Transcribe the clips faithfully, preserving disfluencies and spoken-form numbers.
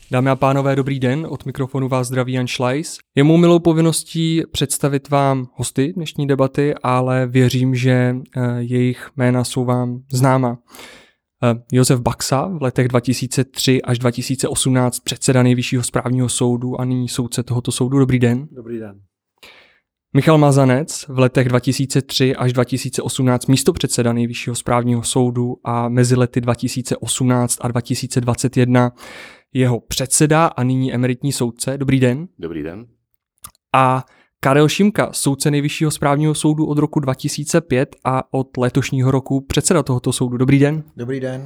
Dámy a pánové, dobrý den, od mikrofonu vás zdraví Jan Šlajs. Je mou milou povinností představit vám hosty dnešní debaty, ale věřím, že jejich jména jsou vám známa. Josef Baxa, v letech dva tisíce tři až dva tisíce osmnáct předseda Nejvyššího správního soudu a nyní soudce tohoto soudu. Dobrý den. Dobrý den. Michal Mazanec, v letech dva tisíce tři až dva tisíce osmnáct místopředseda Nejvyššího správního soudu a mezi lety dva tisíce osmnáct a dva tisíce dvacet jedna jeho předseda a nyní emeritní soudce. Dobrý den. Dobrý den. A Karel Šimka, soudce Nejvyššího správního soudu od roku dva tisíce pět a od letošního roku předseda tohoto soudu. Dobrý den. Dobrý den.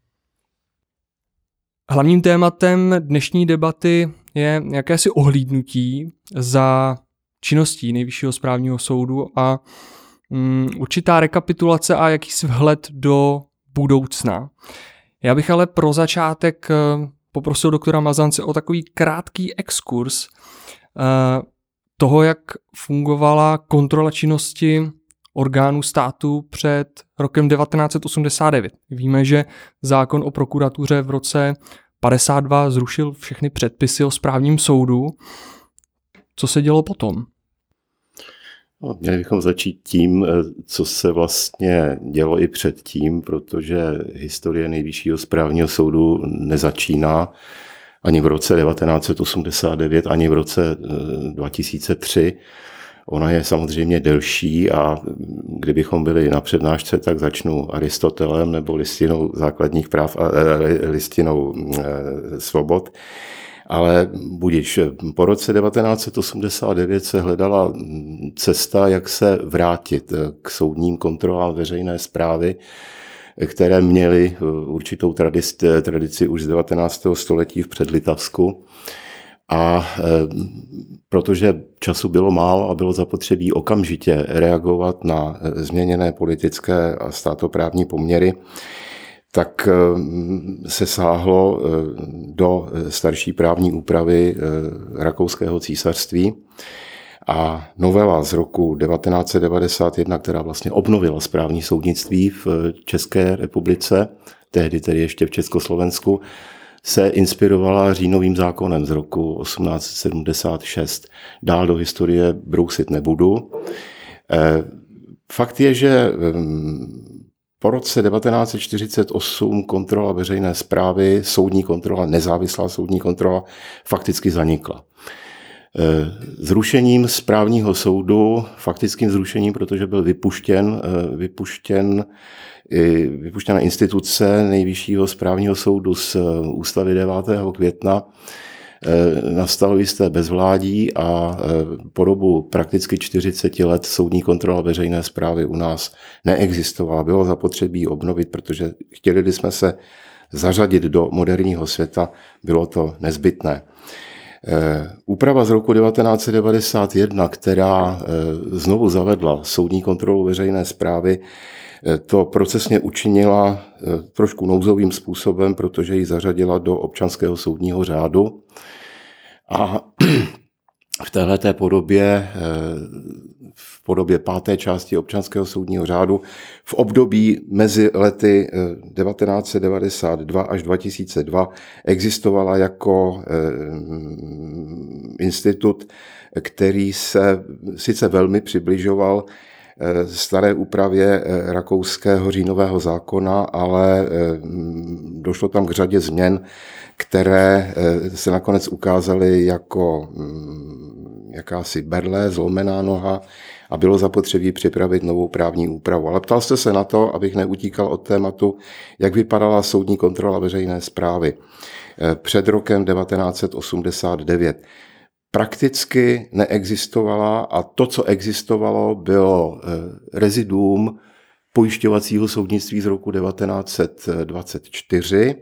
Hlavním tématem dnešní debaty je jakési ohlídnutí za činností Nejvyššího správního soudu a um, určitá rekapitulace a jakýsi vhled do budoucna. Já bych ale pro začátek uh, poprosil doktora Mazance o takový krátký exkurs uh, toho, jak fungovala kontrola činnosti orgánů státu před rokem devatenáct set osmdesát devět. Víme, že zákon o prokuratuře v roce padesát dva zrušil všechny předpisy o správním soudu. Co se dělo potom? No, měli bychom začít tím, co se vlastně dělo i předtím, protože historie Nejvyššího správního soudu nezačíná ani v roce devatenáct set osmdesát devět, ani v roce dva tisíce tři. Ona je samozřejmě delší a kdybychom byli na přednášce, tak začnu Aristotelem nebo listinou základních práv a listinou svobod. Ale budiž, po roce devatenáct set osmdesát devět se hledala cesta, jak se vrátit k soudním kontrolám veřejné správy, které měly určitou tradici, tradici už z devatenáctého století v Předlitavsku. A protože času bylo málo a bylo zapotřebí okamžitě reagovat na změněné politické a státoprávní poměry, tak se sáhlo do starší právní úpravy Rakouského císařství a novela z roku devatenáct set devadesát jedna, která vlastně obnovila správní soudnictví v České republice, tehdy tedy ještě v Československu, se inspirovala říjnovým zákonem z roku osmnáct set sedmdesát šest. Dál do historie brousit nebudu. Fakt je, že po roce devatenáct set čtyřicet osm kontrola veřejné správy, soudní kontrola, nezávislá soudní kontrola fakticky zanikla. Zrušením správního soudu, faktickým zrušením, protože byl vypuštěn, vypuštěn vypuštěna instituce Nejvyššího správního soudu z ústavy devátého května, nastalo jisté bezvládí a po dobu prakticky čtyřicet let soudní kontrola veřejné správy u nás neexistovala. Bylo zapotřebí obnovit, protože chtěli jsme se zařadit do moderního světa, bylo to nezbytné. Úprava z roku devatenáct set devadesát jedna, která znovu zavedla soudní kontrolu veřejné správy, to procesně učinila trošku nouzovým způsobem, protože ji zařadila do občanského soudního řádu. A v téhleté podobě, v podobě páté části občanského soudního řádu, v období mezi lety devatenáct set devadesát dva až dva tisíce dva existovala jako institut, který se sice velmi přibližoval staré úpravě rakouského říjnového zákona, ale došlo tam k řadě změn, které se nakonec ukázaly jako jakási berle, zlomená noha a bylo zapotřebí připravit novou právní úpravu. Ale ptal jste se na to, abych neutíkal od tématu, jak vypadala soudní kontrola veřejné správy před rokem devatenáct set osmdesát devět. Prakticky neexistovala a to, co existovalo, bylo reziduum pojišťovacího soudnictví z roku devatenáct set dvacet čtyři.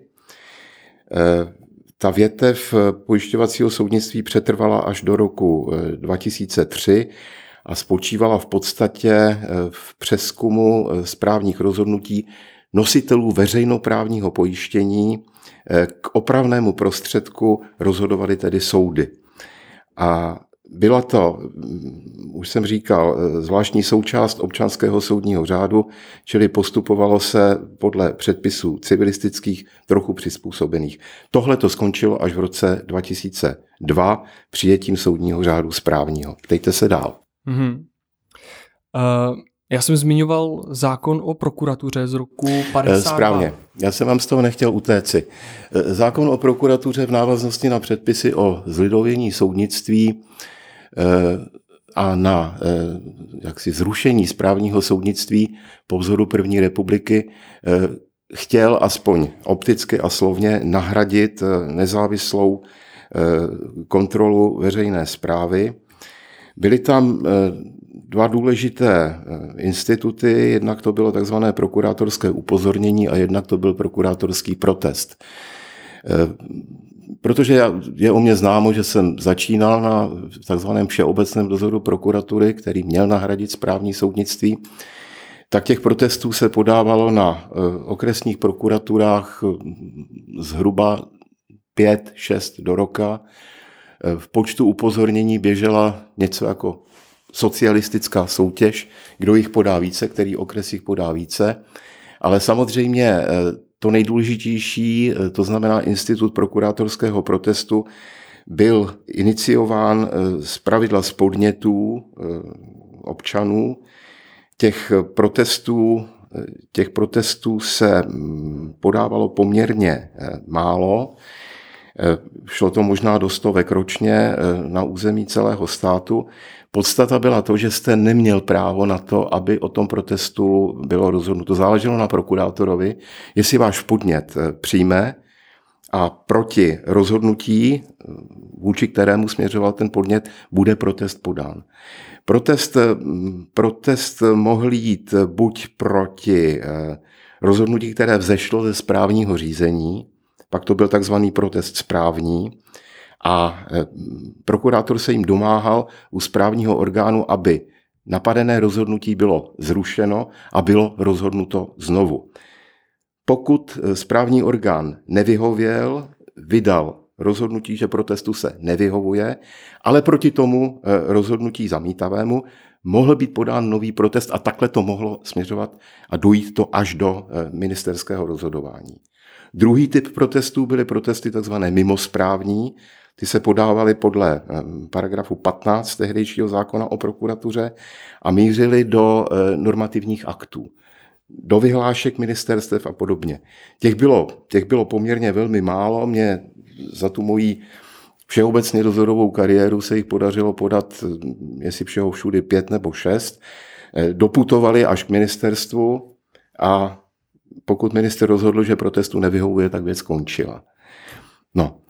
Ta větev pojišťovacího soudnictví přetrvala až do roku dva tisíce tři a spočívala v podstatě v přezkumu správních rozhodnutí nositelů veřejnoprávního pojištění. K opravnému prostředku rozhodovaly tedy soudy. A Byla to, už jsem říkal, zvláštní součást občanského soudního řádu, čili postupovalo se podle předpisů civilistických trochu přizpůsobených. Tohle to skončilo až v roce dva tisíce dva přijetím soudního řádu správního. Ptejte se dál. Mm-hmm. Uh, já jsem zmiňoval zákon o prokuratuře z roku padesát dva. Správně. Já jsem vám z toho nechtěl utéci. Zákon o prokuratuře v návaznosti na předpisy o zlidovění soudnictví a na jaksi zrušení správního soudnictví po vzoru první republiky chtěl aspoň opticky a slovně nahradit nezávislou kontrolu veřejné správy. Byly tam dva důležité instituty, jednak to bylo takzvané prokurátorské upozornění a jednak to byl prokurátorský protest. Protože je o mě známo, že jsem začínal na takzvaném všeobecném dozoru prokuratury, který měl nahradit správní soudnictví, tak těch protestů se podávalo na okresních prokuraturách zhruba pět, šest do roka. V počtu upozornění běžela něco jako socialistická soutěž, kdo jich podá více, který okres jich podá více. Ale samozřejmě to nejdůležitější, to znamená institut prokurátorského protestu, byl iniciován zpravidla z podnětů občanů. Těch protestů, těch protestů se podávalo poměrně málo. Šlo to možná do stovek ročně na území celého státu. Podstata byla to, že jste neměl právo na to, aby o tom protestu bylo rozhodnuto. Záleželo na prokurátorovi, jestli váš podnět přijme a proti rozhodnutí, vůči kterému směřoval ten podnět, bude protest podán. Protest, protest mohl jít buď proti rozhodnutí, které vzešlo ze správního řízení, pak to byl takzvaný protest správní, a prokurátor se jim domáhal u správního orgánu, aby napadené rozhodnutí bylo zrušeno a bylo rozhodnuto znovu. Pokud správní orgán nevyhověl, vydal rozhodnutí, že protestu se nevyhovuje, ale proti tomu rozhodnutí zamítavému mohl být podán nový protest a takhle to mohlo směřovat a dojít to až do ministerského rozhodování. Druhý typ protestů byly protesty takzvané mimosprávní. Ty se podávaly podle paragrafu patnáct tehdejšího zákona o prokuratuře a mířily do normativních aktů, do vyhlášek ministerstev a podobně. Těch bylo, těch bylo poměrně velmi málo. Mě za tu moji všeobecně dozorovou kariéru se jich podařilo podat, jestli všeho všudy pět nebo šest. Doputovali až k ministerstvu a pokud minister rozhodl, že protestu nevyhovuje, tak věc skončila. No,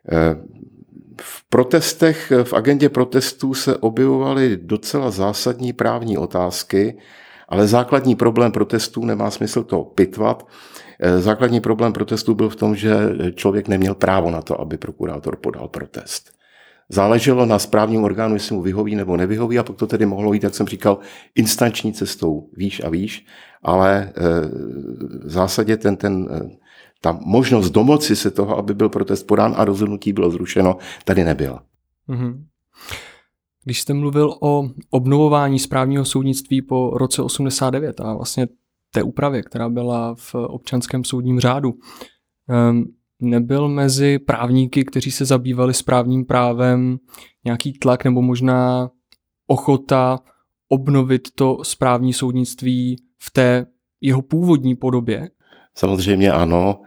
v protestech, v agendě protestů se objevovaly docela zásadní právní otázky, ale základní problém protestů, nemá smysl to pitvat, základní problém protestů byl v tom, že člověk neměl právo na to, aby prokurátor podal protest. Záleželo na správním orgánu, jestli mu vyhoví nebo nevyhoví, a pak to tedy mohlo jít, jak jsem říkal, instanční cestou výš a výš, ale v zásadě ten, ten, ta možnost domoci se toho, aby byl protest podán a rozhodnutí bylo zrušeno, tady nebyla. Mm-hmm. Když jste mluvil o obnovování správního soudnictví po roce osmdesát devět a vlastně té úpravě, která byla v občanském soudním řádu, nebyl mezi právníky, kteří se zabývali správním právem, nějaký tlak nebo možná ochota obnovit to správní soudnictví v té jeho původní podobě? Samozřejmě ano.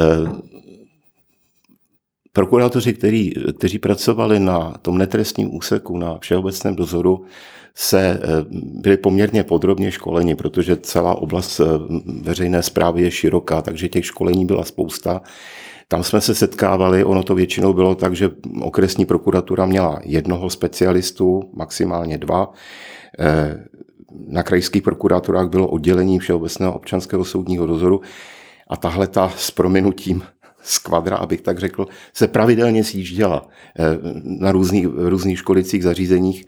Prokurátoři, který, kteří pracovali na tom netrestním úseku, na všeobecném dozoru, se byli poměrně podrobně školeni, protože celá oblast veřejné správy je široká, takže těch školení byla spousta. Tam jsme se setkávali, ono to většinou bylo tak, že okresní prokuratura měla jednoho specialistu, maximálně dva. Na krajských prokuraturách bylo oddělení všeobecného občanského soudního dozoru a tahle ta s prominutím skvadra, abych tak řekl, se pravidelně sjížděla na různých, různých školicích zařízeních.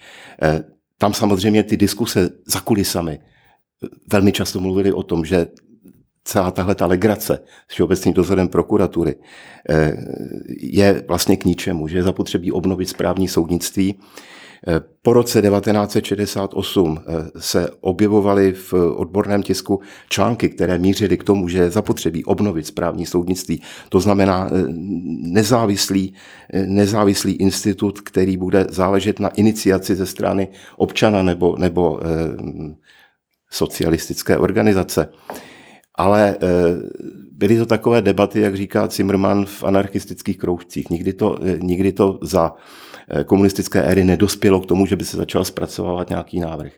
Tam samozřejmě ty diskuse za kulisami velmi často mluvili o tom, že celá tahle ta legrace s všeobecným dozorem prokuratury je vlastně k ničemu, že je zapotřebí obnovit správní soudnictví. Po roce devatenáct set šedesát osm se objevovaly v odborném tisku články, které mířily k tomu, že je zapotřebí obnovit správní soudnictví. To znamená nezávislý, nezávislý institut, který bude záležet na iniciaci ze strany občana nebo, nebo socialistické organizace. Ale byly to takové debaty, jak říká Zimmermann, v anarchistických kroužcích. Nikdy to, nikdy to za komunistické éry nedospělo k tomu, že by se začal zpracovávat nějaký návrh.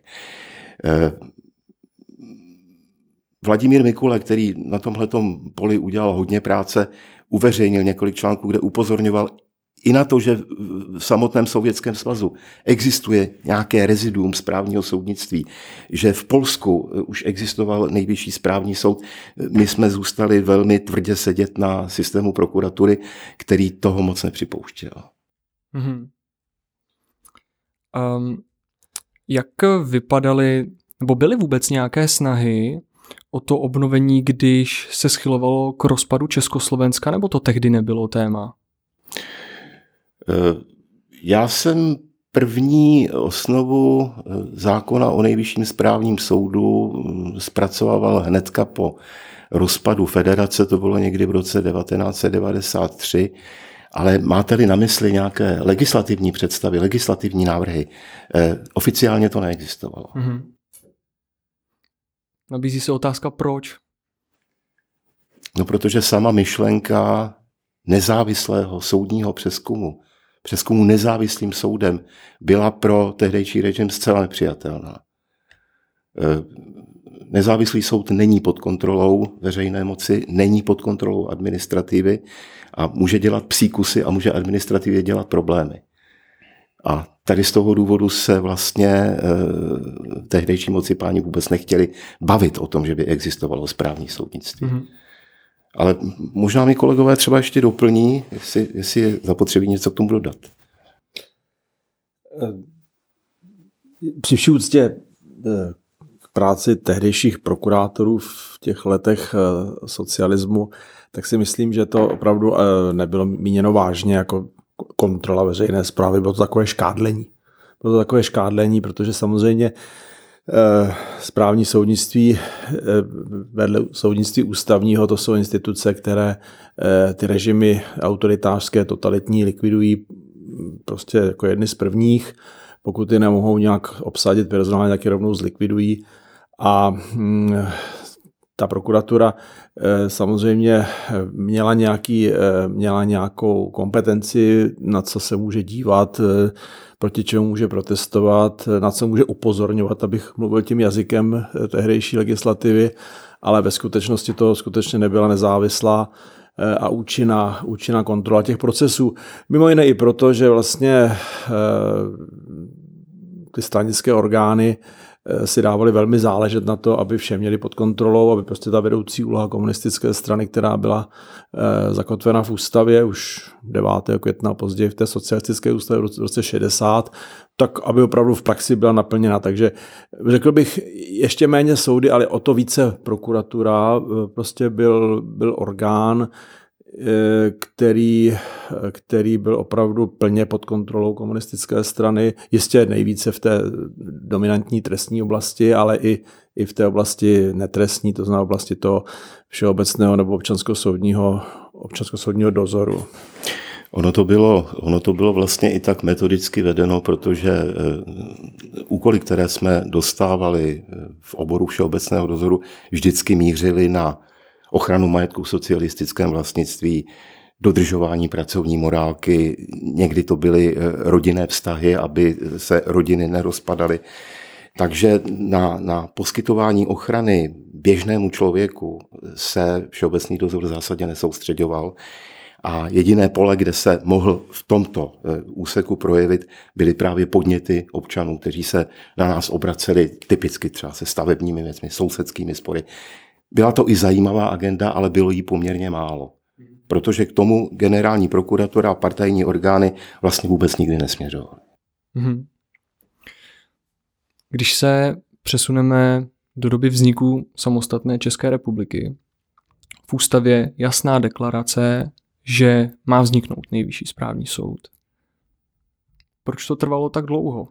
Vladimír Mikula, který na tomhletom poli udělal hodně práce, uveřejnil několik článků, kde upozorňoval i na to, že v samotném Sovětském svazu existuje nějaké reziduum správního soudnictví, že v Polsku už existoval nejvyšší správní soud. My jsme zůstali velmi tvrdě sedět na systému prokuratury, který toho moc nepřipouštěl. Mm-hmm. Um, jak vypadaly, nebo byly vůbec nějaké snahy o to obnovení, když se schylovalo k rozpadu Československa, nebo to tehdy nebylo téma? Já jsem první osnovu zákona o nejvyšším správním soudu zpracovával hnedka po rozpadu federace, to bylo někdy v roce devatenáct set devadesát tři, ale máte-li na mysli nějaké legislativní představy, legislativní návrhy, oficiálně to neexistovalo. Mm-hmm. Nabízí se otázka, proč? No, protože sama myšlenka nezávislého soudního přezkumu, přezkumu nezávislým soudem, byla pro tehdejší režim zcela nepřijatelná. Nezávislý soud není pod kontrolou veřejné moci, není pod kontrolou administrativy a může dělat psí kusy a může administrativě dělat problémy. A tady z toho důvodu se vlastně eh, tehdejší moci páni vůbec nechtěli bavit o tom, že by existovalo správní soudnictví. Mm-hmm. Ale možná mi kolegové třeba ještě doplní, jestli, jestli je zapotřebí něco k tomu dodat. Při vší úctě k práci tehdejších prokurátorů v těch letech socialismu, tak si myslím, že to opravdu nebylo míněno vážně jako kontrola veřejné správy, bylo to takové škádlení. Bylo to takové škádlení, protože samozřejmě správní soudnictví vedle soudnictví ústavního, to jsou instituce, které ty režimy autoritářské, totalitní likvidují prostě jako jedny z prvních. Pokud je nemohou nějak obsadit personálně, tak je rovnou zlikvidují. A ta prokuratura samozřejmě měla, nějaký, měla nějakou kompetenci, na co se může dívat, proti čemu může protestovat, na co může upozorňovat, abych mluvil tím jazykem tehdejší legislativy, ale ve skutečnosti to skutečně nebyla nezávislá a účinná, účinná kontrola těch procesů. Mimo jiné i proto, že vlastně ty stranické orgány si dávali velmi záležet na to, aby vše měli pod kontrolou, aby prostě ta vedoucí úloha komunistické strany, která byla eh, zakotvena v ústavě už devátého května, později v té socialistické ústavě v roce šedesát, tak aby opravdu v praxi byla naplněna. Takže řekl bych ještě méně soudy, ale o to více prokuratura prostě byl, byl orgán, Který, který byl opravdu plně pod kontrolou komunistické strany, jistě nejvíce v té dominantní trestní oblasti, ale i, i v té oblasti netrestní, to znamená oblasti toho všeobecného nebo občanskosoudního, občanskosoudního dozoru. Ono to bylo, ono to bylo vlastně i tak metodicky vedeno, protože úkoly, které jsme dostávali v oboru všeobecného dozoru, vždycky mířily na ochranu majetku v socialistickém vlastnictví, dodržování pracovní morálky, někdy to byly rodinné vztahy, aby se rodiny nerozpadaly. Takže na, na poskytování ochrany běžnému člověku se všeobecný dozor v zásadě nesoustřeďoval a jediné pole, kde se mohl v tomto úseku projevit, byly právě podněty občanů, kteří se na nás obraceli typicky třeba se stavebními věcmi, sousedskými spory. Byla to i zajímavá agenda, ale bylo jí poměrně málo. Protože k tomu generální prokuratura a partajní orgány vlastně vůbec nikdy nesměřovaly. Když se přesuneme do doby vzniku samostatné České republiky, v ústavě jasná deklarace, že má vzniknout Nejvyšší správní soud. Proč to trvalo tak dlouho?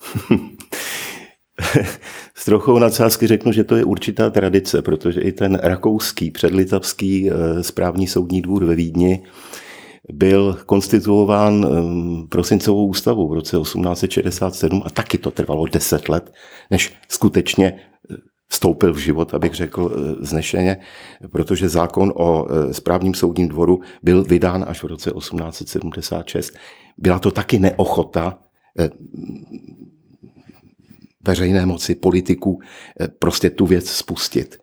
S trochou nadsázky řeknu, že to je určitá tradice, protože i ten rakouský předlitavský správní soudní dvůr ve Vídni byl konstituován prosincovou ústavou v roce osmnáct set šedesát sedm a taky to trvalo deset let, než skutečně vstoupil v život, abych řekl vznešeně, protože zákon o správním soudním dvoru byl vydán až v roce osmnáct set sedmdesát šest. Byla to taky neochota veřejné moci, politiků, prostě tu věc spustit.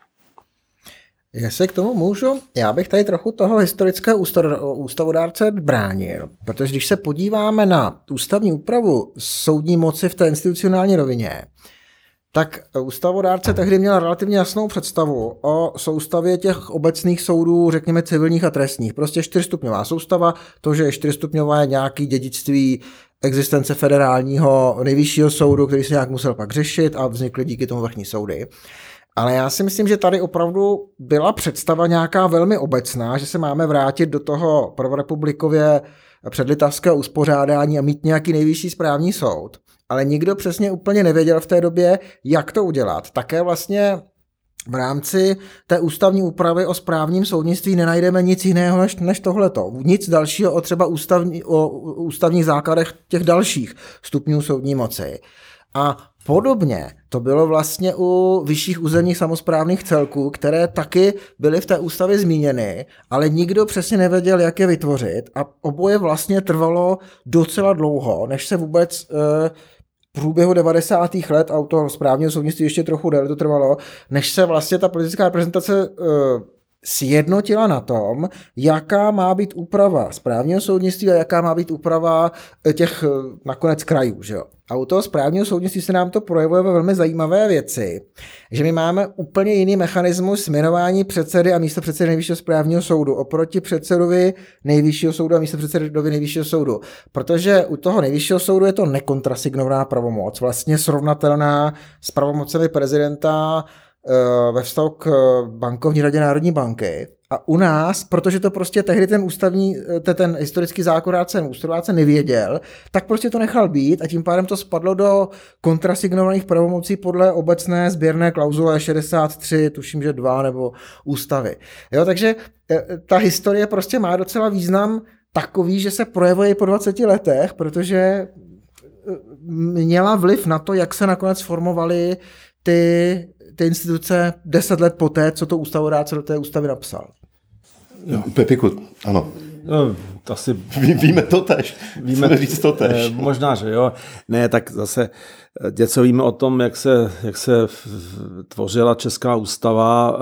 Jestli k tomu můžu, já bych tady trochu toho historického ústavodárce bránil, protože když se podíváme na ústavní úpravu soudní moci v té institucionální rovině, tak ústavodárce tehdy měl relativně jasnou představu o soustavě těch obecných soudů, řekněme civilních a trestních. Prostě čtyřstupňová soustava, to, že je čtyřstupňová je nějaký dědictví existence federálního nejvyššího soudu, který se nějak musel pak řešit a vznikly díky tomu vrchní soudy. Ale já si myslím, že tady opravdu byla představa nějaká velmi obecná, že se máme vrátit do toho prvorepublikově předlitavského uspořádání a mít nějaký nejvyšší správní soud. Ale nikdo přesně úplně nevěděl v té době, jak to udělat. Také vlastně v rámci té ústavní úpravy o správním soudnictví nenajdeme nic jiného než, než tohleto. Nic dalšího o třeba ústavní, o ústavních základech těch dalších stupňů soudní moci. A podobně to bylo vlastně u vyšších územních samosprávných celků, které taky byly v té ústavě zmíněny, ale nikdo přesně nevěděl, jak je vytvořit a oboje vlastně trvalo docela dlouho, než se vůbec v průběhu devadesátých let a u toho správního soudnictví ještě trochu déle to trvalo, než se vlastně ta politická reprezentace sjednotila na tom, jaká má být úprava správního soudnictví a jaká má být úprava těch nakonec krajů. Že jo? A u toho správního soudnictví se nám to projevuje ve velmi zajímavé věci, že my máme úplně jiný mechanismus jmenování předsedy a místopředsedy Nejvyššího správního soudu oproti předsedovi Nejvyššího soudu a místopředsedovi Nejvyššího soudu. Protože u toho Nejvyššího soudu je to nekontrasignovaná pravomoc, vlastně srovnatelná s pravomocemi prezidenta ve vztahu k bankovní radě Národní banky. A u nás, protože to prostě tehdy ten ústavní, ten historický zákonodárce, ústavodárce nevěděl, tak prostě to nechal být a tím pádem to spadlo do kontrasignovaných pravomocí podle obecné sběrné klauzule šedesát tři, tuším, že dva nebo ústavy. Jo, takže ta historie prostě má docela význam takový, že se projevuje po dvaceti letech, protože měla vliv na to, jak se nakonec formovaly ty ty instituce deset let poté, co to ústavodárce do té ústavy napsal. Jo. Pepiku, ano. No, asi Ví, víme to tež. Víme říct to tež. Možná, že jo. Ne, tak zase něco víme o tom, jak se, jak se tvořila česká ústava,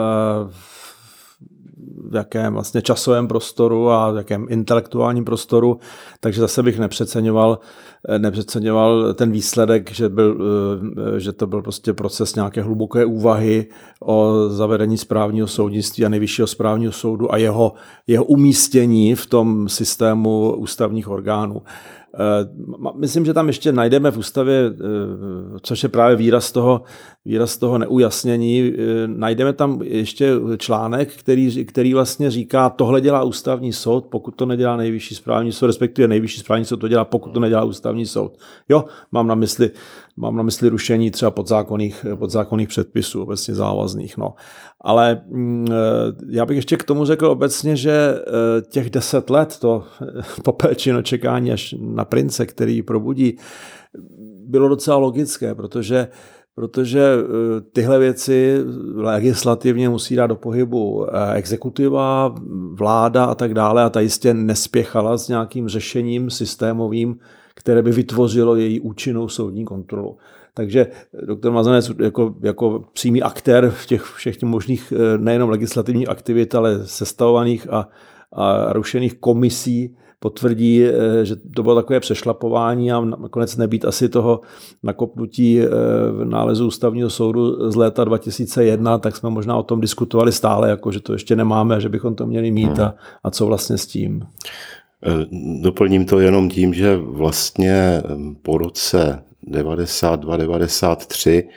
v jakém vlastně časovém prostoru a v jakém intelektuálním prostoru, takže zase bych nepřeceňoval, nepřeceňoval ten výsledek, že, byl, že to byl prostě proces nějaké hluboké úvahy o zavedení správního soudnictví a Nejvyššího správního soudu a jeho, jeho umístění v tom systému ústavních orgánů. Myslím, že tam ještě najdeme v ústavě, což je právě výraz toho, výraz toho neujasnění, najdeme tam ještě článek, který, který vlastně říká, tohle dělá ústavní soud, pokud to nedělá Nejvyšší správní soud, respektive Nejvyšší správní soud to dělá, pokud to nedělá ústavní soud. Jo, mám na mysli, mám na mysli rušení třeba podzákonných, podzákonných předpisů, obecně závazných. No. Ale já bych ještě k tomu řekl obecně, že těch deset let, to popelčino čekání až na prince, který probudí, bylo docela logické, protože protože tyhle věci legislativně musí dát do pohybu exekutiva, vláda a tak dále a ta jistě nespěchala s nějakým řešením systémovým, které by vytvořilo její účinnou soudní kontrolu. Takže doktor Mazanec jako, jako přímý aktér v těch všech těch možných nejenom legislativních aktivit, ale sestavovaných a, a rušených komisí potvrdí, že to bylo takové přešlapování a nakonec nebýt asi toho nakopnutí v nálezu ústavního soudu z léta dva tisíce jedna, tak jsme možná o tom diskutovali stále, jako že to ještě nemáme, že bychom to měli mít a, a co vlastně s tím. Doplním to jenom tím, že vlastně po roce devadesát dva devadesát tři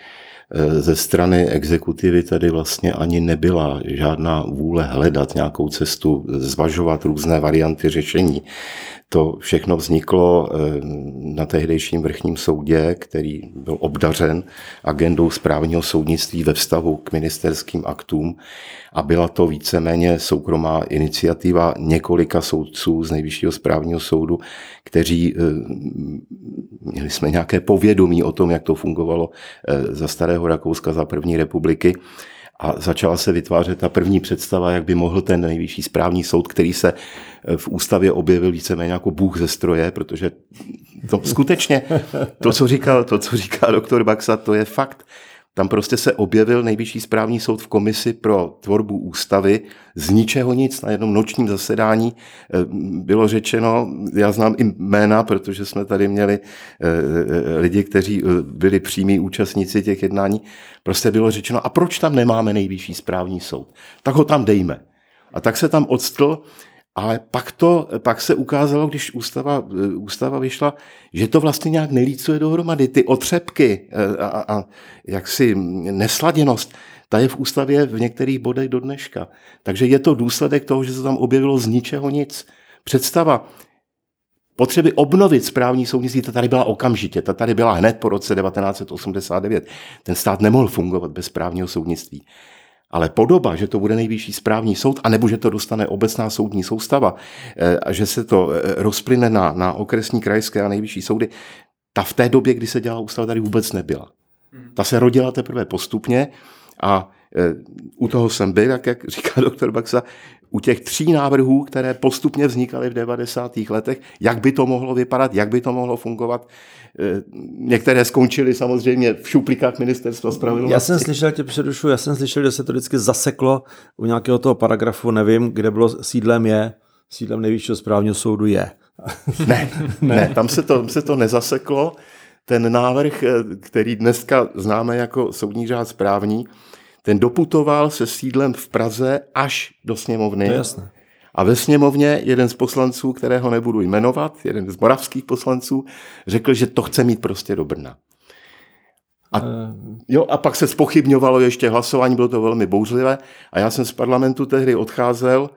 ze strany exekutivy tady vlastně ani nebyla žádná vůle hledat nějakou cestu, zvažovat různé varianty řešení. To všechno vzniklo na tehdejším vrchním soudě, který byl obdařen agendou správního soudnictví ve vztahu k ministerským aktům a byla to víceméně soukromá iniciativa několika soudců z Nejvyššího správního soudu, kteří měli jsme nějaké povědomí o tom, jak to fungovalo za starého Rakouska, za první republiky. A začala se vytvářet ta první představa, jak by mohl ten Nejvyšší správní soud, který se v ústavě objevil víceméně jako bůh ze stroje, protože to skutečně, to, co říkal, to, co říká doktor Baxa, to je fakt. Tam prostě se objevil Nejvyšší správní soud v komisi pro tvorbu ústavy z ničeho nic. Na jednom nočním zasedání bylo řečeno, já znám i jména, protože jsme tady měli lidi, kteří byli přímí účastníci těch jednání, prostě bylo řečeno, a proč tam nemáme Nejvyšší správní soud? Tak ho tam dejme. A tak se tam odstl. Ale pak, to, pak se ukázalo, když ústava, ústava vyšla, že to vlastně nějak nelícuje dohromady. Ty otřepky a, a, a jaksi nesladěnost, ta je v ústavě v některých bodech do dneška. Takže je to důsledek toho, že se tam objevilo z ničeho nic. Představa potřeby obnovit správní soudnictví, ta tady byla okamžitě, ta tady byla hned po roce devatenáct set osmdesát devět. Ten stát nemohl fungovat bez správního soudnictví. Ale podoba, že to bude Nejvyšší správní soud, anebo že to dostane obecná soudní soustava a že se to rozplyne na, na okresní, krajské a nejvyšší soudy, ta v té době, kdy se dělala ústava, tady vůbec nebyla. Ta se rodila teprve postupně a u toho jsem byl, jak, jak říká doktor Baxa, u těch tří návrhů, které postupně vznikaly v devadesátých letech, jak by to mohlo vypadat, jak by to mohlo fungovat. Některé skončily samozřejmě v šuplikách ministerstva spravedlnosti. Já jsem slyšel, tě předušu, já jsem slyšel, že se to vždycky zaseklo u nějakého toho paragrafu, nevím, kde bylo sídlem je, sídlem Nejvyššího správního soudu je. Ne, ne, ne tam, se to, tam se to nezaseklo. Ten návrh, který dneska známe jako soudní řád správní, ten doputoval se sídlem v Praze až do sněmovny. To je jasné. A ve sněmovně jeden z poslanců, kterého nebudu jmenovat, jeden z moravských poslanců, řekl, že to chce mít prostě do Brna. A, jo, a pak se zpochybňovalo ještě hlasování, bylo to velmi bouřlivé a já jsem z parlamentu tehdy odcházel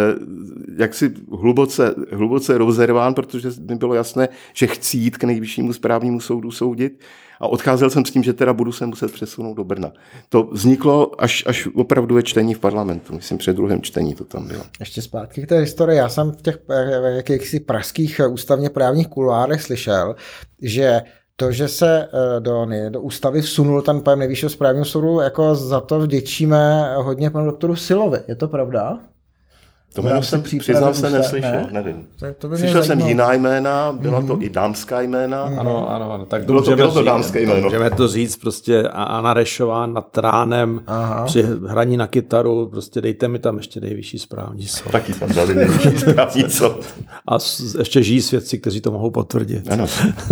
jaksi hluboce, hluboce rozerván, protože mi bylo jasné, že chci jít k Nejvyššímu správnímu soudu soudit a odcházel jsem s tím, že teda budu se muset přesunout do Brna. To vzniklo až, až opravdu ve čtení v parlamentu, myslím před druhém čtení to tam bylo. Ještě zpátky k té historii, já jsem v těch jakýchsi pražských ústavně právních kuloárech slyšel, že to, že se do, do ústavy vsunul ten pojem Nejvyššího správního soudu, jako za to vděčíme hodně panu doktoru Silovi. Je to pravda? To jméno jsem přiznal se neslyšel, ne? nevím. To, to Slyšel jsem jiná jména, byla mm-hmm. to i dámská jména. Mm-hmm. Ano, ano, ano. Tak bylo to, bylo to dámské jméno. Můžeme to říct, prostě Anna Rešová nad tránem, aha, při hraní na kytaru, prostě dejte mi tam ještě Nejvyšší správní soud. Taky tam dali Nejvyšší správní soud. A ještě žijí svědci, kteří to mohou potvrdit. Ano.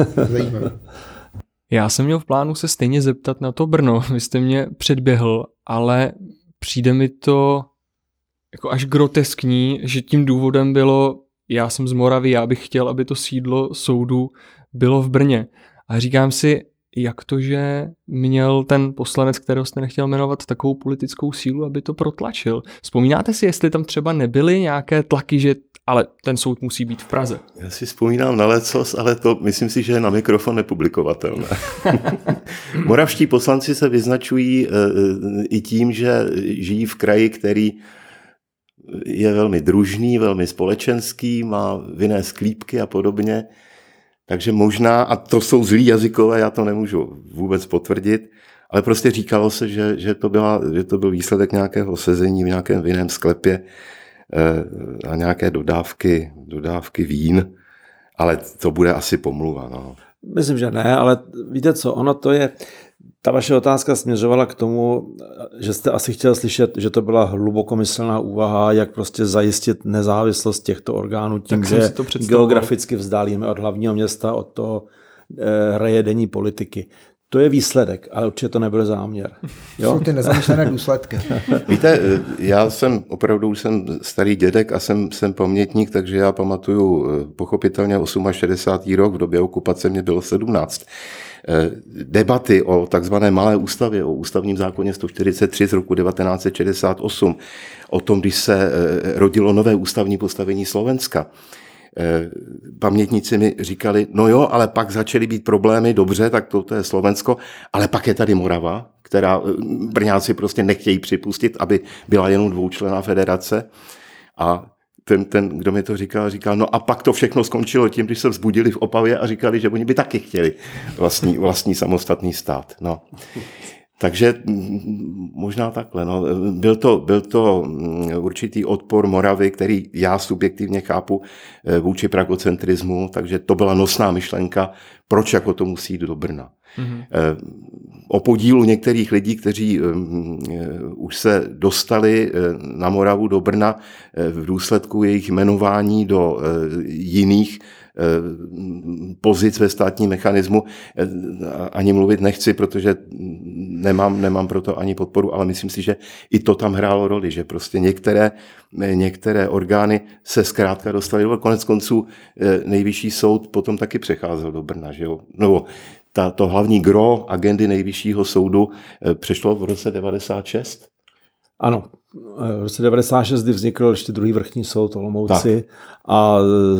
Já jsem měl v plánu se stejně zeptat na to Brno, vy jste mě předběhl, ale přijde mi to jako až groteskní, že tím důvodem bylo, já jsem z Moravy, já bych chtěl, aby to sídlo soudu bylo v Brně. A říkám si, jak to, že měl ten poslanec, kterého jste nechtěl jmenovat, takovou politickou sílu, aby to protlačil. Vzpomínáte si, jestli tam třeba nebyly nějaké tlaky, že ale ten soud musí být v Praze? Já si vzpomínám na lecos, ale to myslím si, že je na mikrofon nepublikovatelné. Moravští poslanci se vyznačují i tím, že žijí v kraji, který je velmi družný, velmi společenský, má vinné sklípky a podobně. Takže možná, a to jsou zlí jazykové, já to nemůžu vůbec potvrdit, ale prostě říkalo se, že, že, to, byla, že to byl výsledek nějakého sezení v nějakém vinném sklepě a nějaké dodávky, dodávky vín, ale to bude asi pomluva. No. Myslím, že ne, ale víte co, ono to je, ta vaše otázka směřovala k tomu, že jste asi chtěl slyšet, že to byla hlubokomyslná úvaha, jak prostě zajistit nezávislost těchto orgánů tím, že geograficky vzdálíme od hlavního města, od toho eh, rejedení politiky. To je výsledek, ale určitě to nebyl záměr. Jo? Jsou ty nezamýšlené důsledky. Víte, já jsem opravdu už jsem starý dědek a jsem, jsem pamětník, takže já pamatuju pochopitelně šedesátý osmý rok, v době okupace mě bylo sedmnáct. Debaty o takzvané malé ústavě, o ústavním zákoně sto čtyřicet tři z roku devatenáct set šedesát osm, o tom, když se rodilo nové ústavní postavení Slovenska. Pamětníci mi říkali, no jo, ale pak začaly být problémy, dobře, tak to, to je Slovensko, ale pak je tady Morava, která Brňáci prostě nechtějí připustit, aby byla jenom dvoučlenná federace. A ten, ten, kdo mi to říkal, říkal, no a pak to všechno skončilo tím, když se vzbudili v Opavě a říkali, že oni by taky chtěli vlastní, vlastní samostatný stát. No. Takže možná takhle. No. Byl to, byl to určitý odpor Moravy, který já subjektivně chápu vůči pragocentrismu, takže to byla nosná myšlenka, proč jako to musí jít do Brna. Mm-hmm. O podílu některých lidí, kteří už se dostali na Moravu do Brna v důsledku jejich jmenování do jiných pozic ve státním mechanismu, ani mluvit nechci, protože nemám, nemám pro to ani podporu, ale myslím si, že i to tam hrálo roli, že prostě některé, některé orgány se zkrátka dostaly do konec konců nejvyšší soud potom taky přecházel do Brna, že jo? Nebo ta, to hlavní gro agendy nejvyššího soudu přešlo v roce devadesát šest? Ano, v roce devadesát šest, kdy vznikl ještě druhý vrchní soud Olomouci a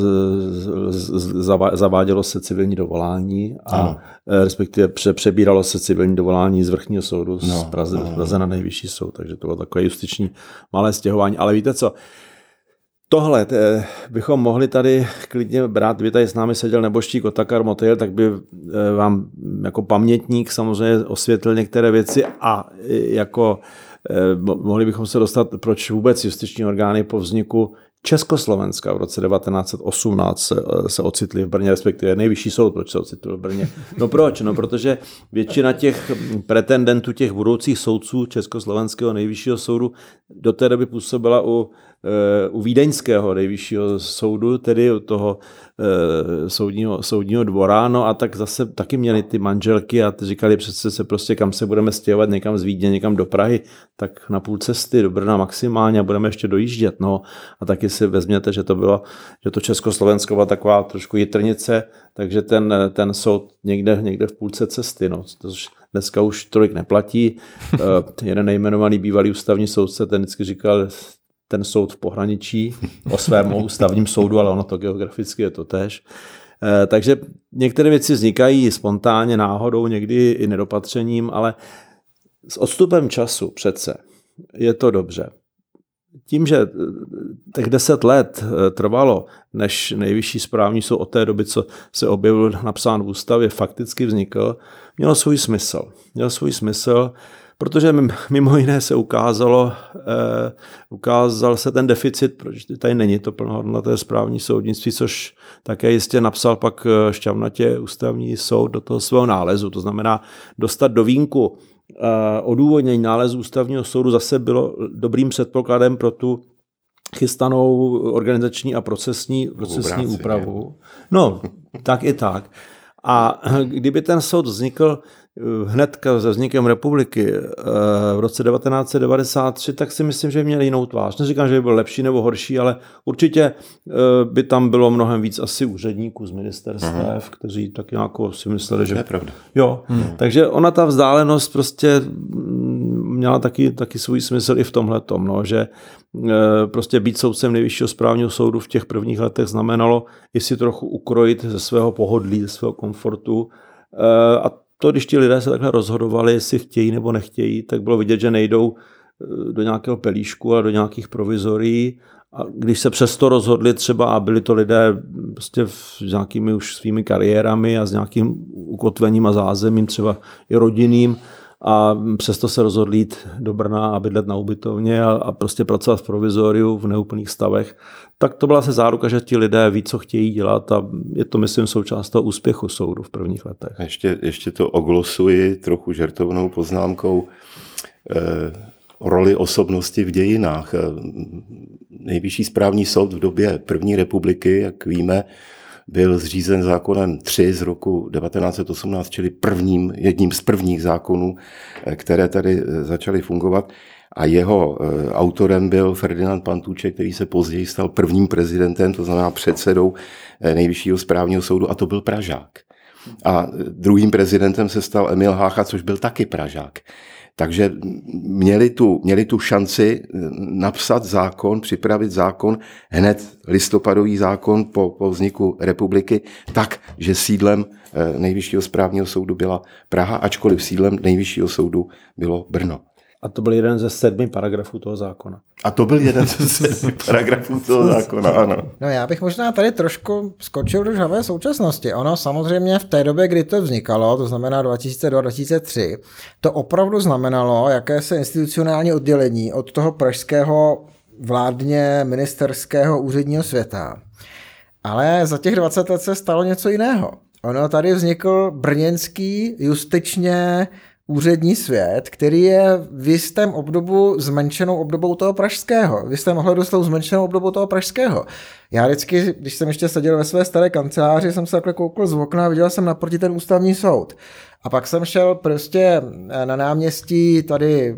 zavádělo se civilní dovolání a ano. respektive přebíralo se civilní dovolání z vrchního soudu z Praze, no, no, no. Praze na nejvyšší soud, takže to bylo takové justiční malé stěhování. Ale víte co, tohle bychom mohli tady klidně brát, kdyby tady s námi seděl nebožtík Otakar Motejl, tak by vám jako pamětník samozřejmě osvětlil některé věci a jako mohli bychom se dostat, proč vůbec justiční orgány po vzniku Československa v roce devatenáct set osmnáct se, se ocitli v Brně, respektive nejvyšší soud, proč se ocitl v Brně. No proč? No protože většina těch pretendentů, těch budoucích soudců Československého nejvyššího soudu do té doby působila u, u vídeňského nejvyššího soudu, tedy u toho soudního, soudního dvora, no a tak zase taky měli ty manželky a ty říkali přece se prostě, kam se budeme stěhovat, někam z Vídně, někam do Prahy, tak na půl cesty do Brna maximálně a budeme ještě dojíždět, no a taky si vezměte, že to bylo, že to Československo byla taková trošku jitrnice, takže ten, ten soud někde, někde v půlce cesty, no, dneska už tolik neplatí. Jeden nejmenovaný bývalý ústavní soudce, ten vždycky říkal, ten soud v pohraničí o svém ústavním soudu, ale ono to geograficky je to též. Takže některé věci vznikají spontánně, náhodou, někdy i nedopatřením, ale s odstupem času přece je to dobře. Tím, že těch deset let trvalo, než nejvyšší správní soud od té doby, co se objevil napsán v ústavě, fakticky vznikl, mělo svůj smysl. Měl svůj smysl, protože mimo jiné se ukázalo, eh, ukázal se ten deficit, protože tady není to plnohodnotné správní soudnictví, což také jistě napsal pak šťavnatě ústavní soud do toho svého nálezu. To znamená dostat do vínku eh, odůvodnění nálezu ústavního soudu zase bylo dobrým předpokladem pro tu chystanou organizační a procesní, procesní úpravu. No, tak i tak. A kdyby ten soud vznikl hned se vznikem republiky v roce devatenáct set devadesát tři, tak si myslím, že měl jinou tvář. Neříkám, že by byl lepší nebo horší, ale určitě by tam bylo mnohem víc asi úředníků z ministerstev, uh-huh. kteří tak nějak si mysleli, že... To je pravda. Jo, uh-huh. takže ona ta vzdálenost prostě měla taky, taky svůj smysl i v tomhletom, no, že prostě být soudcem nejvyššího správního soudu v těch prvních letech znamenalo i si trochu ukrojit ze svého pohodlí, ze svého komfortu a to, když ti lidé se takhle rozhodovali, jestli chtějí nebo nechtějí, tak bylo vidět, že nejdou do nějakého pelíšku, ale do nějakých provizorií. A když se přesto rozhodli třeba, a byli to lidé prostě s nějakými už svými kariérami a s nějakým ukotvením a zázemím, třeba i rodinným, a přesto se rozhodli jít do Brna a bydlet na ubytovně a, a prostě pracovat v provizoriu v neúplných stavech, tak to byla se záruka, že ti lidé ví, co chtějí dělat a je to, myslím, součást toho úspěchu soudu v prvních letech. Ještě, ještě to oglosuji trochu žertovnou poznámkou eh, roli osobnosti v dějinách. Nejvyšší správní soud v době první republiky, jak víme, byl zřízen zákonem tři z roku devatenáct set osmnáct, čili prvním, jedním z prvních zákonů, které tady začaly fungovat. A jeho autorem byl Ferdinand Pantůček, který se později stal prvním prezidentem, to znamená předsedou Nejvyššího správního soudu, a to byl Pražák. A druhým prezidentem se stal Emil Hácha, což byl taky Pražák. Takže měli tu, měli tu šanci napsat zákon, připravit zákon, hned listopadový zákon po, po vzniku republiky, tak, že sídlem Nejvyššího správního soudu byla Praha, ačkoliv sídlem Nejvyššího soudu bylo Brno. A to byl jeden ze sedmi paragrafů toho zákona. A to byl jeden ze sedmi paragrafů toho zákona, ano. No já bych možná tady trošku skočil do žhavé současnosti. Ono samozřejmě v té době, kdy to vznikalo, to znamená dva tisíce dva až dva tisíce tři, to opravdu znamenalo jakési institucionální oddělení od toho pražského vládně ministerského úředního světa. Ale za těch dvacet let se stalo něco jiného. Ono tady vznikl brněnský justičně úřední svět, který je v jistém obdobu zmenšenou obdobou toho pražského. V jistém ohledu s tou zmenšenou obdobou toho pražského. Já vždycky, když jsem ještě seděl ve své staré kanceláři, jsem se takhle koukl z okna a viděl jsem naproti ten ústavní soud. A pak jsem šel prostě na náměstí tady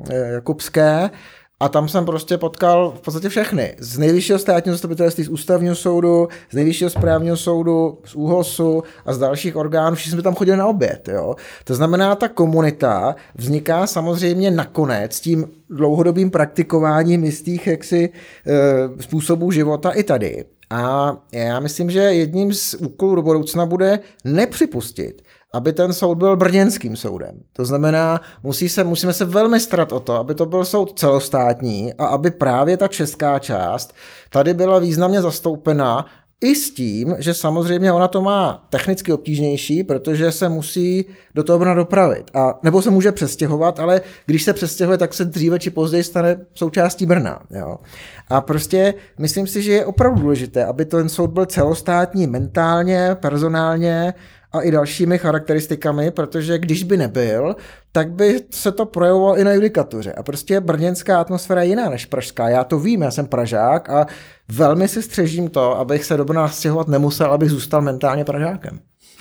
Jakubské a tam jsem prostě potkal v podstatě všechny. Z Nejvyššího státního zastupitelství, z ústavního soudu, z Nejvyššího správního soudu, z ÚHOSu a z dalších orgánů. Všichni jsme tam chodili na oběd. Jo? To znamená, ta komunita vzniká samozřejmě nakonec tím dlouhodobým praktikováním jistých jaksi, e, způsobů života i tady. A já myslím, že jedním z úkolů do budoucna bude nepřipustit, aby ten soud byl brněnským soudem. To znamená, musí se, musíme se velmi starat o to, aby to byl soud celostátní a aby právě ta česká část tady byla významně zastoupena i s tím, že samozřejmě ona to má technicky obtížnější, protože se musí do toho Brna dopravit. A, nebo se může přestěhovat, ale když se přestěhuje, tak se dříve či později stane součástí Brna. Jo. A prostě myslím si, že je opravdu důležité, aby ten soud byl celostátní mentálně, personálně a i dalšími charakteristikami, protože když by nebyl, tak by se to projevovalo i na judikatuře. A prostě brněnská atmosféra je jiná než pražská. Já to vím, já jsem Pražák a velmi si střežím to, abych se do Brna stěhovat nemusel, abych zůstal mentálně Pražákem.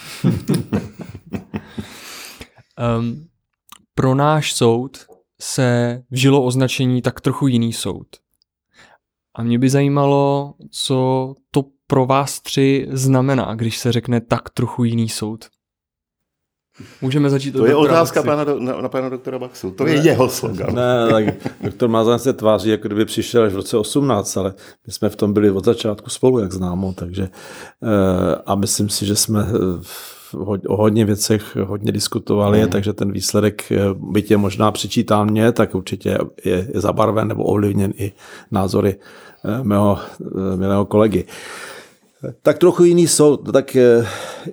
um, pro náš soud se vžilo označení tak trochu jiný soud. A mě by zajímalo, co to pro vás tři znamená, když se řekne tak trochu jiný soud. Můžeme začít. To je otázka pana do, na, na pana doktora Baxu. To je ne, jeho slogan. Ne, tak doktor Mazan se tváří, jako kdyby přišel až v roce osmnáct, ale my jsme v tom byli od začátku spolu, jak známo, takže a myslím si, že jsme o hodně věcech hodně diskutovali, hmm. takže ten výsledek, byť je možná přičítán mě, tak určitě je, je zabarven nebo ovlivněn i názory mého milého kolegy. Tak trochu jiný soud, tak eh,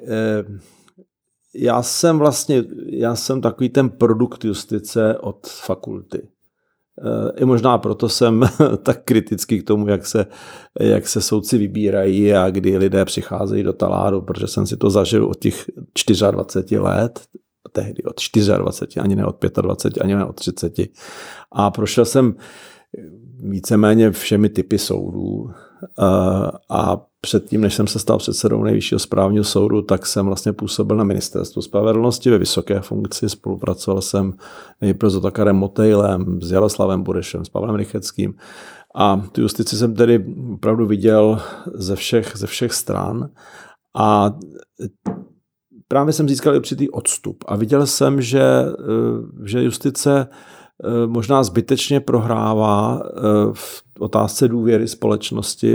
já jsem vlastně, já jsem takový ten produkt justice od fakulty. I možná proto jsem tak kritický k tomu, jak se, jak se soudci vybírají a kdy lidé přicházejí do taláru, protože jsem si to zažil od těch dvacet čtyři let, tehdy od dvacet čtyři, ani ne od dvacet pět, ani ne od třicet. A prošel jsem víceméně všemi typy soudů a předtím, než jsem se stal předsedou Nejvyššího správního soudu, tak jsem vlastně působil na ministerstvu spravedlnosti ve vysoké funkci. Spolupracoval jsem nejprve s Otakarem Motejlem, s Jaroslavem Burešem, s Pavlem Rycheckým. A tu justici jsem tedy opravdu viděl ze všech, ze všech stran. A právě jsem získal určitý odstup. A viděl jsem, že, že justice možná zbytečně prohrává v otázce důvěry společnosti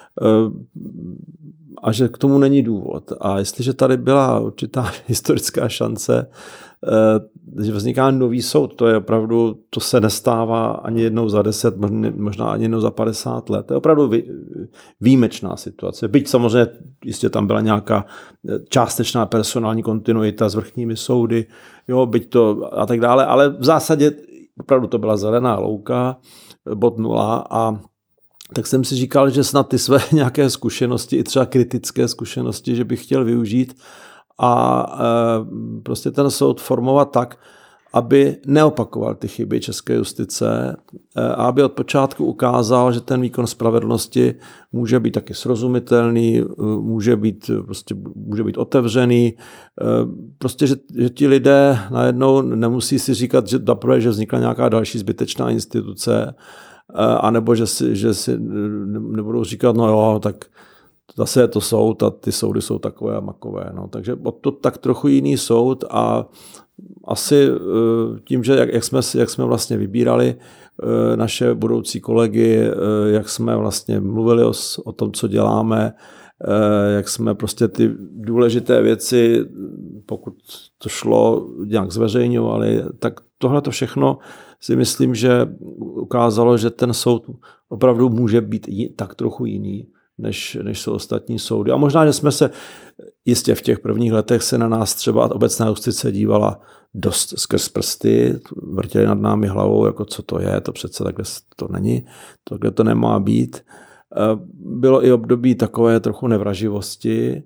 a že k tomu není důvod. A jestliže tady byla určitá historická šance, že vzniká nový soud, to je opravdu, to se nestává ani jednou za deset, možná ani jednou za padesát let. To je opravdu výjimečná situace. Byť samozřejmě jistě tam byla nějaká částečná personální kontinuita s vrchními soudy, jo, byť to a tak dále, ale v zásadě opravdu to byla zelená louka, bod nula a tak jsem si říkal, že snad ty své nějaké zkušenosti, i třeba kritické zkušenosti, že bych chtěl využít a e, prostě ten soud formovat tak, aby neopakoval ty chyby české justice a aby od počátku ukázal, že ten výkon spravedlnosti může být taky srozumitelný, může být, prostě, může být otevřený. Prostě, že, že ti lidé najednou nemusí si říkat, že zaprvé, že vznikla nějaká další zbytečná instituce, anebo že si, že si nebudou říkat, no jo, tak zase je to soud a ty soudy jsou takové a makové. No. Takže to tak trochu jiný soud a asi tím, že jak, jak, jsme, jak jsme vlastně vybírali naše budoucí kolegy, jak jsme vlastně mluvili o, o tom, co děláme, jak jsme prostě ty důležité věci, pokud to šlo, nějak zveřejňovali, tak tohle to všechno si myslím, že ukázalo, že ten soud opravdu může být tak trochu jiný, než, než jsou ostatní soudy. A možná, že jsme se jistě v těch prvních letech se na nás třeba obecná justice dívala dost skrz prsty, vrtěli nad námi hlavou, jako co to je, to přece takhle to není, takhle to nemá být. Bylo i období takové trochu nevraživosti,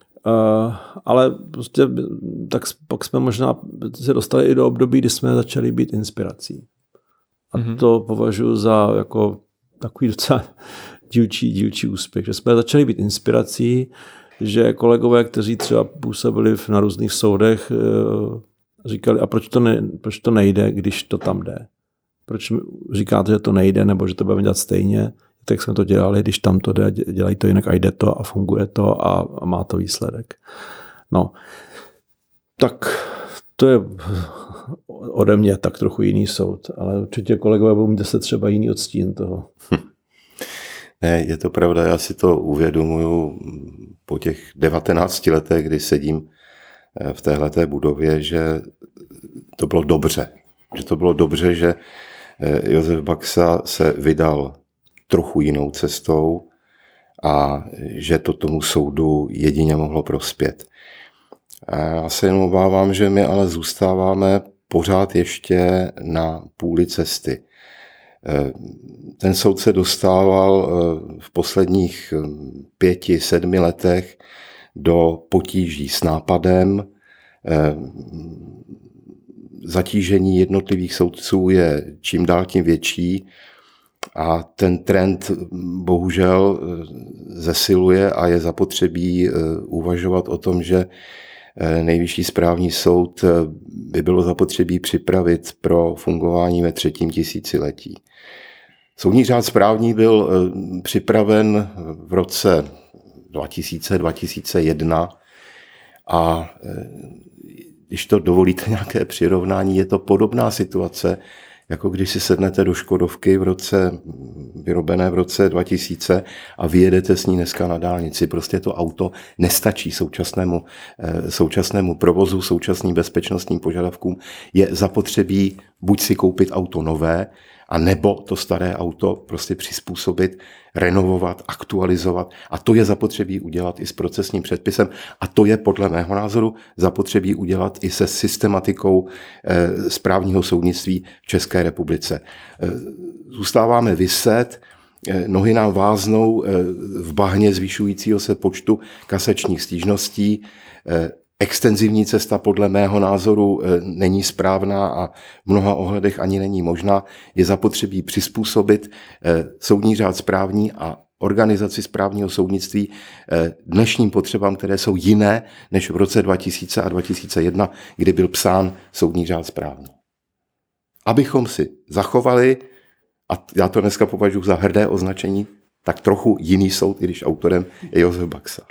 ale prostě tak pak jsme možná se dostali i do období, kdy jsme začali být inspirací. A mm-hmm. to považuji za jako takový docela dílčí, dílčí úspěch, že jsme začali být inspirací, že kolegové, kteří třeba působili na různých soudech, říkali, a proč to, ne, proč to nejde, když to tam jde? Proč říkáte, že to nejde, nebo že to budeme dělat stejně? Tak jsme to dělali, když tam to jde, dělají to jinak a jde to a funguje to a, a má to výsledek. No, tak to je ode mě tak trochu jiný soud, ale určitě kolegové budou mít se třeba jiný odstín toho. Ne, je to pravda, já si to uvědomuju po těch devatenácti letech, kdy sedím v téhleté budově, že to bylo dobře. Že to bylo dobře, že Josef Baxa se vydal trochu jinou cestou a že to tomu soudu jedině mohlo prospět. A já se jen obávám, že my ale zůstáváme pořád ještě na půli cesty. Ten soud se dostával v posledních pěti, sedmi letech do potíží s nápadem. Zatížení jednotlivých soudců je čím dál tím větší a ten trend bohužel zesiluje a je zapotřebí uvažovat o tom, že Nejvyšší správní soud by bylo zapotřebí připravit pro fungování ve třetím tisíciletí. Soudní řád správní byl připraven v roce dva tisíce, dva tisíce jedna a když to dovolíte nějaké přirovnání, je to podobná situace, jako když si sednete do Škodovky v roce, vyrobené v roce dva tisíce a vyjedete s ní dneska na dálnici. Prostě to auto nestačí současnému, současnému provozu, současným bezpečnostním požadavkům. Je zapotřebí buď si koupit auto nové, a nebo to staré auto prostě přizpůsobit, renovovat, aktualizovat. A to je zapotřebí udělat i s procesním předpisem. A to je podle mého názoru zapotřebí udělat i se systematikou e, správního soudnictví v České republice. E, zůstáváme viset, e, nohy nám váznou e, v bahně zvyšujícího se počtu kasačních stížností. E, Extenzivní cesta podle mého názoru není správná a v mnoha ohledech ani není možná. Je zapotřebí přizpůsobit soudní řád správní a organizaci správního soudnictví dnešním potřebám, které jsou jiné než v roce dva tisíce a dva tisíce jedna, kdy byl psán soudní řád správní. Abychom si zachovali, a já to dneska považuji za hrdé označení, tak trochu jiný soud, i když autorem je Josef Baxa.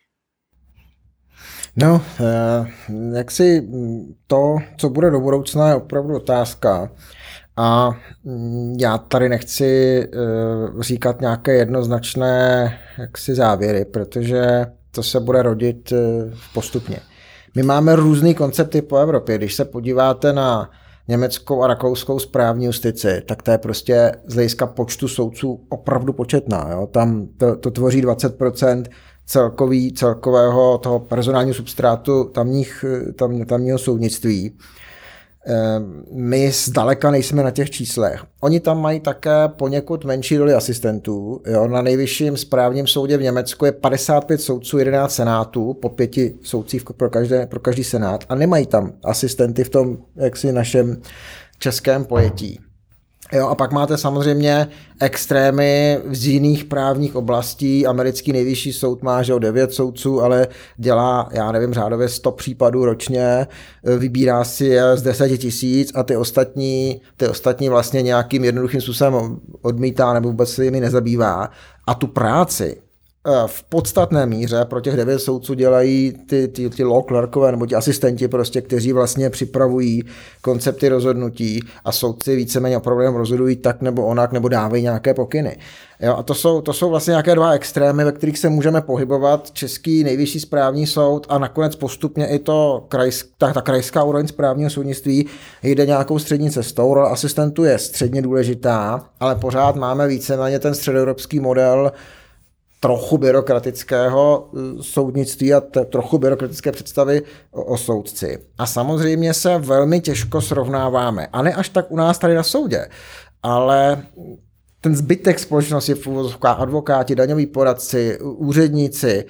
No, jak si to, co bude do budoucna, je opravdu otázka. A já tady nechci říkat nějaké jednoznačné jaksi závěry, protože to se bude rodit postupně. My máme různý koncepty po Evropě. Když se podíváte na německou a rakouskou správní justici, tak to je prostě z hlediska počtu soudců opravdu početná. Jo? Tam to, to tvoří dvacet procent celkový, celkového toho personálního substrátu tamních, tam, tamního soudnictví. My zdaleka nejsme na těch číslech. Oni tam mají také poněkud menší roli asistentů. Jo? Na nejvyšším správním soudě v Německu je padesát pět soudců, jedenáct senátů, po pěti soudcích pro, každé, pro každý senát a nemají tam asistenty v tom jaksi našem českém pojetí. Jo, a pak máte samozřejmě extrémy z jiných právních oblastí. Americký nejvyšší soud má že o devět soudců, ale dělá, já nevím, řádově sto případů ročně, vybírá si je z deseti tisíc a ty ostatní, ty ostatní vlastně nějakým jednoduchým způsobem odmítá nebo vůbec se jimi nezabývá. A tu práci v podstatné míře pro těch devět soudců dělají ty, ty, ty law clerkové nebo ti asistenti prostě, kteří vlastně připravují koncepty rozhodnutí a soudci víceméně opravdu rozhodují tak nebo onak nebo dávají nějaké pokyny. Jo, a to jsou, to jsou vlastně nějaké dva extrémy, ve kterých se můžeme pohybovat. Český nejvyšší správní soud a nakonec postupně i to krajsk, ta, ta krajská úroveň správního soudnictví jde nějakou střední cestou. Role asistentů je středně důležitá, ale pořád máme víceméně ten středoevropský model trochu byrokratického soudnictví a t- trochu byrokratické představy o, o soudci. A samozřejmě se velmi těžko srovnáváme. A ne až tak u nás tady na soudě, ale ten zbytek společnosti, advokáti, daňoví poradci, úředníci,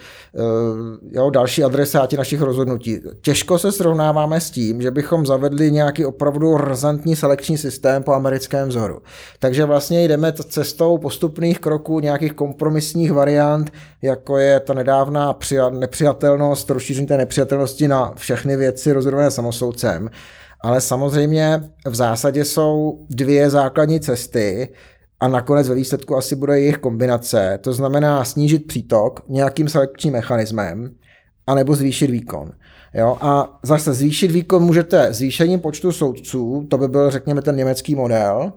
jo, další adresáti našich rozhodnutí. Těžko se srovnáváme s tím, že bychom zavedli nějaký opravdu razantní selekční systém po americkém vzoru. Takže vlastně jdeme cestou postupných kroků, nějakých kompromisních variant, jako je ta nedávná nepřijatelnost, rozšíření té nepřijatelnosti na všechny věci rozhodované samosoudcem. Ale samozřejmě v zásadě jsou dvě základní cesty, a nakonec ve výsledku asi bude jejich kombinace, to znamená snížit přítok nějakým selekčním mechanismem anebo zvýšit výkon. Jo? A zase zvýšit výkon můžete zvýšením počtu soudců, to by byl řekněme ten německý model,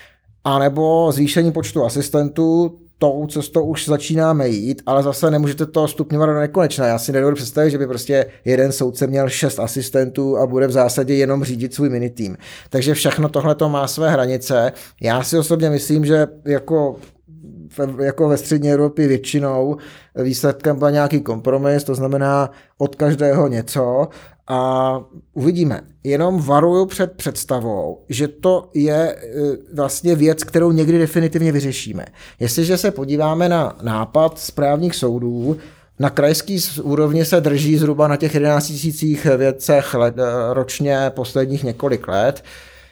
anebo zvýšením počtu asistentů, tou cestou už začínáme jít, ale zase nemůžete to stupňovat do nekonečna. Já si nedovedu představit, že by prostě jeden soudce měl šest asistentů a bude v zásadě jenom řídit svůj minitým. Takže všechno tohle to má své hranice. Já si osobně myslím, že jako jako ve střední Evropě většinou výsledkem byl nějaký kompromis, to znamená od každého něco a uvidíme. Jenom varuju před představou, že to je vlastně věc, kterou někdy definitivně vyřešíme. Jestliže se podíváme na nápad správních soudů, na krajský úrovni se drží zhruba na těch jedenácti tisících věcech ročně posledních několik let.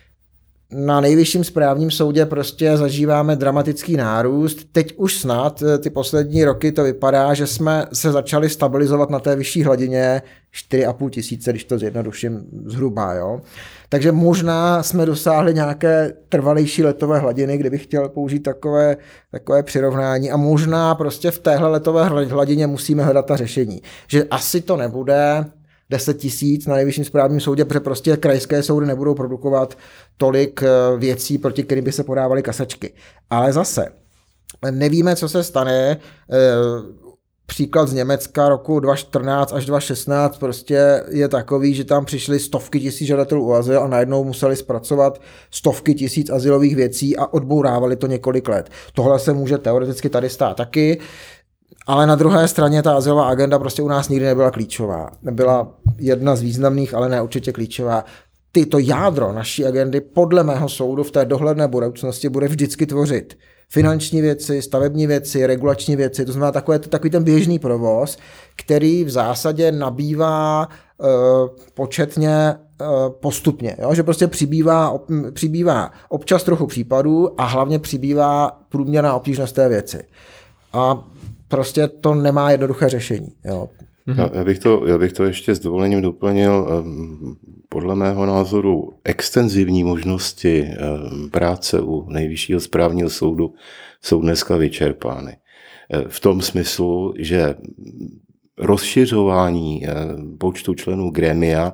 Na nejvyšším správním soudě prostě zažíváme dramatický nárůst. Teď už snad ty poslední roky to vypadá, že jsme se začali stabilizovat na té vyšší hladině čtyři a půl tisíce, když to zjednoduším zhruba. Jo? Takže možná jsme dosáhli nějaké trvalejší letové hladiny, kdybych chtěl použít takové, takové přirovnání a možná prostě v téhle letové hladině musíme hledat ta řešení. Že asi to nebude deset tisíc na nejvyšším správním soudě, protože prostě krajské soudy nebudou produkovat tolik věcí, proti kterým by se podávaly kasačky. Ale zase, nevíme, co se stane. Příklad z Německa roku dva tisíce čtrnáct až dva tisíce šestnáct prostě je takový, že tam přišly stovky tisíc žadatelů o azyl a najednou museli zpracovat stovky tisíc azylových věcí a odbourávali to několik let. Tohle se může teoreticky tady stát taky. Ale na druhé straně ta azylová agenda prostě u nás nikdy nebyla klíčová. Nebyla jedna z významných, ale ne určitě klíčová. Tyto jádro naší agendy podle mého soudu v té dohledné budoucnosti bude vždycky tvořit finanční věci, stavební věci, regulační věci, to znamená takové, takový ten běžný provoz, který v zásadě nabývá uh, početně uh, postupně, jo? Že prostě přibývá, ob, přibývá občas trochu případů a hlavně přibývá průměrná obtížnost té věci. A prostě to nemá jednoduché řešení. Jo. Já, já, bych to, já bych to ještě s dovolením doplnil. Podle mého názoru extenzivní možnosti práce u Nejvyššího správního soudu jsou dneska vyčerpány. V tom smyslu, že rozšiřování počtu členů grémia,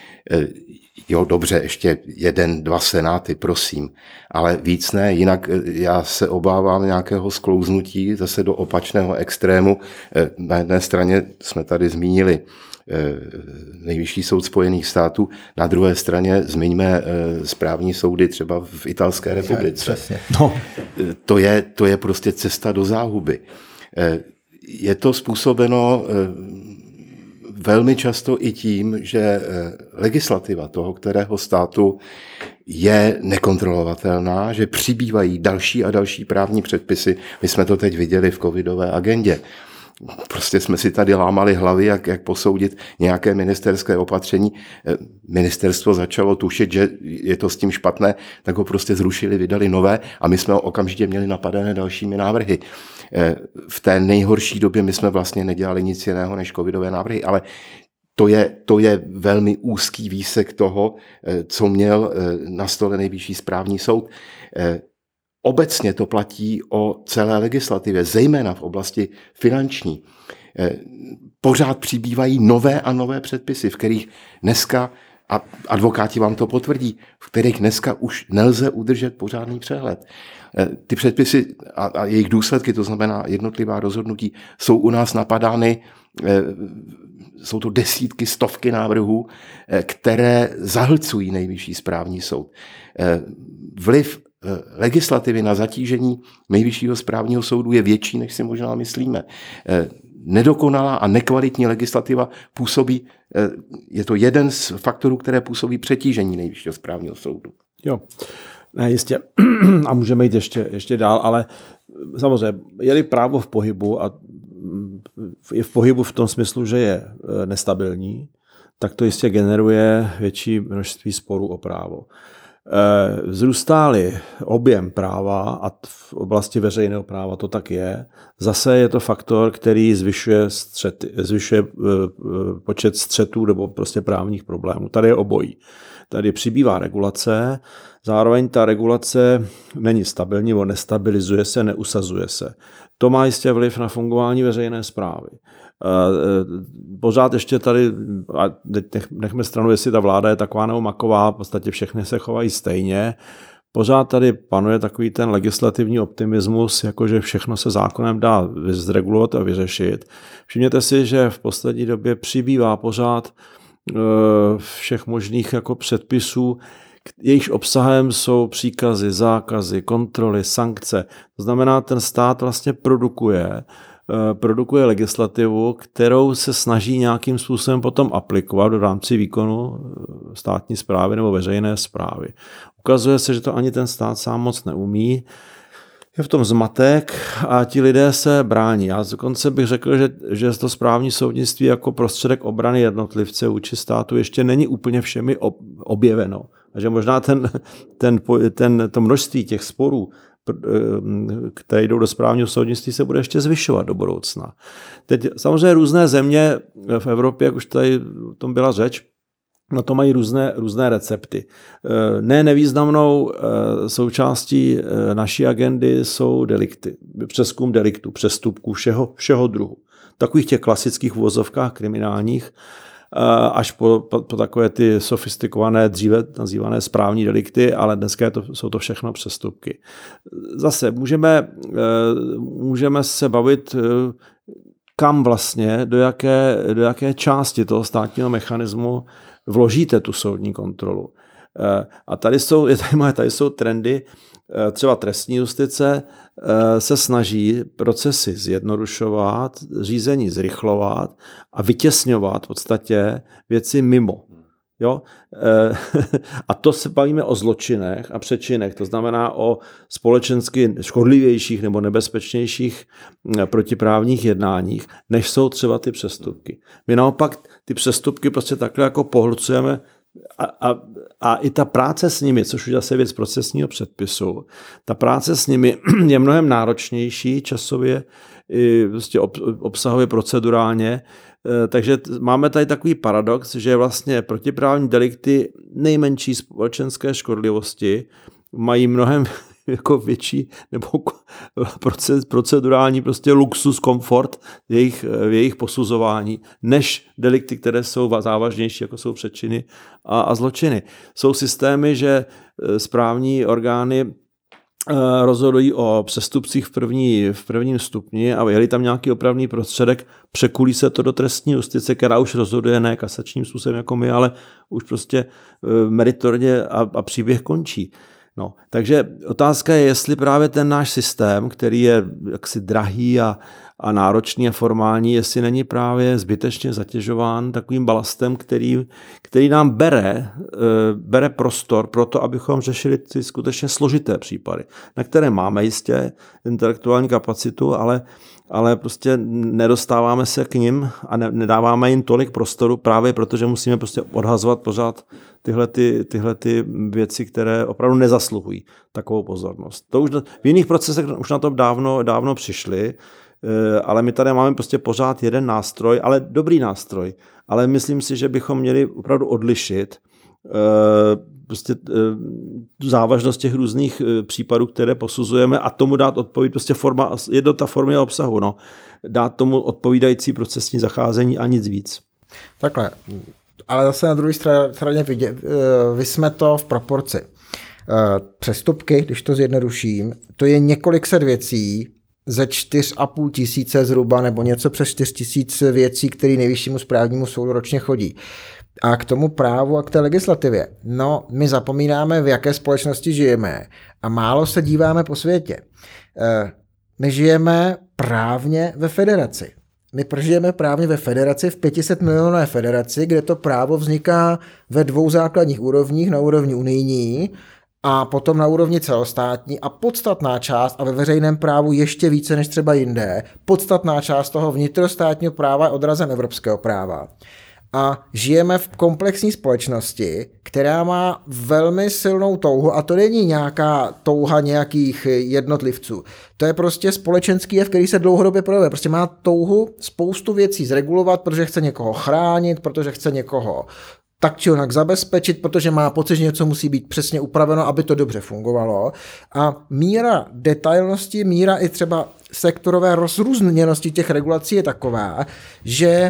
jo, dobře, ještě jeden, dva senáty, prosím, ale víc ne, jinak já se obávám nějakého sklouznutí zase do opačného extrému. Na jedné straně jsme tady zmínili Nejvyšší soud Spojených států, na druhé straně zmiňme správní soudy třeba v Italské republice. No. To je, to je prostě cesta do záhuby. Je to způsobeno velmi často i tím, že legislativa toho, kterého státu je nekontrolovatelná, že přibývají další a další právní předpisy. My jsme to teď viděli v covidové agendě. Prostě jsme si tady lámali hlavy, jak, jak posoudit nějaké ministerské opatření. Ministerstvo začalo tušit, že je to s tím špatné, tak ho prostě zrušili, vydali nové a my jsme ho okamžitě měli napadené dalšími návrhy. V té nejhorší době my jsme vlastně nedělali nic jiného než covidové návrhy, ale to je, to je velmi úzký výsek toho, co měl na stole Nejvyšší správní soud. Obecně to platí o celé legislativě, zejména v oblasti finanční. Pořád přibývají nové a nové předpisy, v kterých dneska, a advokáti vám to potvrdí, v kterých dneska už nelze udržet pořádný přehled. Ty předpisy a, a jejich důsledky, to znamená jednotlivá rozhodnutí, jsou u nás napadány, jsou to desítky, stovky návrhů, které zahlcují Nejvyšší správní soud. Vliv legislativy na zatížení Nejvyššího správního soudu je větší, než si možná myslíme. Nedokonalá a nekvalitní legislativa působí, je to jeden z faktorů, které působí přetížení Nejvyššího správního soudu. Jo, ne, jistě. A můžeme jít ještě, ještě dál, ale samozřejmě je-li právo v pohybu a je v pohybu v tom smyslu, že je nestabilní, tak to jistě generuje větší množství sporů o právo. Vzrůstá-li objem práva a v oblasti veřejného práva to tak je, zase je to faktor, který zvyšuje, střety, zvyšuje počet střetů nebo prostě právních problémů. Tady je obojí. Tady přibývá regulace, zároveň ta regulace není stabilní, nebo nestabilizuje se, neusazuje se. To má jistě vliv na fungování veřejné správy. Pořád ještě tady, a nechme stranu, jestli ta vláda je taková nebo maková, v podstatě všechny se chovají stejně, pořád tady panuje takový ten legislativní optimismus, jakože všechno se zákonem dá zregulovat a vyřešit. Všimněte si, že v poslední době přibývá pořád všech možných jako předpisů, jejichž obsahem jsou příkazy, zákazy, kontroly, sankce. To znamená, ten stát vlastně produkuje produkuje legislativu, kterou se snaží nějakým způsobem potom aplikovat v rámci výkonu státní správy nebo veřejné správy. Ukazuje se, že to ani ten stát sám moc neumí. Je v tom zmatek a ti lidé se brání. Já dokonce bych řekl, že, že to správní soudnictví jako prostředek obrany jednotlivce vůči státu ještě není úplně všemi objeveno. A že možná ten, ten, ten, to množství těch sporů, které jdou do správního soudnictví, se bude ještě zvyšovat do budoucna. Teď samozřejmě různé země v Evropě, jak už tady o tom byla řeč, na to mají různé, různé recepty. Ne nevýznamnou součástí naší agendy jsou delikty, přezkum deliktů, přestupků všeho, všeho druhu. Takových těch klasických uvozovkách kriminálních, až po, po, po takové ty sofistikované, dříve nazývané správní delikty, ale dneska je to, jsou to všechno přestupky. Zase můžeme, můžeme se bavit, kam vlastně, do jaké, do jaké části toho státního mechanismu vložíte tu soudní kontrolu. A tady jsou, tady jsou trendy, třeba trestní justice se snaží procesy zjednodušovat, řízení zrychlovat a vytěsňovat v podstatě věci mimo. Jo? A to se bavíme o zločinech a přečinech, to znamená o společensky škodlivějších nebo nebezpečnějších protiprávních jednáních, než jsou třeba ty přestupky. My naopak ty přestupky prostě takhle jako pohlcujeme a, a, a i ta práce s nimi, což už zase věc procesního předpisu, ta práce s nimi je mnohem náročnější časově, i prostě obsahově, procedurálně. Takže máme tady takový paradox, že vlastně protiprávní delikty nejmenší společenské škodlivosti mají mnohem jako větší nebo procedurální prostě luxus, komfort v jejich, v jejich posuzování, než delikty, které jsou závažnější, jako jsou přečiny a, a zločiny. Jsou systémy, že správní orgány rozhodují o přestupcích v, první, v prvním stupni a je-li tam nějaký opravný prostředek, překulí se to do trestní justice, která už rozhoduje ne kasačním způsobem jako my, ale už prostě meritorně a, a příběh končí. No, takže otázka je, jestli právě ten náš systém, který je jaksi drahý a, a náročný a formální, jestli není právě zbytečně zatěžován takovým balastem, který, který nám bere, bere prostor pro to, abychom řešili ty skutečně složité případy, na které máme jistě intelektuální kapacitu, ale ale prostě nedostáváme se k nim a ne, nedáváme jim tolik prostoru právě protože musíme prostě odhazovat pořád tyhle, ty, tyhle ty věci, které opravdu nezasluhují takovou pozornost. To už v jiných procesech už na to dávno, dávno přišli, ale my tady máme prostě pořád jeden nástroj, ale dobrý nástroj. Ale myslím si, že bychom měli opravdu odlišit prostě tu závažnost těch různých případů, které posuzujeme a tomu dát odpověď, prostě forma, jednota formy a obsahu, no. Dát tomu odpovídající procesní zacházení a nic víc. Takhle, ale zase na druhé straně jsme to v proporci. Přestupky, když to zjednoduším, to je několik set věcí ze čtyři a půl tisíce zhruba, nebo něco přes čtyři tisíce věcí, které nejvyššímu správnímu soudu ročně chodí. A k tomu právu a k té legislativě. No, my zapomínáme, v jaké společnosti žijeme a málo se díváme po světě. My žijeme právně ve federaci. My žijeme právně ve federaci, v pět set milionové federaci, kde to právo vzniká ve dvou základních úrovních, na úrovni unijní a potom na úrovni celostátní a podstatná část, a ve veřejném právu ještě více než třeba jinde, podstatná část toho vnitrostátního práva je odrazem evropského práva. A žijeme v komplexní společnosti, která má velmi silnou touhu, a to není nějaká touha nějakých jednotlivců. To je prostě společenský jev, který se dlouhodobě projevuje. Prostě má touhu spoustu věcí zregulovat, protože chce někoho chránit, protože chce někoho tak či onak zabezpečit, protože má pocit, že něco musí být přesně upraveno, aby to dobře fungovalo. A míra detailnosti, míra i třeba sektorové rozrůzněnosti těch regulací je taková, že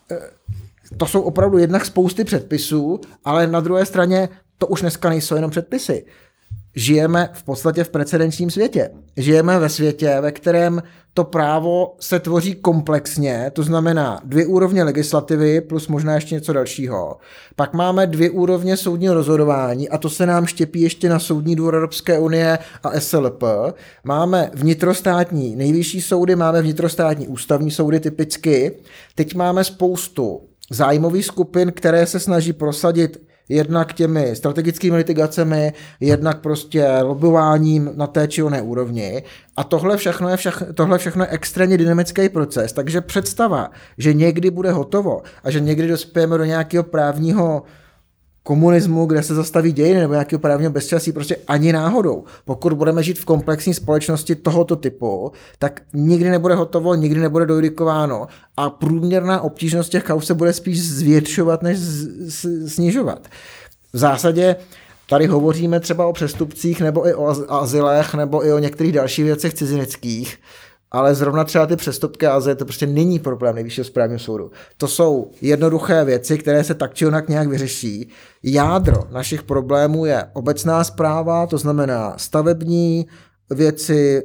to jsou opravdu jednak spousty předpisů, ale na druhé straně to už dneska nejsou jenom předpisy. Žijeme v podstatě v precedenčním světě. Žijeme ve světě, ve kterém to právo se tvoří komplexně, to znamená dvě úrovně legislativy plus možná ještě něco dalšího. Pak máme dvě úrovně soudního rozhodování a to se nám štěpí ještě na Soudní dvůr Evropské unie a S L P. Máme vnitrostátní nejvyšší soudy, máme vnitrostátní ústavní soudy typicky. Teď máme spoustu zájmových skupin, které se snaží prosadit jednak těmi strategickými litigacemi, jednak prostě lobováním na té či oné úrovni. A tohle všechno je, všech, tohle všechno je extrémně dynamický proces, takže představa, že někdy bude hotovo a že někdy dospějeme do nějakého právního komunismu, kde se zastaví dějiny nebo nějakého právního bezčasí, prostě ani náhodou. Pokud budeme žít v komplexní společnosti tohoto typu, tak nikdy nebude hotovo, nikdy nebude dojudikováno a průměrná obtížnost těch kauz se bude spíš zvětšovat, než snižovat. V zásadě tady hovoříme třeba o přestupcích nebo i o azylech nebo i o některých dalších věcech cizineckých, ale zrovna třeba ty přestupky a azyl, to prostě není problém Nejvyššího správního soudu. To jsou jednoduché věci, které se tak či onak nějak vyřeší. Jádro našich problémů je obecná správa, to znamená stavební věci,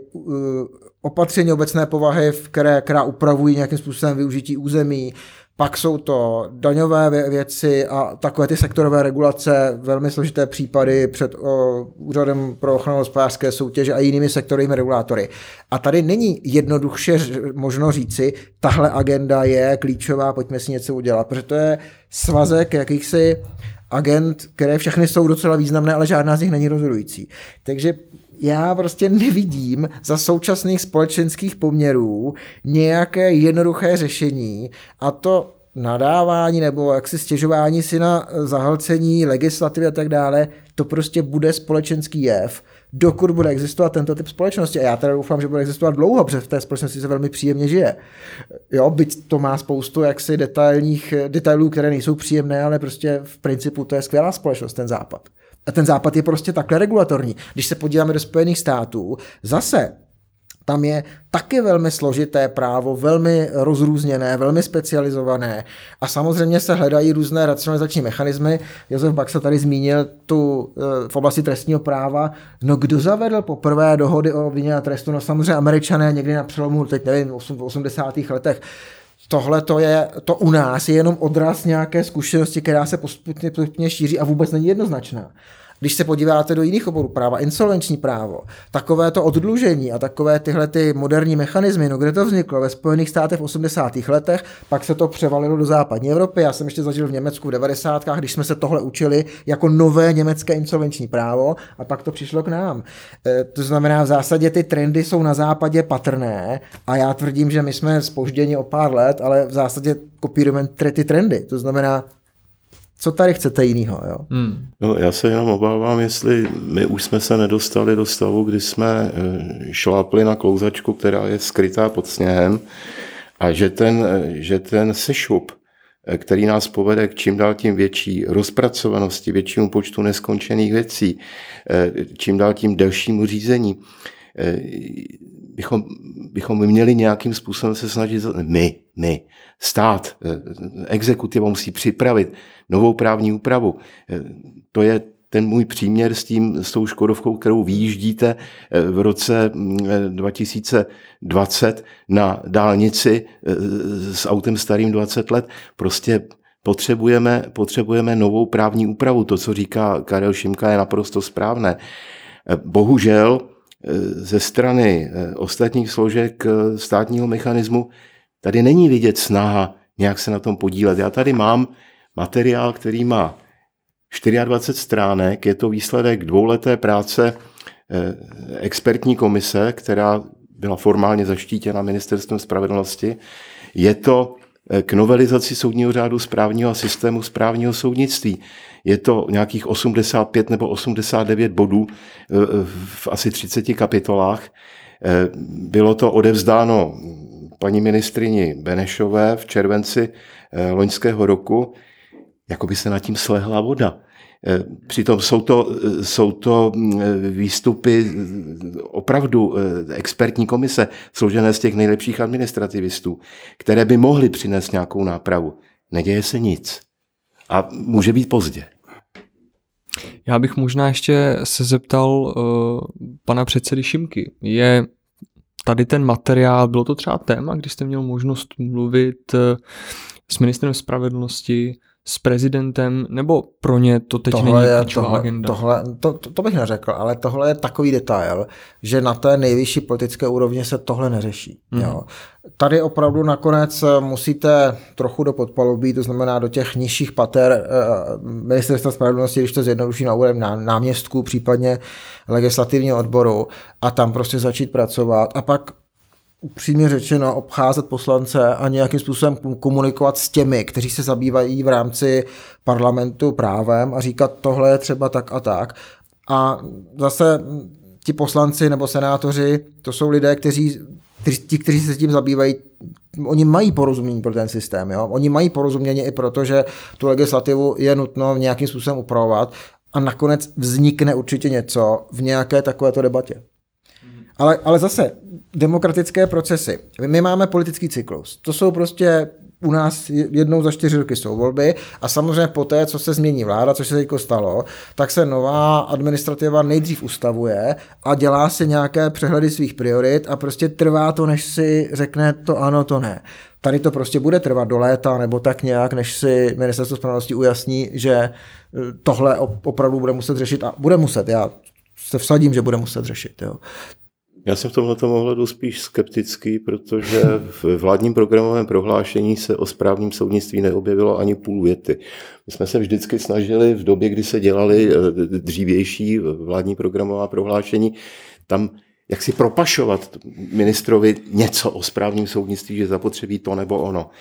opatření obecné povahy, které, která upravují nějakým způsobem využití území, pak jsou to daňové věci a takové ty sektorové regulace, velmi složité případy před o, Úřadem pro ochranu hospodářské soutěže a jinými sektorovými regulátory. A tady není jednoduše možno říci, tahle agenda je klíčová, pojďme si něco udělat, protože to je svazek jakýchsi agent, které všechny jsou docela významné, ale žádná z nich není rozhodující. Takže já prostě nevidím za současných společenských poměrů nějaké jednoduché řešení a to nadávání nebo jaksi stěžování si na zahlcení legislativy a tak dále, to prostě bude společenský jev, dokud bude existovat tento typ společnosti. A já teda doufám, že bude existovat dlouho, protože v té společnosti se velmi příjemně žije. Jo, byť to má spoustu jaksi detailních, detailů, které nejsou příjemné, ale prostě v principu to je skvělá společnost, ten Západ. A ten Západ je prostě takhle regulatorní. Když se podíváme do Spojených států, zase tam je taky velmi složité právo, velmi rozrůzněné, velmi specializované a samozřejmě se hledají různé racionalizační mechanismy. Josef Baxa tady zmínil tu v oblasti trestního práva. No kdo zavedl poprvé dohody o vině a trestu? No samozřejmě Američané někdy na přelomu, teď nevím, v osmdesátých letech. Tohle to je, to u nás je jenom odraz nějaké zkušenosti, která se postupně, postupně šíří a vůbec není jednoznačná. Když se podíváte do jiných oborů práva, insolvenční právo, takové to oddlužení a takové tyhle ty moderní mechanismy, no kde to vzniklo ve Spojených státech v osmdesátých letech, pak se to převalilo do západní Evropy. Já jsem ještě zažil v Německu v devadesátkách, když jsme se tohle učili jako nové německé insolvenční právo a pak to přišlo k nám. E, to znamená, v zásadě ty trendy jsou na západě patrné a já tvrdím, že my jsme zpožděni o pár let, ale v zásadě kopírujeme ty trendy. To znamená, co tady chcete jinýho? Jo? Hmm. No, já se jenom obávám, jestli my už jsme se nedostali do stavu, kdy jsme šlápli na klouzačku, která je skrytá pod sněhem a že ten, že ten sešup, který nás povede k čím dál tím větší rozpracovanosti, většímu počtu neskončených věcí, čím dál tím delšímu řízení, bychom, bychom měli nějakým způsobem se snažit, my, my, stát, exekutiva musí připravit novou právní úpravu. To je ten můj příměr s tím, s tou Škodovkou, kterou vyjíždíte v roce dva tisíce dvacet na dálnici s autem starým dvacet let. Prostě potřebujeme, potřebujeme novou právní úpravu. To, co říká Karel Šimka, je naprosto správné. Bohužel ze strany ostatních složek státního mechanismu tady není vidět snaha nějak se na tom podílet. Já tady mám materiál, který má dvacet čtyři stránek, je to výsledek dvouleté práce expertní komise, která byla formálně zaštítěna Ministerstvem spravedlnosti. Je to k novelizaci soudního řádu správního a systému správního soudnictví. Je to nějakých osmdesát pět nebo osmdesát devět bodů v asi třiceti kapitolách. Bylo to odevzdáno paní ministryni Benešové v červenci loňského roku, jako by se nad tím slehla voda. Přitom jsou to, jsou to výstupy opravdu expertní komise, složené z těch nejlepších administrativistů, které by mohly přinést nějakou nápravu. Neděje se nic. A může být pozdě. Já bych možná ještě se zeptal uh, pana předsedy Šimky. Je tady ten materiál, bylo to třeba téma, když jste měl možnost mluvit uh, s ministrem spravedlnosti, s prezidentem, nebo pro ně to teď tohle není je, klíčová tohle, agenda? Tohle, to, to, to bych neřekl, ale tohle je takový detail, že na té nejvyšší politické úrovni se tohle neřeší. Mm. Jo. Tady opravdu nakonec musíte trochu do podpalubí, to znamená do těch nižších pater ministerstva spravedlnosti, když to zjednoduší na úrovni náměstků, případně legislativního odboru a tam prostě začít pracovat a pak upřímně řečeno obcházet poslance a nějakým způsobem komunikovat s těmi, kteří se zabývají v rámci parlamentu právem a říkat, tohle je třeba tak a tak. A zase ti poslanci nebo senátoři, to jsou lidé, kteří, ti, kteří se tím zabývají, oni mají porozumění pro ten systém. Jo? Oni mají porozumění i proto, že tu legislativu je nutno nějakým způsobem upravovat a nakonec vznikne určitě něco v nějaké takovéto debatě. Ale, ale zase, demokratické procesy. My máme politický cyklus. To jsou prostě u nás jednou za čtyři roky jsou volby a samozřejmě poté, co se změní vláda, což se teď stalo, tak se nová administrativa nejdřív ustavuje a dělá si nějaké přehledy svých priorit a prostě trvá to, než si řekne to ano, to ne. Tady to prostě bude trvat do léta nebo tak nějak, než si Ministerstvo spravedlnosti ujasní, že tohle opravdu bude muset řešit a bude muset. Já se vsadím, že bude muset řešit. Jo. Já jsem v tomto ohledu spíš skeptický, protože v vládním programovém prohlášení se o správním soudnictví neobjevilo ani půl věty. My jsme se vždycky snažili v době, kdy se dělali dřívější vládní programová prohlášení, tam jak si propašovat ministrovi něco o správním soudnictví, že zapotřebí to nebo ono.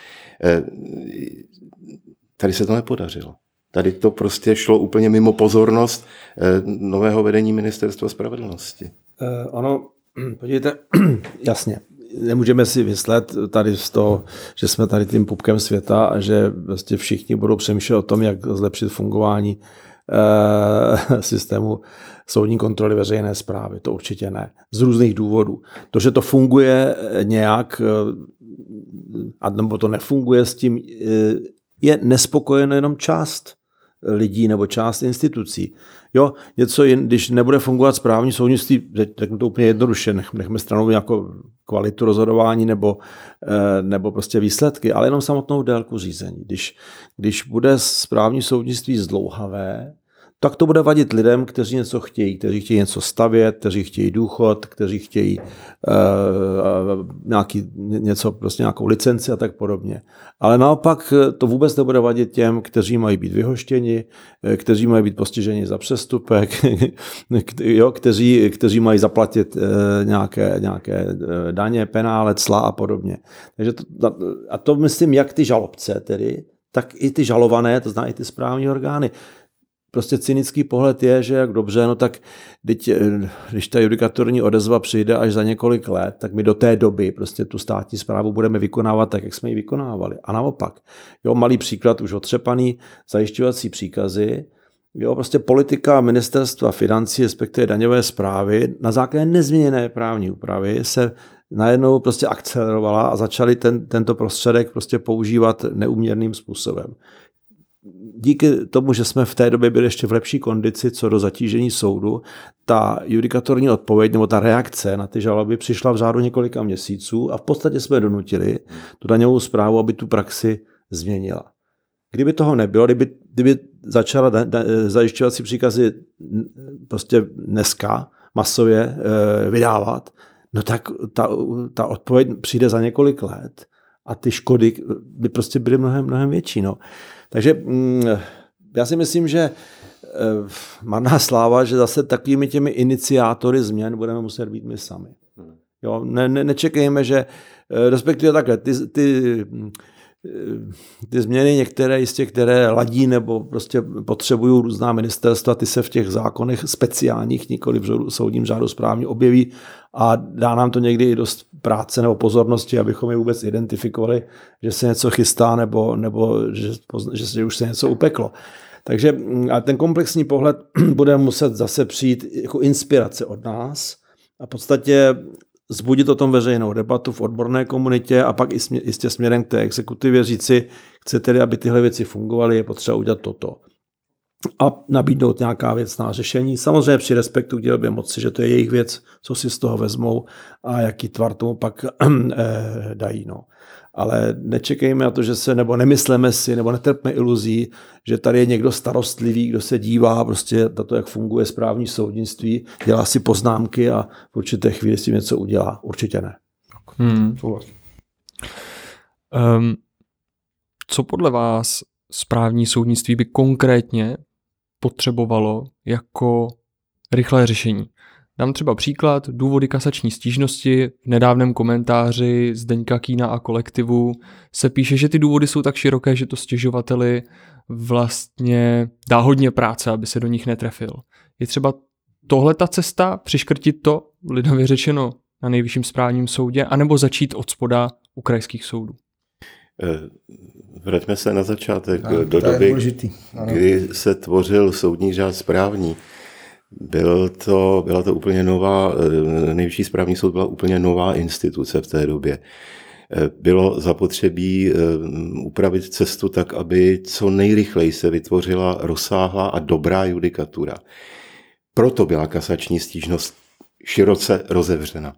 Tady se to nepodařilo. Tady to prostě šlo úplně mimo pozornost nového vedení Ministerstva spravedlnosti. Uh, ono, podívejte, jasně, nemůžeme si myslet tady z toho, že jsme tady tím pupkem světa a že vlastně všichni budou přemýšlet o tom, jak zlepšit fungování uh, systému soudní kontroly veřejné správy. To určitě ne. Z různých důvodů. To, že to funguje nějak, a nebo to nefunguje s tím, je nespokojeno jenom část lidí nebo část institucí. Jo, něco jen, když nebude fungovat správní soudnictví, řeknu to úplně jednoduše, nech, nechme stranou nějakou kvalitu rozhodování nebo, nebo prostě výsledky, ale jenom samotnou délku řízení. Když, když bude správní soudnictví zdlouhavé, tak to bude vadit lidem, kteří něco chtějí, kteří chtějí něco stavět, kteří chtějí důchod, kteří chtějí uh, nějaký, něco, prostě nějakou licenci a tak podobně. Ale naopak to vůbec nebude vadit těm, kteří mají být vyhoštěni, kteří mají být postiženi za přestupek, jo, kteří, kteří mají zaplatit uh, nějaké, nějaké daně, penále, cla a podobně. Takže to, a to myslím, jak ty žalobce tedy, tak i ty žalované, to znamená i ty správní orgány. Prostě cynický pohled je, že jak dobře, no tak teď, když ta judikatorní odezva přijde až za několik let, tak my do té doby prostě tu státní správu budeme vykonávat tak, jak jsme ji vykonávali. A naopak, jo, malý příklad, už otřepaný zajišťovací příkazy, jo, prostě politika ministerstva financí, respektive daňové správy, na základě nezměněné právní úpravy se najednou prostě akcelerovala a začali ten, tento prostředek prostě používat neúměrným způsobem. Díky tomu, že jsme v té době byli ještě v lepší kondici co do zatížení soudu, ta judikatorní odpověď nebo ta reakce na ty žaloby přišla v řádu několika měsíců a v podstatě jsme donutili tu daňovou správu, aby tu praxi změnila. Kdyby toho nebylo, kdyby, kdyby začala da, da, zajišťovací příkazy prostě dneska masově e, vydávat, no tak ta, ta odpověď přijde za několik let a ty škody by prostě byly mnohem, mnohem větší. No. Takže mm, já si myslím, že e, marná sláva, že zase takovými těmi iniciátory změn budeme muset být my sami. Jo, ne, ne, nečekejme, že e, respektive takhle, ty, ty, ty změny některé jistě, které ladí nebo prostě potřebují různá ministerstva, ty se v těch zákonech speciálních, nikoli v soudním řádu správně objeví a dá nám to někdy i dost práce nebo pozornosti, abychom je vůbec identifikovali, že se něco chystá nebo, nebo že, že už se něco upeklo. Takže a ten komplexní pohled bude muset zase přijít jako inspirace od nás a v podstatě zbudit o tom veřejnou debatu v odborné komunitě a pak i smě, jistě směrem k té exekutivě říci, chce tedy, aby tyhle věci fungovaly, je potřeba udělat toto. A nabídnout nějaká věcná řešení. Samozřejmě při respektu k dělbě moci, že to je jejich věc, co si z toho vezmou a jaký tvar tomu pak eh, dají. No. Ale nečekejme na to, že se, nebo nemysleme si, nebo netrpme iluzí, že tady je někdo starostlivý, kdo se dívá prostě na to, jak funguje správní soudnictví, dělá si poznámky a v určité chvíli si něco udělá. Určitě ne. Hmm. Um, co podle vás správní soudnictví by konkrétně potřebovalo jako rychlé řešení? Dám třeba příklad, důvody kasační stížnosti. V nedávném komentáři Zdeňka Kýna a kolektivu se píše, že ty důvody jsou tak široké, že to stěžovateli vlastně dá hodně práce, aby se do nich netrefil. Je třeba tohle ta cesta, přiškrtit to, lidově řečeno, na Nejvyšším správním soudě, anebo začít od spoda u krajských soudů? Vraťme se na začátek, no, do doby, kdy se tvořil soudní řád správní. Byl to, byla to úplně nová, Nejvyšší správní soud byla úplně nová instituce v té době. Bylo zapotřebí upravit cestu tak, aby co nejrychleji se vytvořila rozsáhlá a dobrá judikatura. Proto byla kasační stížnost široce rozevřena.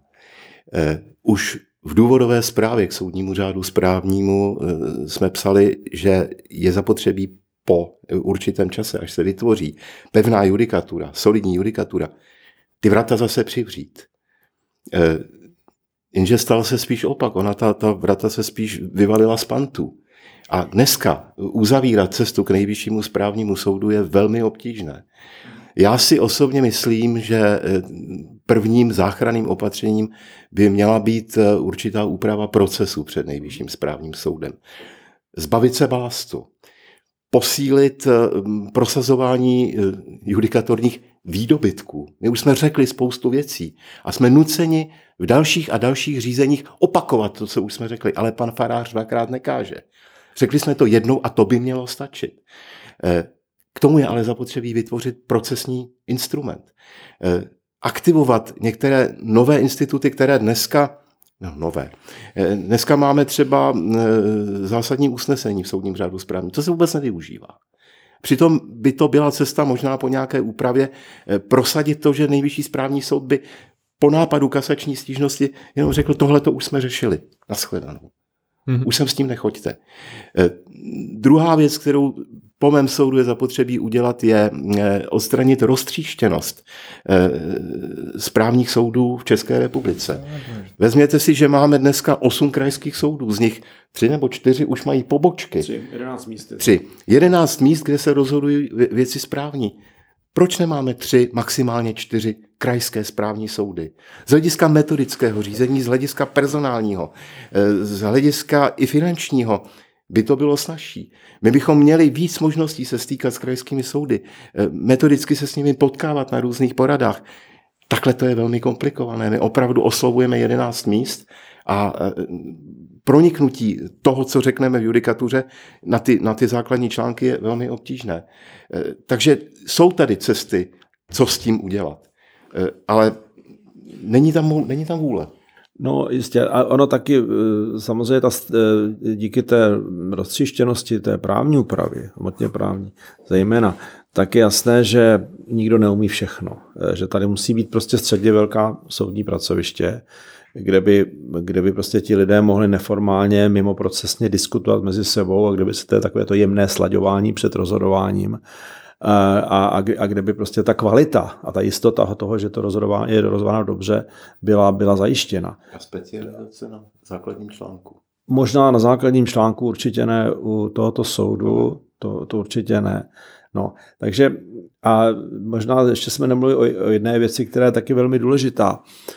Už v důvodové zprávě k soudnímu řádu správnímu jsme psali, že je zapotřebí po určitém čase, až se vytvoří pevná judikatura, solidní judikatura, ty vrata zase přivřít. E, jenže stal se spíš opak, ona ta, ta vrata se spíš vyvalila z pantů. A dneska uzavírat cestu k Nejvyššímu správnímu soudu je velmi obtížné. Já si osobně myslím, že prvním záchranným opatřením by měla být určitá úprava procesu před Nejvyšším správním soudem. Zbavit se balastu. Posílit prosazování judikatorních výdobytků. My už jsme řekli spoustu věcí a jsme nuceni v dalších a dalších řízeních opakovat to, co už jsme řekli, ale pan farář dvakrát nekáže. Řekli jsme to jednou a to by mělo stačit. K tomu je ale zapotřebí vytvořit procesní instrument. Aktivovat některé nové instituty, které dneska No, nové. Dneska máme třeba zásadní usnesení v soudním řádu správním. To se vůbec nevyužívá. Přitom by to byla cesta možná po nějaké úpravě prosadit to, že Nejvyšší správní soud by po nápadu kasační stížnosti jenom řekl, tohle to už jsme řešili. Nashledanou. Mm-hmm. Už sem s tím nechoďte. Eh, druhá věc, kterou po mém soudu je zapotřebí udělat, je eh, odstranit roztříštěnost eh, správních soudů v České republice. Vezměte si, že máme dneska osm krajských soudů, z nich tři nebo čtyři už mají pobočky. Tři, jedenáct míst. Tři. Jedenáct míst, kde se rozhodují věci správní. Proč nemáme tři, maximálně čtyři krajské správní soudy? Z hlediska metodického řízení, z hlediska personálního, z hlediska i finančního by to bylo snazší. My bychom měli víc možností se stýkat s krajskými soudy, metodicky se s nimi potkávat na různých poradách. Takhle to je velmi komplikované. My opravdu oslovujeme jedenáct míst a proniknutí toho, co řekneme v judikatuře, na ty, na ty základní články je velmi obtížné. Takže jsou tady cesty, co s tím udělat. Ale není tam, není tam vůle. No jistě, a ono taky samozřejmě ta, díky té roztříštěnosti té právní úpravy, hmotně právní zejména, tak je jasné, že nikdo neumí všechno. Že tady musí být prostě středně velká soudní pracoviště, kde by, kde by prostě ti lidé mohli neformálně, mimo procesně diskutovat mezi sebou a kde by se to takové to jemné slaďování před rozhodováním a, a, a kde by prostě ta kvalita a ta jistota toho, že to rozhodování je rozhodováno dobře, byla, byla zajištěna. A specializace na základním článku? Možná na základním článku určitě ne, u tohoto soudu to, to určitě ne. No, takže a možná ještě jsme nemluvili o, o jedné věci, která je taky velmi důležitá.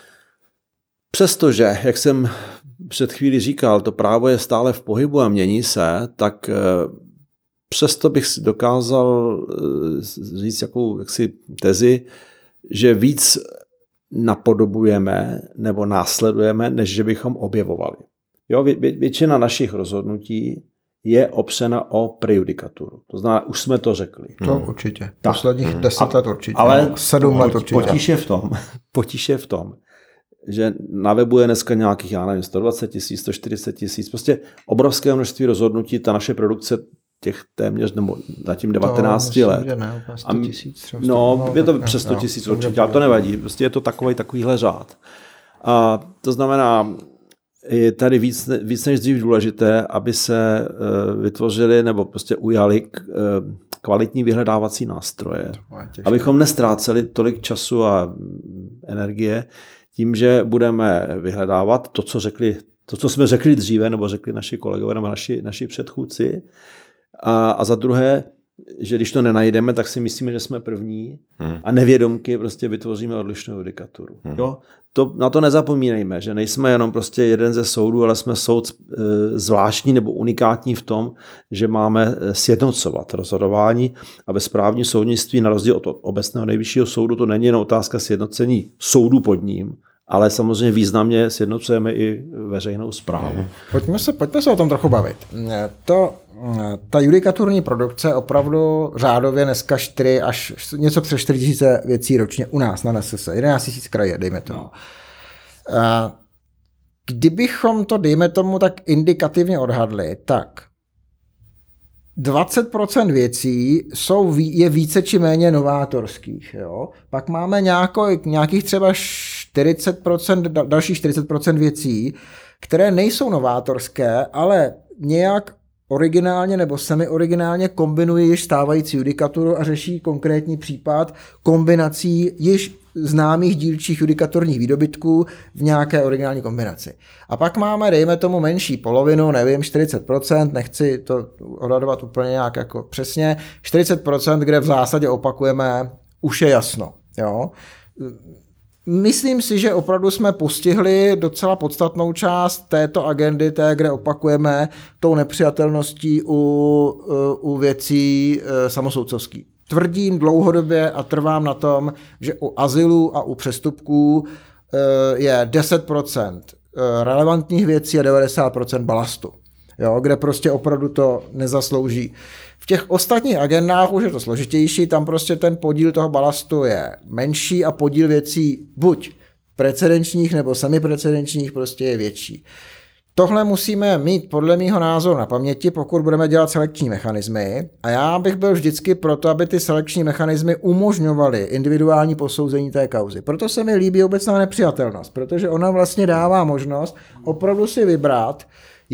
Přestože, jak jsem před chvílí říkal, to právo je stále v pohybu a mění se, tak přesto bych dokázal říct jakou jaksi tezi, že víc napodobujeme nebo následujeme, než že bychom objevovali. Jo, vě, většina našich rozhodnutí je opřena o prejudikaturu. To znamená, už jsme to řekli. To hmm. určitě. Posledních hmm. deset let určitě. Ale sedm let určitě. Potíž je v tom, potíž je v tom, že na webu je dneska nějakých, já nevím, sto dvacet tisíc, sto čtyřicet tisíc, prostě obrovské množství rozhodnutí, ta naše produkce těch téměř, nebo zatím devatenáct to, let. Myslím, ne, sto tisíc, třeba no, je to přes sto tisíc určitě, ale to nevadí, prostě je to takový takovýhle řád. A to znamená, je tady víc, víc než dřív důležité, aby se vytvořili nebo prostě ujali kvalitní vyhledávací nástroje, abychom nestráceli tolik času a energie tím, že budeme vyhledávat to, co řekli, to, co jsme řekli dříve, nebo řekli naši kolegové, nebo naši, naši předchůdci. A, a za druhé, že když to nenajdeme, tak si myslíme, že jsme první hmm. a nevědomky prostě vytvoříme odlišnou judikaturu. Hmm. Jo? To, na to nezapomínejme, že nejsme jenom prostě jeden ze soudů, ale jsme soud e, zvláštní nebo unikátní v tom, že máme sjednocovat rozhodování a ve správním soudnictví na rozdíl od obecného nejvyššího soudu to není jen otázka sjednocení soudu pod ním, ale samozřejmě významně sjednocujeme i veřejnou správu. Pojďme se, pojďme se o tom trochu bavit. To, ta judikaturní produkce opravdu řádově dneska čtyři až něco přes čtyři tisíce věcí ročně u nás na N S S, jedenáct tisíc kraje, dejme tomu. No. Kdybychom to, dejme tomu, tak indikativně odhadli, tak dvacet procent věcí jsou, je více či méně novátorských. Jo? Pak máme nějako, nějakých třeba čtyřicet procent, dalších čtyřicet procent věcí, které nejsou novátorské, ale nějak originálně nebo semi-originálně kombinují již stávající judikaturu a řeší konkrétní případ kombinací již známých dílčích judikatorních výdobytků v nějaké originální kombinaci. A pak máme, dejme tomu, menší polovinu, nevím, čtyřicet procent, nechci to odhadovat úplně nějak jako přesně, čtyřicet procent, kde v zásadě opakujeme, už je jasno. Jo? Myslím si, že opravdu jsme postihli docela podstatnou část této agendy, té, kde opakujeme tou nepřijatelností u, u věcí samosoudcovských. Tvrdím dlouhodobě a trvám na tom, že u azylu a u přestupků je deset procent relevantních věcí a devadesát procent balastu, jo, kde prostě opravdu to nezaslouží. V těch ostatních agendách už je to složitější, tam prostě ten podíl toho balastu je menší a podíl věcí buď precedenčních nebo semiprecedenčních prostě je větší. Tohle musíme mít podle mýho názoru na paměti, pokud budeme dělat selekční mechanismy. A já bych byl vždycky proto, aby ty selekční mechanismy umožňovaly individuální posouzení té kauzy. Proto se mi líbí obecná nepřijatelnost, protože ona vlastně dává možnost opravdu si vybrat,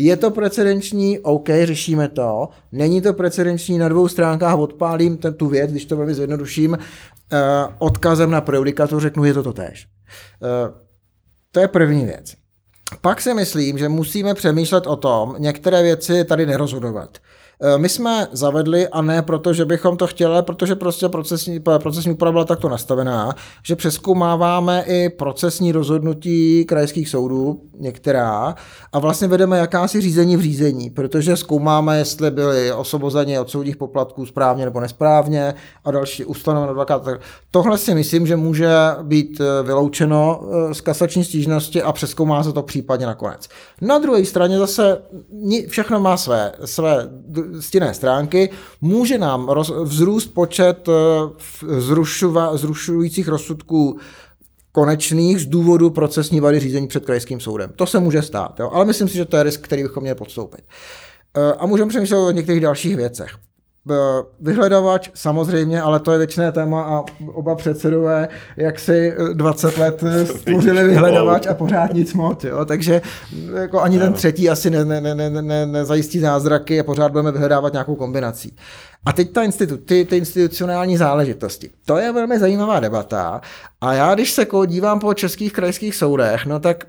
Je to precedenční, OK, řešíme to. Není to precedenční, na dvou stránkách odpálím ten, tu věc, když to velmi zjednoduším, uh, odkazem na prejudikatu řeknu, je to totéž. Uh, to je první věc. Pak si myslím, že musíme přemýšlet o tom, některé věci tady nerozhodovat. My jsme zavedli, a ne proto, že bychom to chtěli, protože prostě procesní, procesní úprava byla takto nastavená, že přezkoumáváme i procesní rozhodnutí krajských soudů, některá, a vlastně vedeme jakási řízení v řízení, protože zkoumáme, jestli byly osvobozeni od soudních poplatků správně nebo nesprávně a další ustanoveno advokát. Tohle si myslím, že může být vyloučeno z kasační stížnosti a přezkoumá se to případně nakonec. Na druhé straně zase všechno má své, své stinné stránky, může nám roz, vzrůst počet zrušuva, zrušujících rozsudků konečných z důvodu procesní vady řízení před krajským soudem. To se může stát, jo? Ale myslím si, že to je risk, který bychom měli podstoupit. A můžeme přemýšlet o některých dalších věcech. Vyhledavač samozřejmě, ale to je věčné téma a oba předsedové jak si dvacet let stvořili vyhledavač a pořád nic moc, jo? Takže jako ani ten třetí asi ne, ne, ne, ne, ne, nezajistí zázraky a pořád budeme vyhledávat nějakou kombinací. A teď ta institu, ty, ty institucionální záležitosti. To je velmi zajímavá debata a já, když se dívám po českých krajských soudech, no tak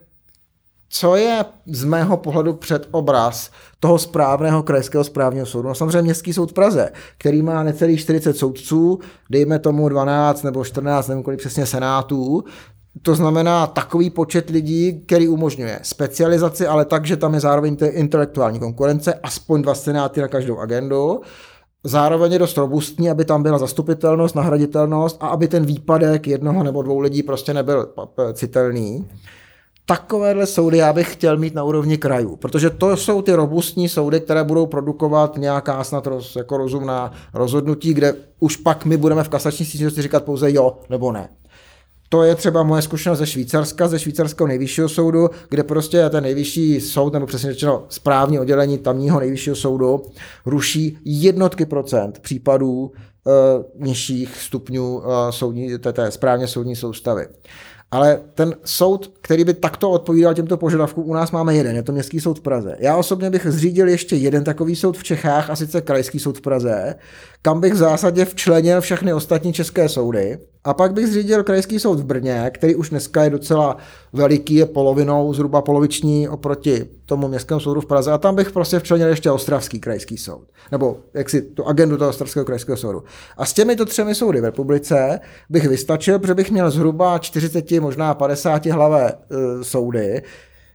co je z mého pohledu předobraz toho správného krajského správního soudu? No samozřejmě Městský soud v Praze, který má necelých čtyřicet soudců, dejme tomu dvanáct nebo čtrnáct, nevím kolik přesně senátů. To znamená takový počet lidí, který umožňuje specializaci, ale tak, že tam je zároveň intelektuální konkurence, aspoň dva senáty na každou agendu. Zároveň je dost robustní, aby tam byla zastupitelnost, nahraditelnost a aby ten výpadek jednoho nebo dvou lidí prostě nebyl citelný. Takovéhle soudy já bych chtěl mít na úrovni krajů, protože to jsou ty robustní soudy, které budou produkovat nějaká snad roz, jako rozumná rozhodnutí, kde už pak my budeme v kasační stížnosti říkat pouze jo nebo ne. To je třeba moje zkušenost ze Švýcarska, ze švýcarského nejvyššího soudu, kde prostě ten nejvyšší soud, nebo přesně řečeno správní oddělení tamního nejvyššího soudu, ruší jednotky procent případů e, nižších stupňů e, soudní, té správně soudní soustavy. Ale ten soud, který by takto odpovídal těmto požadavkům, u nás máme jeden, je to Městský soud v Praze. Já osobně bych zřídil ještě jeden takový soud v Čechách, a sice Krajský soud v Praze, kam bych v zásadě včlenil všechny ostatní české soudy. A pak bych zřídil Krajský soud v Brně, který už dneska je docela veliký, je polovinou, zhruba poloviční oproti tomu Městskému soudu v Praze. A tam bych prostě včlenil ještě Ostravský krajský soud. Nebo jak si tu agendu toho Ostravského krajského soudu. A s těmito třemi soudy v republice bych vystačil, protože bych měl zhruba čtyřicet, možná padesát hlavé e, soudy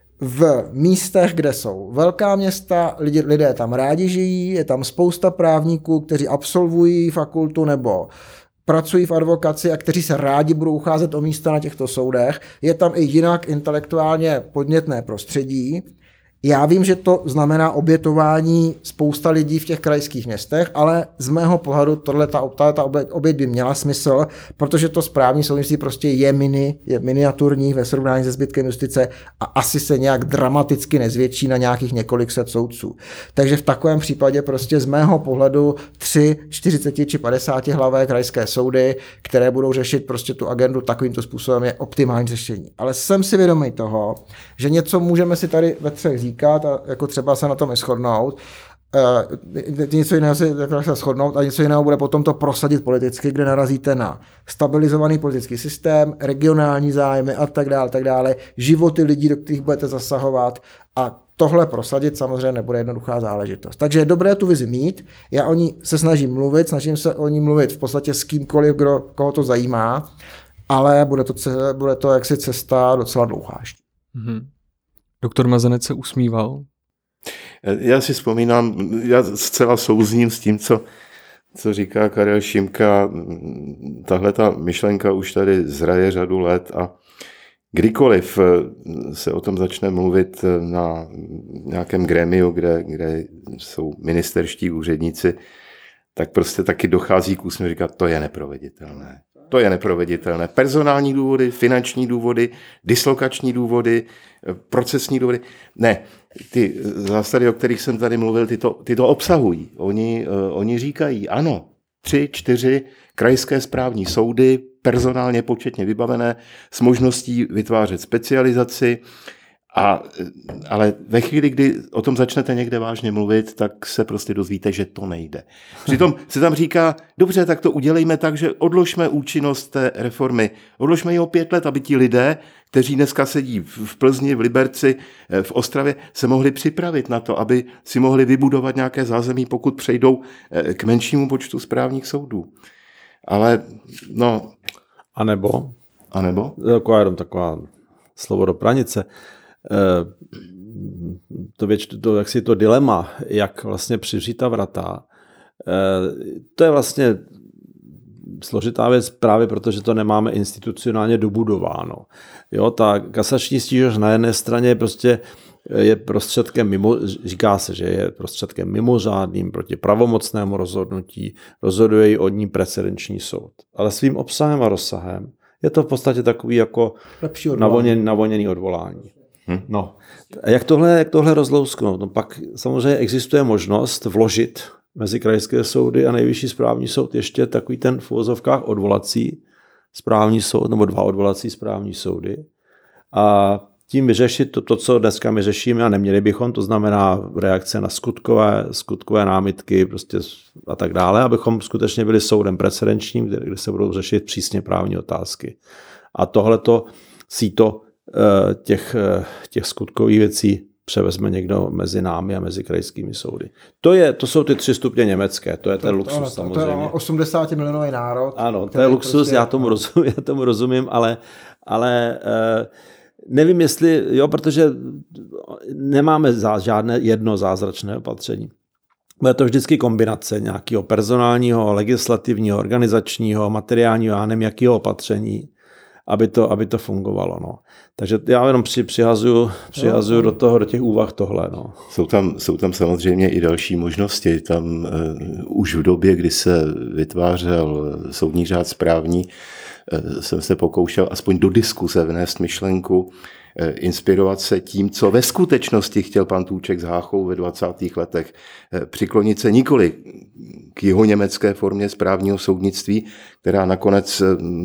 v místech, kde jsou velká města, lidi, lidé tam rádi žijí, je tam spousta právníků, kteří absolvují fakultu nebo pracují v advokaci a kteří se rádi budou ucházet o místa na těchto soudech. Je tam i jinak intelektuálně podnětné prostředí. Já vím, že to znamená obětování spousta lidí v těch krajských městech, ale z mého pohledu tohle ta, ta, ta oběť by měla smysl, protože to správní soudnictví prostě je, mini, je miniaturní ve srovnání se zbytkem justice a asi se nějak dramaticky nezvětší na nějakých několik set soudců. Takže v takovém případě prostě z mého pohledu tři, čtyřicet či padesát hlavé krajské soudy, které budou řešit prostě tu agendu takovýmto způsobem, je optimální řešení. Ale jsem si vědomý toho, že něco můžeme si tady ve třech říkat a jako třeba se na tom i shodnout. E, něco jiného se, se shodnout a něco jiného bude potom to prosadit politicky, kde narazíte na stabilizovaný politický systém, regionální zájmy a tak dále, tak dále, životy lidí, do kterých budete zasahovat a tohle prosadit samozřejmě nebude jednoduchá záležitost. Takže je dobré tu vizi mít, já o ní se snažím mluvit, snažím se o ní mluvit v podstatě s kýmkoliv, kdo, koho to zajímá, ale bude to, bude to jaksi cesta docela dlouhá. Mm-hmm. Doktor Mazanec se usmíval. Já si vzpomínám, já zcela souzním s tím, co, co říká Karel Šimka. Tahle ta myšlenka už tady zraje řadu let a kdykoliv se o tom začne mluvit na nějakém grémiu, kde, kde jsou ministerští úředníci, tak prostě taky dochází k úsměvu říkat, to je neproveditelné. To je neproveditelné. Personální důvody, finanční důvody, dislokační důvody, procesní důvody. Ne, ty zásady, o kterých jsem tady mluvil, ty to, ty to obsahují. Oni, uh, oni říkají, ano, tři, čtyři krajské správní soudy, personálně početně vybavené, s možností vytvářet specializaci A, ale ve chvíli, kdy o tom začnete někde vážně mluvit, tak se prostě dozvíte, že to nejde. Přitom se tam říká, dobře, tak to udělejme tak, že odložme účinnost té reformy. Odložme ji o pět let, aby ti lidé, kteří dneska sedí v Plzni, v Liberci, v Ostravě, se mohli připravit na to, aby si mohli vybudovat nějaké zázemí, pokud přejdou k menšímu počtu správních soudů. Ale no... A nebo? A nebo? Taková jenom taková slovo do pranice. To, věč, to, jak si to dilema, jak vlastně přivřít ta vrata, to je vlastně složitá věc právě proto, že to nemáme institucionálně dobudováno. Jo, ta kasační stížnost na jedné straně prostě je prostředkem mimo, říká se, že je prostředkem mimořádným proti pravomocnému rozhodnutí, rozhoduje ji od ní precedenční soud. Ale svým obsahem a rozsahem je to v podstatě takový jako navoněný, navoněný odvolání. Hmm. No. A jak tohle, jak tohle rozlousknout? No pak samozřejmě existuje možnost vložit mezi krajské soudy a nejvyšší správní soud ještě takový ten v uvozovkách odvolací správní soud, nebo dva odvolací správní soudy. A tím vyřešit to, to, co dneska my řešíme a neměli bychom, to znamená reakce na skutkové, skutkové námitky prostě a tak dále, abychom skutečně byli soudem precedenčním, kde, kde se budou řešit přísně právní otázky. A tohleto síto těch, těch skutkových věcí převezme někdo mezi námi a mezi krajskými soudy. To, je, to jsou ty tři stupně německé, to je ten to, luxus to, to, samozřejmě. To je osmdesát milionový národ. Ano, to je luxus, prostě... já, tomu rozumím, já tomu rozumím, ale, ale eh, nevím, jestli, jo, protože nemáme zá, žádné jedno zázračné opatření. Bude to vždycky kombinace nějakého personálního, legislativního, organizačního, materiálního, já nevím, jakého opatření, aby to, aby to fungovalo. No. Takže já jenom při, přihazuju, přihazuju do toho, do těch úvah tohle. No. Jsou tam, jsou tam samozřejmě i další možnosti. Tam uh, už v době, kdy se vytvářel soudní řád správní, uh, jsem se pokoušel aspoň do diskuse vnést myšlenku, uh, inspirovat se tím, co ve skutečnosti chtěl pan Tůček s Háchou ve dvacátých letech. Uh, přiklonit se nikoli k jihoněmecké formě správního soudnictví, která nakonec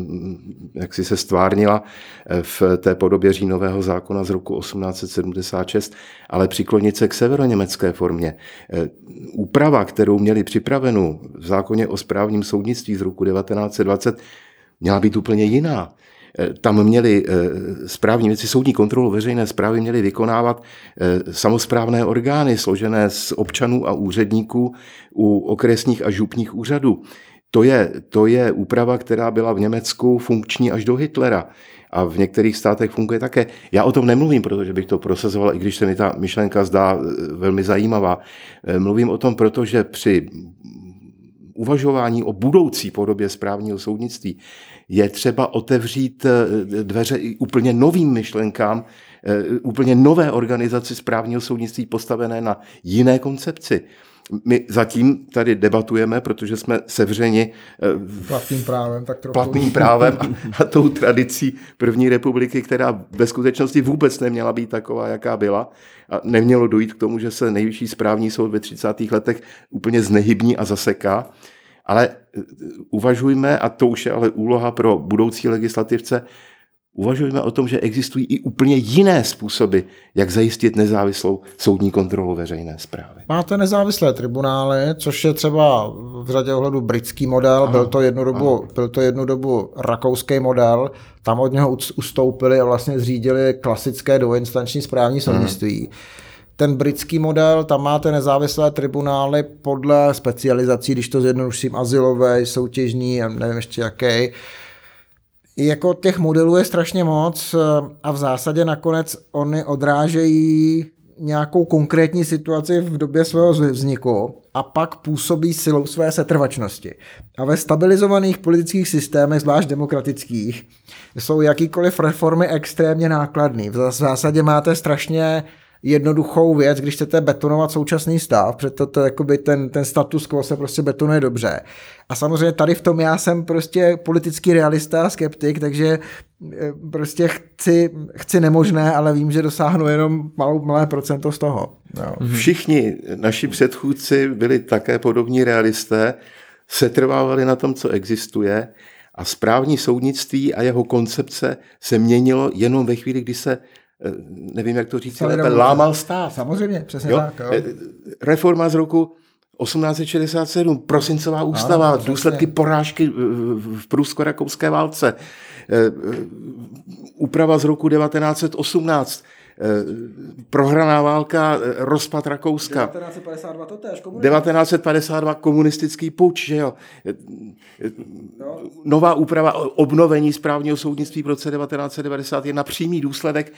jak si se stvárnila v té podobě říjnového zákona z roku osmnáct set sedmdesát šest, ale přiklonit se k severoněmecké formě. Úprava, kterou měli připravenou v zákoně o správním soudnictví z roku devatenáct set dvacet, měla být úplně jiná. Tam měli správní věci, soudní kontrolu veřejné správy měly vykonávat samosprávné orgány složené z občanů a úředníků u okresních a župních úřadů. To je, to je úprava, která byla v Německu funkční až do Hitlera a v některých státech funguje také. Já o tom nemluvím, protože bych to prosazoval, i když se mi ta myšlenka zdá velmi zajímavá. Mluvím o tom, protože při uvažování o budoucí podobě správního soudnictví je třeba otevřít dveře i úplně novým myšlenkám, úplně nové organizaci správního soudnictví postavené na jiné koncepci. My zatím tady debatujeme, protože jsme sevřeni platným právem, tak trochu. platným právem a, a tou tradicí první republiky, která ve skutečnosti vůbec neměla být taková, jaká byla. A nemělo dojít k tomu, že se nejvyšší správní soud ve třicátých letech úplně znehybní a zaseká. Ale uvažujme, a to už je ale úloha pro budoucí legislativce, uvažujme o tom, že existují i úplně jiné způsoby, jak zajistit nezávislou soudní kontrolu veřejné správy. Máte nezávislé tribunály, což je třeba v řadě ohledu britský model, byl to jednu dobu, byl to jednu dobu rakouský model, tam od něho ustoupili a vlastně zřídili klasické dvojinstanční správní soudnictví. Hmm. Ten britský model, tam máte nezávislé tribunály podle specializací, když to zjednoduším, azylové, soutěžní, nevím ještě jaký. Jako těch modelů je strašně moc a v zásadě nakonec oni odrážejí nějakou konkrétní situaci v době svého vzniku a pak působí silou své setrvačnosti. A ve stabilizovaných politických systémech, zvlášť demokratických, jsou jakýkoliv reformy extrémně nákladný. V zásadě máte strašně jednoduchou věc, když chcete betonovat současný stav, protože to, to jakoby ten, ten status quo se prostě betonuje dobře. A samozřejmě tady v tom já jsem prostě politický realista a skeptik, takže prostě chci, chci nemožné, ale vím, že dosáhnu jenom malou, malé procento z toho. No. Všichni naši předchůdci byli také podobní realisté, setrvávali na tom, co existuje a správní soudnictví a jeho koncepce se měnilo jenom ve chvíli, kdy se nevím, jak to říct, Celé lámal stát. Samozřejmě, přesně jo? tak. Jo. Reforma z roku osmnáct set šedesát sedm, prosincová ústava, ano, důsledky porážky v průzko-rakouské válce, úprava z roku devatenáct set osmnáct, prohraná válka, rozpad Rakouska. devatenáct set padesát dva to též, devatenáct set padesát dva komunistický puč, že jo. Nová úprava obnovení správního soudnictví v roce devatenáct set devadesát jedna, přímý důsledek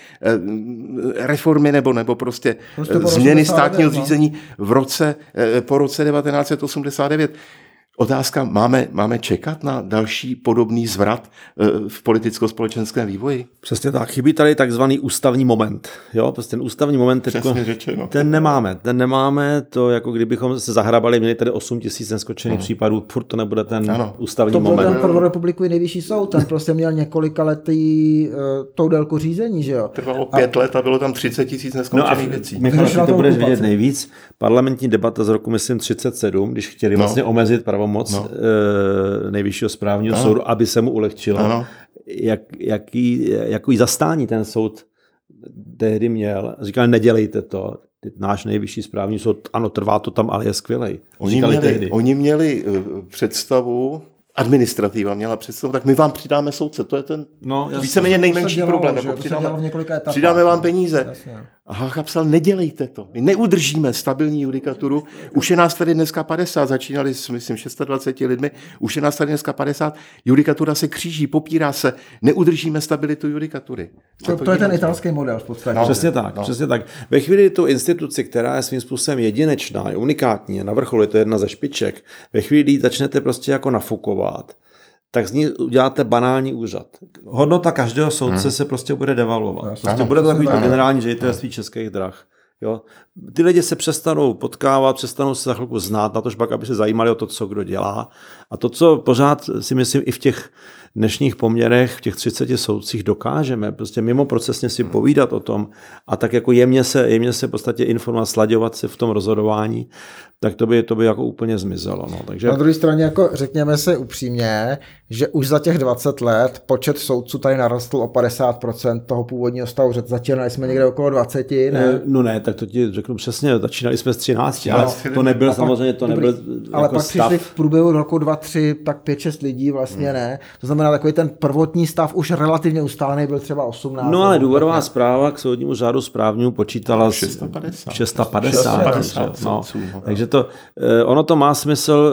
reformy nebo, nebo prostě, prostě změny státního zřízení v roce, po roce devatenáct set osmdesát devět. Otázka, máme, máme čekat na další podobný zvrat v politicko-společenském vývoji? Přesně tak. Chybí tady takzvaný ústavní moment. Jo? Prostě ten ústavní moment, teďko, ten nemáme. Ten nemáme, to jako kdybychom se zahrabali, měli tady osm tisíc neskočených ano. případů, furt to nebude ten ano. ústavní to moment. To byl pro republiku i nejvyšší soud, ten prostě měl několika letý uh, tou délku řízení, že jo. Trvalo pět a... let a bylo tam třicet tisíc neskončených no věcí. Michal, ty to budeš vědět nejvíc. Parlamentní debata z roku, myslím, třicet sedm, když chtěli no. vlastně omezit pravomoc no. Nejvyššího správního ano. soudu, aby se mu ulehčilo. Ano. Jak, jaký, jaký zastání ten soud tehdy měl. Říkali, nedělejte to. Náš nejvyšší správní soud, ano, trvá to tam, ale je skvělej. Oni měli, oni měli představu, administrativa měla představu, tak my vám přidáme soudce. To je ten no, víceméně nejmenší dělalo, problém. Jako přidáme, přidáme vám peníze. Jasně. A Hácha psal, nedělejte to. My neudržíme stabilní judikaturu. Už je nás tady dneska padesát, začínali s, myslím, dvaceti šesti lidmi, už je nás tady dneska padesát, judikatura se kříží, popírá se, neudržíme stabilitu judikatury. To, to je ten italský model v podstatě. No, přesně tak, no. přesně tak. Ve chvíli tu instituci, která je svým způsobem jedinečná, je unikátní, je na vrcholu, je to jedna ze špiček, ve chvíli začnete prostě jako nafukovat, tak z ní uděláte banální úřad. Hodnota každého soudce hmm. se prostě bude devalvovat. Prostě ano, bude to takový to generální ředitelství Českých drah. Jo? Ty lidi se přestanou potkávat, přestanou se za chvilku znát, na tož pak, aby se zajímali o to, co kdo dělá. A to, co pořád si myslím i v těch dnešních poměrech, v těch třiceti soudcích dokážeme, prostě mimo procesně si povídat o tom a tak jako jemně se, jemně se v podstatě informovat, slaďovat se v tom rozhodování, tak to by, to by jako úplně zmizelo. No. Takže... Na druhé straně jako řekněme si upřímně, že už za těch dvacet let počet soudců tady narostl o padesát procent toho původního stavu. Začínali jsme někde okolo dvacet, ne? No ne, tak to ti řeknu přesně, začínali jsme s třinácti, ale to nebyl pak, samozřejmě, to nebyl dobrý, jako ale pak stav. přišli v průběhu roku dva, tři, tak pět, šest lidí vlastně hmm. ne. To znamená, takový ten prvotní stav už relativně ustálený byl třeba osmnáct. No ale důvodová zpráva k soudnímu řádu správnímu počítala šest set padesát. šest set padesát. No. Takže to, ono to má smysl,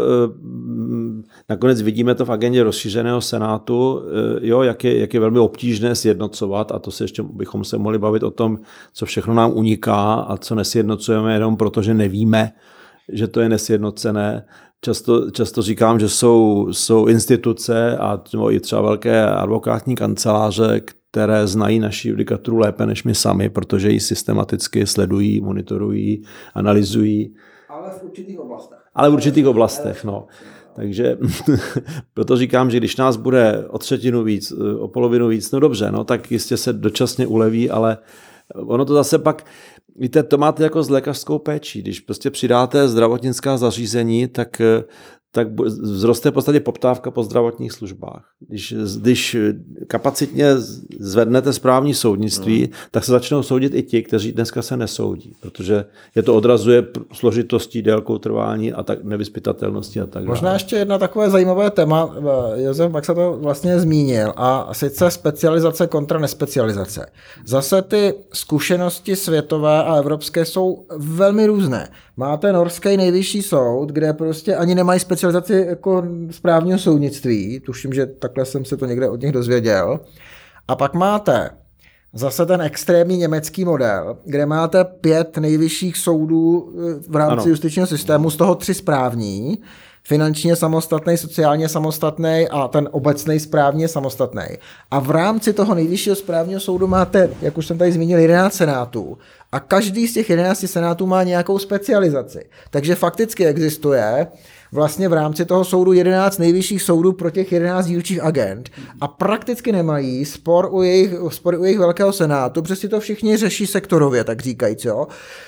nakonec vidíme to v agendě rozšířeného senátu, jo, jak, je, jak je velmi obtížné sjednocovat, a to se ještě bychom se mohli bavit o tom, co všechno nám uniká a co nesjednocujeme jenom proto, že nevíme, že to je nesjednocené. Často, často říkám, že jsou, jsou instituce a i třeba velké advokátní kanceláře, které znají naši judikaturu lépe než my sami, protože ji systematicky sledují, monitorují, analyzují. Ale v určitých oblastech. Ale v určitých oblastech, no. Takže proto říkám, že když nás bude o třetinu víc, o polovinu víc, no dobře, no tak jistě se dočasně uleví, ale ono to zase pak, víte, to máte jako s lékařskou péčí. Když prostě přidáte zdravotnická zařízení, tak, tak vzroste v podstatě poptávka po zdravotních službách. Když, když kapacitně zvednete správní soudnictví, no. tak se začnou soudit i ti, kteří dneska se nesoudí, protože je to odrazuje složitostí, délkou trvání a tak nevyzpytatelností a tak dále. Možná ještě jedna takové zajímavé téma, Josef Baxa to vlastně zmínil, a sice specializace kontra nespecializace. Zase ty zkušenosti světové a evropské jsou velmi různé. Máte norský nejvyšší soud, kde prostě ani nemají specializaci jako správního soudnictví, tuším, že takhle jsem se to někde od nich dozvěděl. A pak máte zase ten extrémní německý model, kde máte pět nejvyšších soudů v rámci ano. justičního systému, z toho tři správní, finančně samostatný, sociálně samostatný a ten obecný správně samostatný. A v rámci toho nejvyššího správního soudu máte, jak už jsem tady zmínil, jedenáct senátů. A každý z těch jedenácti senátů má nějakou specializaci. Takže fakticky existuje vlastně v rámci toho soudu jedenáct nejvyšších soudů pro těch jedenáct dílčích agent a prakticky nemají spor u jejich, spor u jejich velkého senátu, protože si to všichni řeší sektorově, tak říkajíc, jo.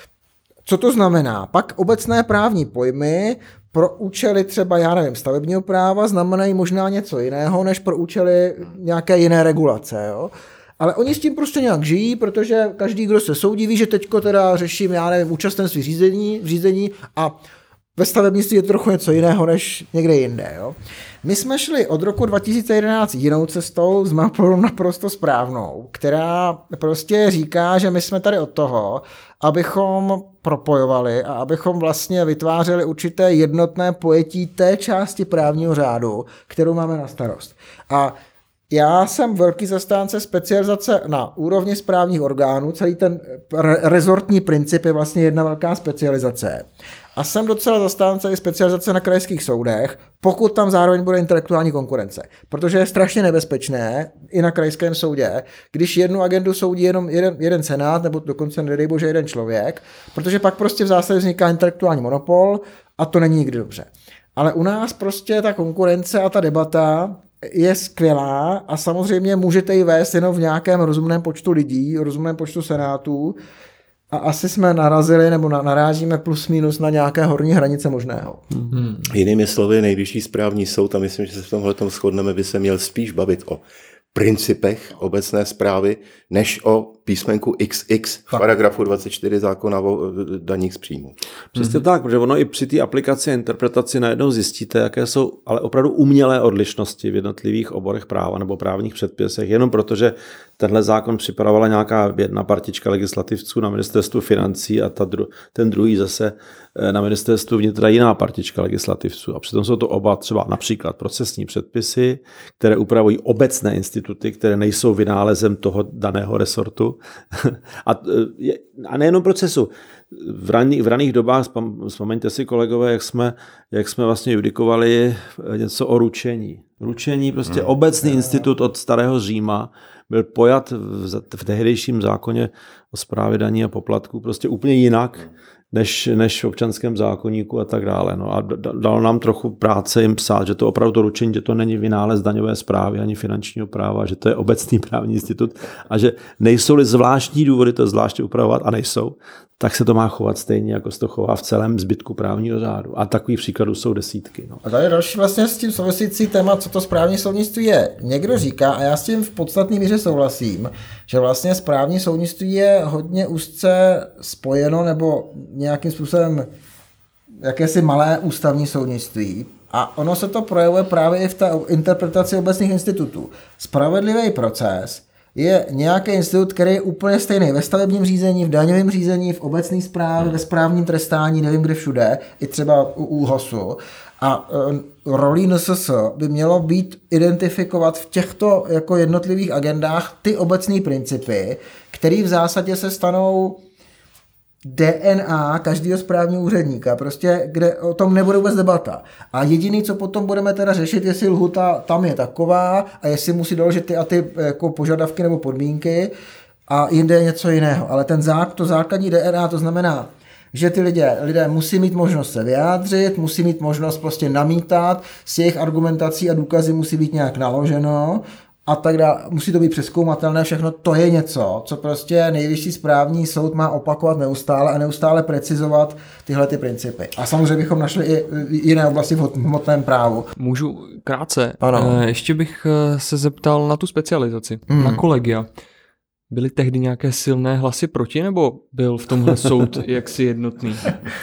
Co to znamená? Pak obecné právní pojmy pro účely třeba, já nevím, stavebního práva znamenají možná něco jiného, než pro účely nějaké jiné regulace, jo. ale oni s tím prostě nějak žijí, protože každý, kdo se soudí, ví, že teďko teda řeším, já nevím, účastenství řízení, řízení a ve stavebnictví je to trochu něco jiného než někde jinde. Jo? My jsme šli od roku dva tisíce jedenáct jinou cestou, s mapou naprosto správnou, která prostě říká, že my jsme tady od toho, abychom propojovali a abychom vlastně vytvářeli určité jednotné pojetí té části právního řádu, kterou máme na starost. A já jsem velký zastánce specializace na úrovni správních orgánů, celý ten re- rezortní princip je vlastně jedna velká specializace. A jsem docela zastánce i specializace na krajských soudech, pokud tam zároveň bude intelektuální konkurence. Protože je strašně nebezpečné i na krajském soudě, když jednu agendu soudí jenom jeden, jeden senát, nebo dokonce nedej bože jeden člověk, protože pak prostě v zásadě vzniká intelektuální monopol a to není nikdy dobře. Ale u nás prostě ta konkurence a ta debata je skvělá a samozřejmě můžete ji vést jenom v nějakém rozumném počtu lidí, rozumném počtu senátů a asi jsme narazili nebo narážíme plus minus na nějaké horní hranice možného. Hmm. Jinými slovy, nejvyšší správní soud, a myslím, že se v tomhletom shodneme, by se měl spíš bavit o principech obecné správy, než o písmenku iks iks v paragrafu dvacet čtyři zákona o daních z příjmu. Přesně mm-hmm. tak, protože ono i při té aplikaci a interpretaci najednou zjistíte, jaké jsou ale opravdu umělé odlišnosti v jednotlivých oborech práva nebo právních předpisech, jenom protože tenhle zákon připravovala nějaká jedna partička legislativců na ministerstvu financí a ta dru- ten druhý zase na ministerstvu vnitra jiná partička legislativců. A přitom jsou to oba třeba například procesní předpisy, které upravují obecné instituty, které nejsou vynálezem toho daného resortu. A, a nejenom procesu. V raných, v raných dobách, vzpomeňte si kolegové, jak jsme, jak jsme vlastně judikovali něco o ručení. Ručení, prostě hmm. obecný institut od starého Říma byl pojat v, v tehdejším zákoně o správě daní a poplatků prostě úplně jinak, než, než v občanském zákoníku a tak dále. No a dalo nám trochu práce jim psát, že to opravdu to ručení, že to není vynález daňové správy ani finančního práva, že to je obecný právní institut a že nejsou-li zvláštní důvody to zvláště upravovat a nejsou, tak se to má chovat stejně, jako se to chová v celém zbytku právního řádu. A takových příkladů jsou desítky. No. A tady další vlastně s tím souvisící téma, co to správní soudnictví je. Někdo říká, a já s tím v podstatné míře souhlasím, že vlastně správní soudnictví je hodně úzce spojeno nebo nějakým způsobem jakési malé ústavní soudnictví. A ono se to projevuje právě i v té interpretaci obecných institutů. Spravedlivý proces je nějaký institut, který je úplně stejný ve stavebním řízení, v daňovém řízení, v obecné správě, ve správním trestání, nevím kde všude, i třeba u ÚHOSu. A e, rolí N S S by mělo být identifikovat v těchto jako jednotlivých agendách ty obecné principy, které v zásadě se stanou D N A každého správního úředníka, prostě kde o tom nebude vůbec debata. A jediný, co potom budeme teda řešit, jestli lhuta tam je taková a jestli musí doložit ty a ty jako požadavky nebo podmínky a jinde je něco jiného. Ale ten zák, to základní D N A, to znamená, že ty lidé, lidé musí mít možnost se vyjádřit, musí mít možnost prostě namítat, s jejich argumentací a důkazy musí být nějak naloženo a tak dále. Musí to být přezkoumatelné, všechno to je něco, co prostě nejvyšší správní soud má opakovat neustále a neustále precizovat tyhle ty principy. A samozřejmě bychom našli i jiné oblasti v hmotném právu. Můžu krátce. Ano. Ještě bych se zeptal na tu specializaci, hmm. na kolegia. Byly tehdy nějaké silné hlasy proti, nebo byl v tomhle soud jaksi jednotný?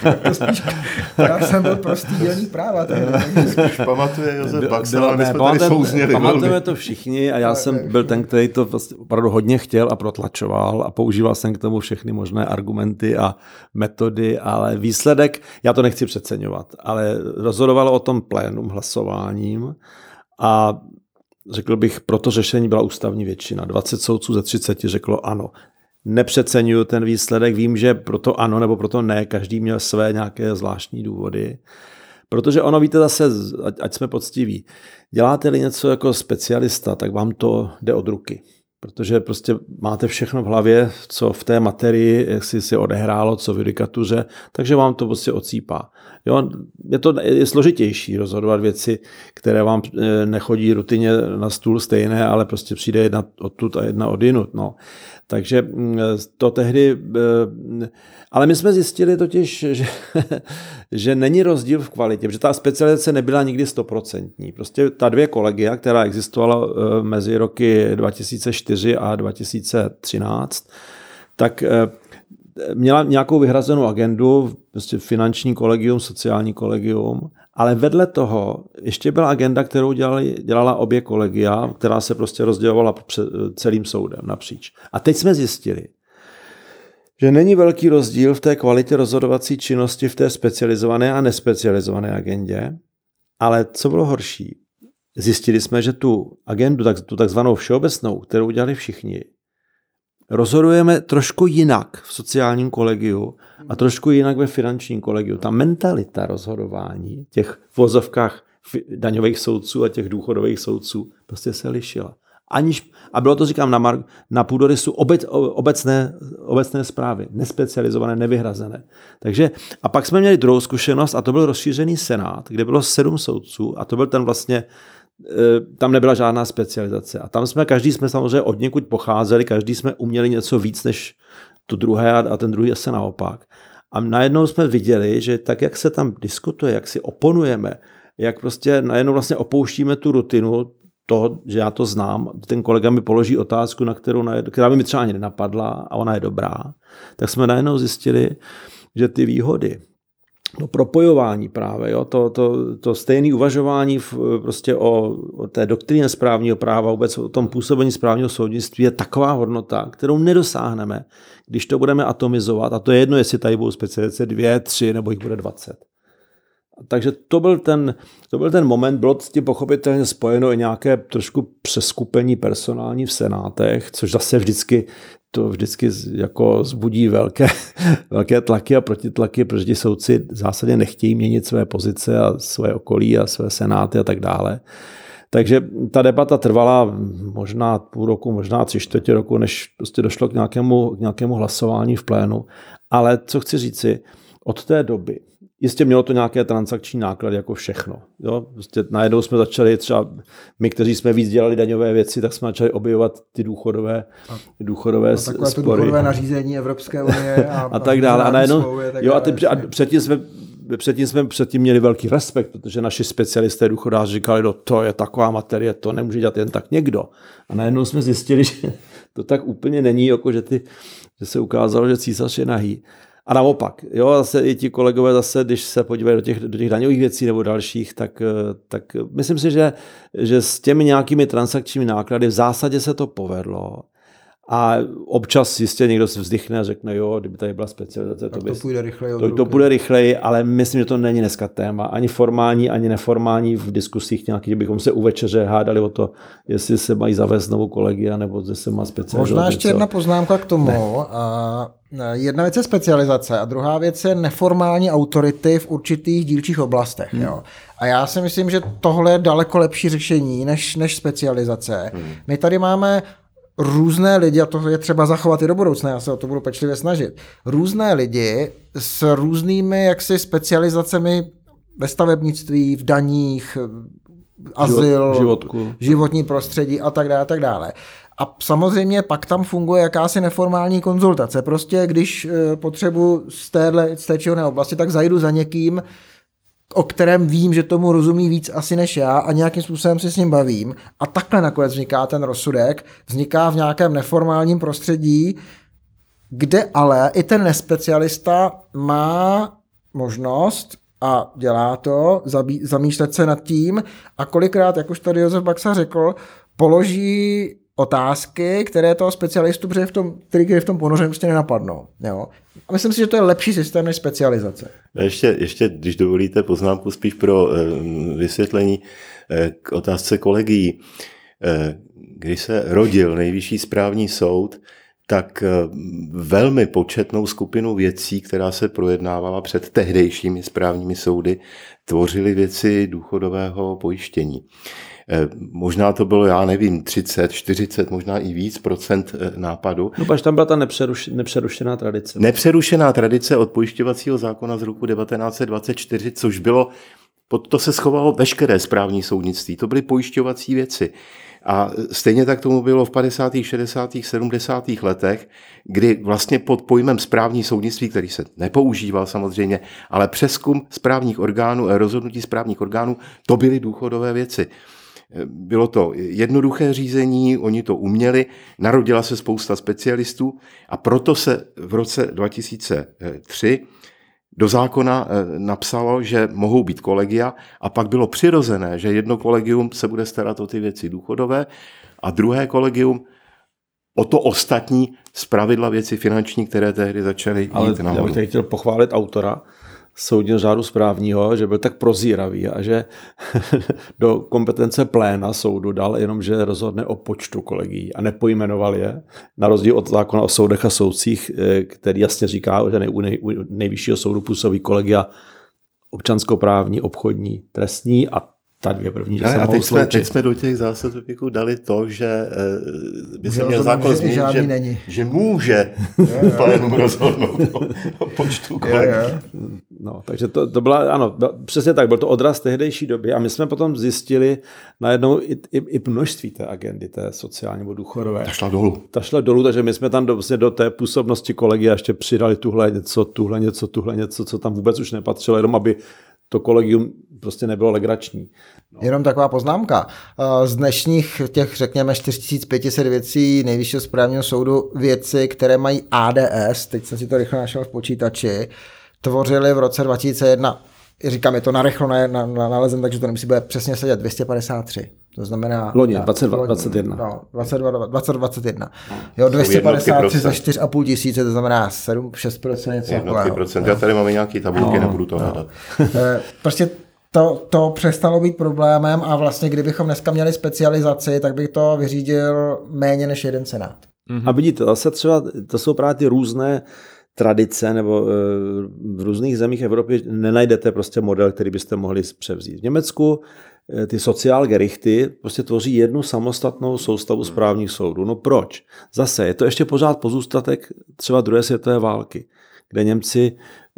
Já jsem byl prostý dělník práva. Už pamatuje Josef Baxel, ale my jsme tady souzněli. Pamatujeme to všichni a já jsem byl ten, který to vlastně opravdu hodně chtěl a protlačoval a používal jsem k tomu všechny možné argumenty a metody, ale výsledek, já to nechci přeceňovat, ale rozhodovalo o tom plénum hlasováním a řekl bych, pro to řešení byla ústavní většina. dvacet soudců ze třiceti řeklo ano. Nepřeceňuju ten výsledek, vím, že proto ano nebo proto ne, každý měl své nějaké zvláštní důvody. Protože ono, víte zase, ať, ať jsme poctiví, děláte-li něco jako specialista, tak vám to jde od ruky. Protože prostě máte všechno v hlavě, co v té materii, jak si si odehrálo, co v judikatuře, takže vám to prostě ocípá. Jo, je to je složitější rozhodovat věci, které vám nechodí rutině na stůl stejné, ale prostě přijde jedna odtud a jedna odinut. No. Takže to tehdy... Ale my jsme zjistili totiž, že, že není rozdíl v kvalitě, protože ta specializace nebyla nikdy stoprocentní. Prostě ta dvě kolegia, která existovala mezi roky dva tisíce čtyři čtyři a dva tisíce třináct, tak měla nějakou vyhrazenou agendu, prostě finanční kolegium, sociální kolegium, ale vedle toho ještě byla agenda, kterou dělali, dělala obě kolegia, která se prostě rozdělovala celým soudem napříč. A teď jsme zjistili, že není velký rozdíl v té kvalitě rozhodovací činnosti v té specializované a nespecializované agendě, ale co bylo horší, zjistili jsme, že tu agendu, tak, tu takzvanou všeobecnou, kterou dělali všichni, rozhodujeme trošku jinak v sociálním kolegiu a trošku jinak ve finančním kolegiu. Ta mentalita rozhodování těch v vozovkách daňových soudců a těch důchodových soudců prostě se lišila. Aniž, a bylo to, říkám, na, mar, na půdorysu obec, obecné, obecné zprávy, nespecializované, nevyhrazené. Takže, a pak jsme měli druhou zkušenost a to byl rozšířený senát, kde bylo sedm soudců a to byl ten vlastně, tam nebyla žádná specializace. A tam jsme, každý jsme samozřejmě od někud pocházeli, každý jsme uměli něco víc než to druhé a ten druhý asi naopak. A najednou jsme viděli, že tak, jak se tam diskutuje, jak si oponujeme, jak prostě najednou vlastně opouštíme tu rutinu toho, že já to znám, ten kolega mi položí otázku, na kterou, která by mi třeba ani nenapadla a ona je dobrá, tak jsme najednou zjistili, že ty výhody, to propojování právě, jo, to, to, to stejné uvažování v, prostě o, o té doktríně správního práva, vůbec o tom působení správního soudnictví je taková hodnota, kterou nedosáhneme, když to budeme atomizovat, a to je jedno, jestli tady budou specializace dvě, tři, nebo jich bude dvacet. Takže to byl ten, to byl ten moment, bylo s tím pochopitelně spojeno i nějaké trošku přeskupení personální v senátech, což zase vždycky to vždycky jako zbudí velké, velké tlaky a protitlaky, protože ti soudci v zásadě nechtějí měnit své pozice a své okolí a své senáty a tak dále. Takže ta debata trvala možná půl roku, možná tři čtvrtě roku, než prostě došlo k nějakému, k nějakému hlasování v plénu. Ale co chci říci, od té doby, jistě mělo to nějaké transakční náklady, jako všechno. Jo? Prostě najednou jsme začali, třeba my, kteří jsme víc dělali daňové věci, tak jsme začali objevovat ty důchodové, důchodové spory. Takové to důchodové nařízení Evropské unie a, a tak dále. A najednou, smlouvy, tak jo, a, dále, ty, a předtím jsme Předtím jsme předtím měli velký respekt, protože naši specialisté důchodáři říkali, no to je taková materie, to nemůže dělat jen tak někdo. A najednou jsme zjistili, že to tak úplně není, jako že, ty, že se ukázalo, že císař je nahý. A naopak, jo, zase i ti kolegové zase, když se podívají do těch, do těch daňových věcí nebo dalších, tak, tak myslím si, že, že s těmi nějakými transakčními náklady v zásadě se to povedlo. A občas jistě někdo se vzdychne a řekne, jo, kdyby tady byla specializace, to, to, bys, půjde rychleji, to, to půjde rychleji, ale myslím, že to není dneska téma. Ani formální, ani neformální v diskusích nějakých, že bychom se u večeře hádali o to, jestli se mají zavést znovu kolegia, nebo jestli se má specializovat. Možná ještě jedna poznámka k tomu. A jedna věc je specializace a druhá věc je neformální autority v určitých dílčích oblastech. Hmm. Jo. A já si myslím, že tohle je daleko lepší řešení než, než specializace. Hmm. My tady máme různé lidi, a to je třeba zachovat i do budoucna, já se o to budu pečlivě snažit, různé lidi s různými jaksi specializacemi ve stavebnictví, v daních, azyl, Životku. životní prostředí a tak dále, tak dále. A samozřejmě pak tam funguje jakási neformální konzultace. Prostě když potřebuji z téhle, z té či oné oblasti, tak zajdu za někým, o kterém vím, že tomu rozumí víc asi než já a nějakým způsobem si s ním bavím. A takhle nakonec vzniká ten rozsudek, vzniká v nějakém neformálním prostředí, kde ale i ten nespecialista má možnost a dělá to, zamýšlet se nad tím a kolikrát, jak už tady Josef Baxa řekl, položí otázky, které toho specialistu, protože v tom, který v tom ponoření prostě nenapadnou. Jo? A myslím si, že to je lepší systém než specializace. Ještě, ještě, když dovolíte poznámku spíš pro uh, vysvětlení uh, k otázce kolegií. Uh, když se rodil Nejvyšší správní soud, tak uh, velmi početnou skupinu věcí, která se projednávala před tehdejšími správními soudy, tvořily věci důchodového pojištění. Možná to bylo, já nevím, třicet, čtyřicet, možná i víc procent nápadu. No pač tam byla ta nepřeruš, nepřerušená tradice. Nepřerušená tradice od pojišťovacího zákona z roku devatenáct set dvacet čtyři, což bylo, pod to se schovalo veškeré správní soudnictví. To byly pojišťovací věci. A stejně tak tomu bylo v padesátých, šedesátých, sedmdesátých letech, kdy vlastně pod pojmem správní soudnictví, který se nepoužíval samozřejmě, ale přezkum správních orgánů a rozhodnutí správních orgánů, to byly důchodové věci. Bylo to jednoduché řízení, oni to uměli, narodila se spousta specialistů a proto se v roce dva tisíce tři do zákona napsalo, že mohou být kolegia a pak bylo přirozené, že jedno kolegium se bude starat o ty věci důchodové a druhé kolegium o to ostatní zpravidla věci finanční, které tehdy začaly Ale jít nahoru. Já bych tady chtěl pochválit autora soudního řádu správního, že byl tak prozíravý a že do kompetence pléna soudu dal jenom, že rozhodne o počtu kolegií a nepojmenoval je, na rozdíl od zákona o soudech a soudcích, který jasně říká, že u nejvyššího soudu působí kolegia občanskoprávní, obchodní, trestní a ta dvě první, že Ale se a mohou teď jsme, sloučit. teď jsme do těch zásad dali to, že by se Že měl rozhodnutí zákon změnit, žádný že, není. že může plénum rozhodnout o, o počtu kolegů. No, takže to, to byla, ano, přesně tak, byl to odraz tehdejší doby a my jsme potom zjistili najednou i, i, i množství té agendy, té sociální nebo důchodové. Ta šla dolů. Ta šla dolů, takže my jsme tam do, vlastně do té působnosti kolegia ještě přidali tuhle něco, tuhle něco, tuhle něco, co tam vůbec už nepatřilo, jenom aby to kolegium prostě nebylo legrační. No. Jenom taková poznámka. Z dnešních těch, řekněme, čtyři tisíce pět set věcí Nejvyššího správního soudu věci, které mají A D S, teď jsem si to rychle našel v počítači, tvořili v roce dva tisíce jedna, říkám, je to narychlo na, na, na, nalezem, takže to nemusí být přesně sedět, dvě stě padesát tři. To znamená... Loni, dvacet dva, dvacet jedna. No, dvacet dva, dvacet, dvacet jedna. Jo, dvě stě padesát tři za čtyři a půl tisíce, to znamená sedm, šest procent něco takového. procent. Já tady máme nějaké tabulky, no, nebudu to hledat. No. Prostě to, to přestalo být problémem a vlastně kdybychom dneska měli specializaci, tak bych to vyřídil méně než jeden senát. Mm-hmm. A vidíte, zase třeba, to jsou právě ty různé tradice, nebo v různých zemích Evropy nenajdete prostě model, který byste mohli převzít. V Německu ty Sozialgerichty prostě tvoří jednu samostatnou soustavu správních soudů. No proč? Zase je to ještě pořád pozůstatek třeba druhé světové války, kde Němci,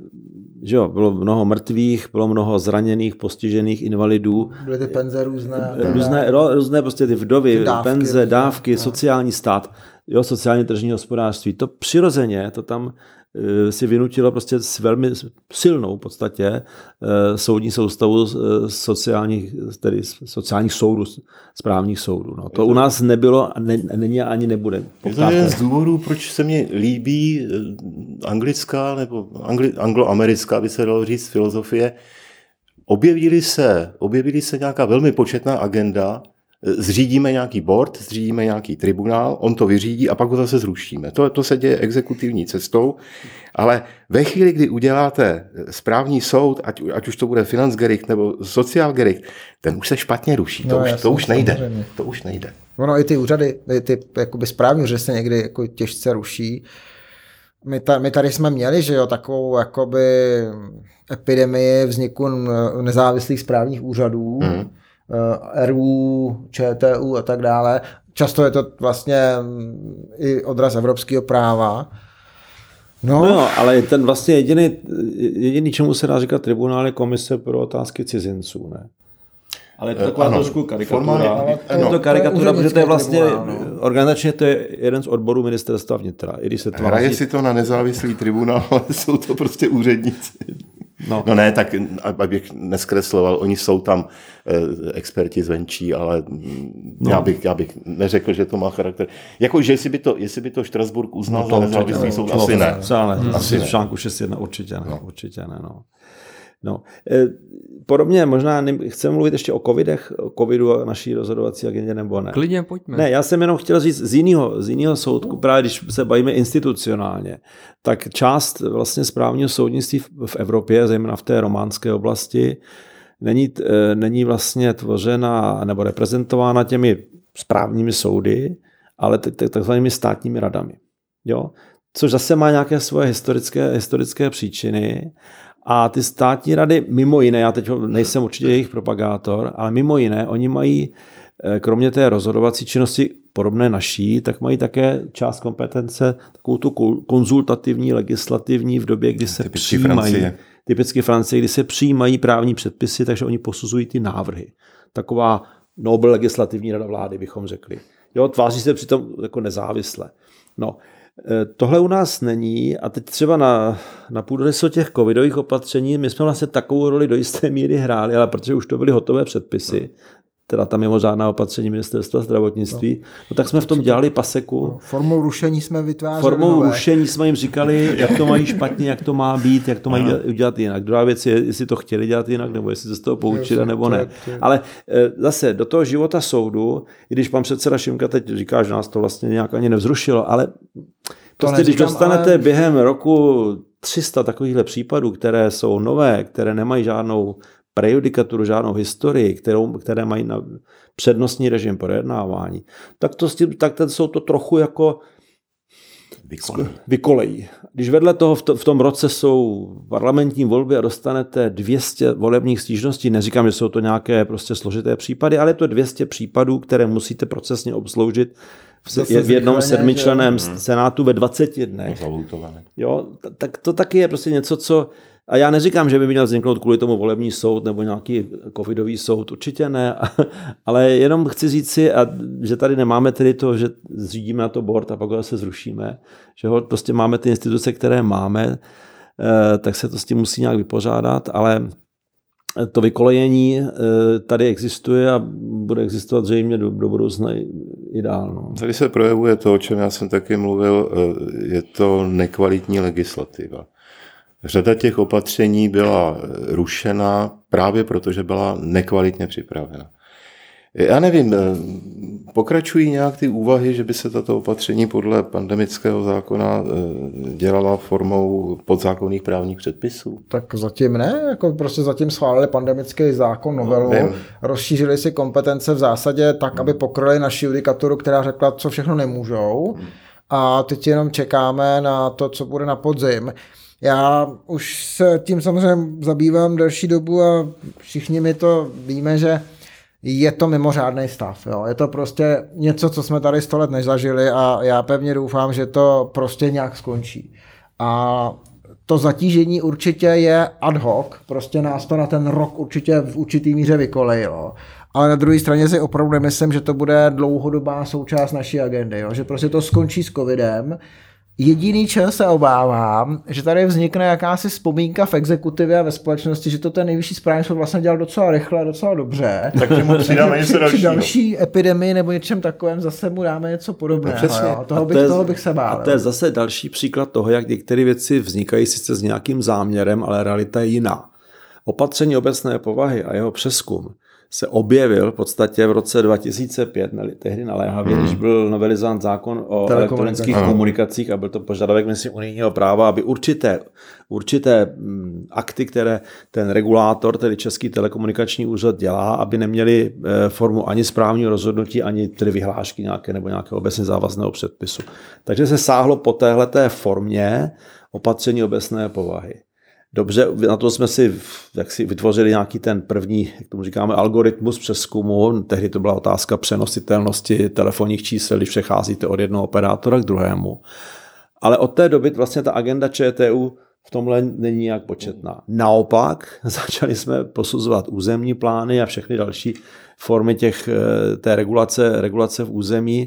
že jo, bylo mnoho mrtvých, bylo mnoho zraněných, postižených, invalidů. Byly ty penze různé. Různé, různé prostě ty vdovy, ty dávky, penze, různé, dávky, no. Sociální stát, jo, sociálně tržní hospodářství. To přirozeně, to tam uh, si vynutilo prostě s velmi silnou v podstatě uh, soudní soustavu uh, sociálních, tedy sociálních soudů, správních soudů. No. To u nás nebylo a ne, není a ani nebude. Je to jeden z důvodů, proč se mně líbí anglická nebo angli, angloamerická, by se dalo říct, filozofie. Objevily se, objevily se nějaká velmi početná agenda, zřídíme nějaký board, zřídíme nějaký tribunál, on to vyřídí a pak ho zase zrušíme. To, to se děje exekutivní cestou, ale ve chvíli, kdy uděláte správní soud, ať, ať už to bude Finanzgericht nebo Sozialgericht, ten už se špatně ruší, to, no, už, jasný, to už nejde. Samozřejmě. To už nejde. Ono i ty úřady, i ty jakoby správní úřady se někdy jako těžce ruší. My, ta, my tady jsme měli, že jo, takovou jakoby epidemii vzniku nezávislých správních úřadů, mm. R U, Č T U a tak dále. Často je to vlastně i odraz evropského práva. No, no ale ten vlastně jediný, jediný, čemu se dá říkat tribunál, je komise pro otázky cizinců, ne? Ale je to taková ano, trošku karikatura. Je to karikatura, protože to je vlastně, no. Organizačně to je jeden z odborů ministerstva vnitra. I když se to Hraje vlastně... si to na nezávislý tribunál, ale jsou to prostě úředníci. No. no ne, tak abych neskresloval, oni jsou tam eh, experti zvenčí, ale no. já, bych, já bych neřekl, že to má charakter. Jako, že jestli by to, jestli by to Štrasburg uznal no, to, za nezávislý soud, asi ne. ne. Hmm. Asi v článku šest jedna určitě ne. No. Určitě ne, no. No. E, podobně možná ne, chceme mluvit ještě o covidech, o covidu a naší rozhodovací agendě, nebo ne? Klidně, pojďme. Ne, já jsem jenom chtěl říct z jiného, z jiného soudku, právě když se bavíme institucionálně, tak část vlastně správního soudnictví v Evropě, zejména v té románské oblasti, není, není vlastně tvořena nebo reprezentována těmi správními soudy, ale takzvanými státními radami. Jo? Což zase má nějaké svoje historické, historické příčiny. A ty státní rady, mimo jiné, já teď nejsem určitě jejich propagátor, ale mimo jiné, oni mají, kromě té rozhodovací činnosti podobné naší, tak mají také část kompetence, takovou tu konzultativní, legislativní v době, kdy se typicky přijímají, Francie. typicky Francie, kdy se přijímají právní předpisy, takže oni posuzují ty návrhy. Taková Nobel legislativní rada vlády, bychom řekli. Jo, tváří se přitom jako nezávisle. No, tohle u nás není a teď třeba na, na půdorysu těch covidových opatření my jsme vlastně takovou roli do jisté míry hráli, ale protože už to byly hotové předpisy, teda ta mimořádná opatření ministerstva zdravotnictví, no tak jsme v tom dělali paseku. Formou rušení jsme vytvářeli. Formou nové. rušení jsme jim říkali, jak to mají špatně, jak to má být, jak to mají udělat jinak. Druhá věc je, jestli to chtěli dělat jinak, nebo jestli se z toho poučili, nebo ne. Ale zase do toho života soudu, i když pan předseda Šimka teď říká, že nás to vlastně nějak ani nevzrušilo, ale prostě když dostanete ale... během roku tři sta takovýchhle případů, které jsou nové, které nemají žádnou prejudikaturu, žádnou historii, kterou, které mají na přednostní režim projednávání, tak, to, tak to jsou to trochu jako vykolejí. Když vedle toho v, to, v tom roce jsou parlamentní volby a dostanete dvě stě volebních stížností, neříkám, že jsou to nějaké prostě složité případy, ale je to dvě stě případů, které musíte procesně obsloužit v, v jednom sedmičlenném senátu ve dvaceti dnech. Jo, tak to taky je prostě něco, co a já neříkám, že by měl vzniknout kvůli tomu volební soud nebo nějaký covidový soud, určitě ne, ale jenom chci říct si, a že tady nemáme tedy to, že zřídíme na to board a pak ho se zrušíme, že ho prostě máme ty instituce, které máme, tak se to s tím musí nějak vypořádat, ale to vykolejení tady existuje a bude existovat zřejmě do, do budoucna i dál. No. Tady se projevuje to, o čem já jsem taky mluvil, je to nekvalitní legislativa. Řada těch opatření byla rušena právě proto, že byla nekvalitně připravena. Já nevím, pokračují nějak ty úvahy, že by se tato opatření podle pandemického zákona dělala formou podzákonných právních předpisů? Tak zatím ne, jako prostě zatím schválili pandemický zákon, novelu, no, rozšířili si kompetence v zásadě tak, aby pokryli naši judikaturu, která řekla, co všechno nemůžou. A teď jenom čekáme na to, co bude na podzim. Já už se tím samozřejmě zabývám delší dobu a všichni mi to víme, že je to mimořádný stav. Jo. Je to prostě něco, co jsme tady sto let nezažili a já pevně doufám, že to prostě nějak skončí. A to zatížení určitě je ad hoc, prostě nás to na ten rok určitě v určitý míře vykolejilo. Ale na druhé straně si opravdu nemyslím, že to bude dlouhodobá součást naší agendy, jo. Že prostě to skončí s covidem. Jediný, čeho se obávám, že tady vznikne jakási vzpomínka v exekutivě a ve společnosti, že to ten nejvyšší správní soud vlastně dělal docela rychle a docela dobře. Tak mu přidáme něco dalšího. Při další epidemii nebo něčem takovém zase mu dáme něco podobného. No, toho, bych, to je, toho bych se bál. A to je zase další příklad toho, jak některé věci vznikají sice s nějakým záměrem, ale realita je jiná. Opatření obecné povahy a jeho přezkum se objevil v podstatě v roce dva tisíce pět, tehdy naléhavě, hmm. když byl novelizován zákon o elektronických hmm. komunikacích a byl to požadavek myslím unijního práva, aby určité, určité akty, které ten regulátor, tedy Český telekomunikační úřad dělá, aby neměli formu ani správního rozhodnutí, ani tedy vyhlášky nějaké nebo nějakého obecně závazného předpisu. Takže se sáhlo po téhleté formě opatření obecné povahy. Dobře, na to jsme si, jak si vytvořili nějaký ten první, jak tomu říkáme, algoritmus přezkumu. Tehdy to byla otázka přenositelnosti telefonních čísel, když přecházíte od jednoho operátora k druhému. Ale od té doby vlastně ta agenda ČTÚ v tomhle není nějak početná. Naopak začali jsme posuzovat územní plány a všechny další formy těch, té regulace, regulace v území.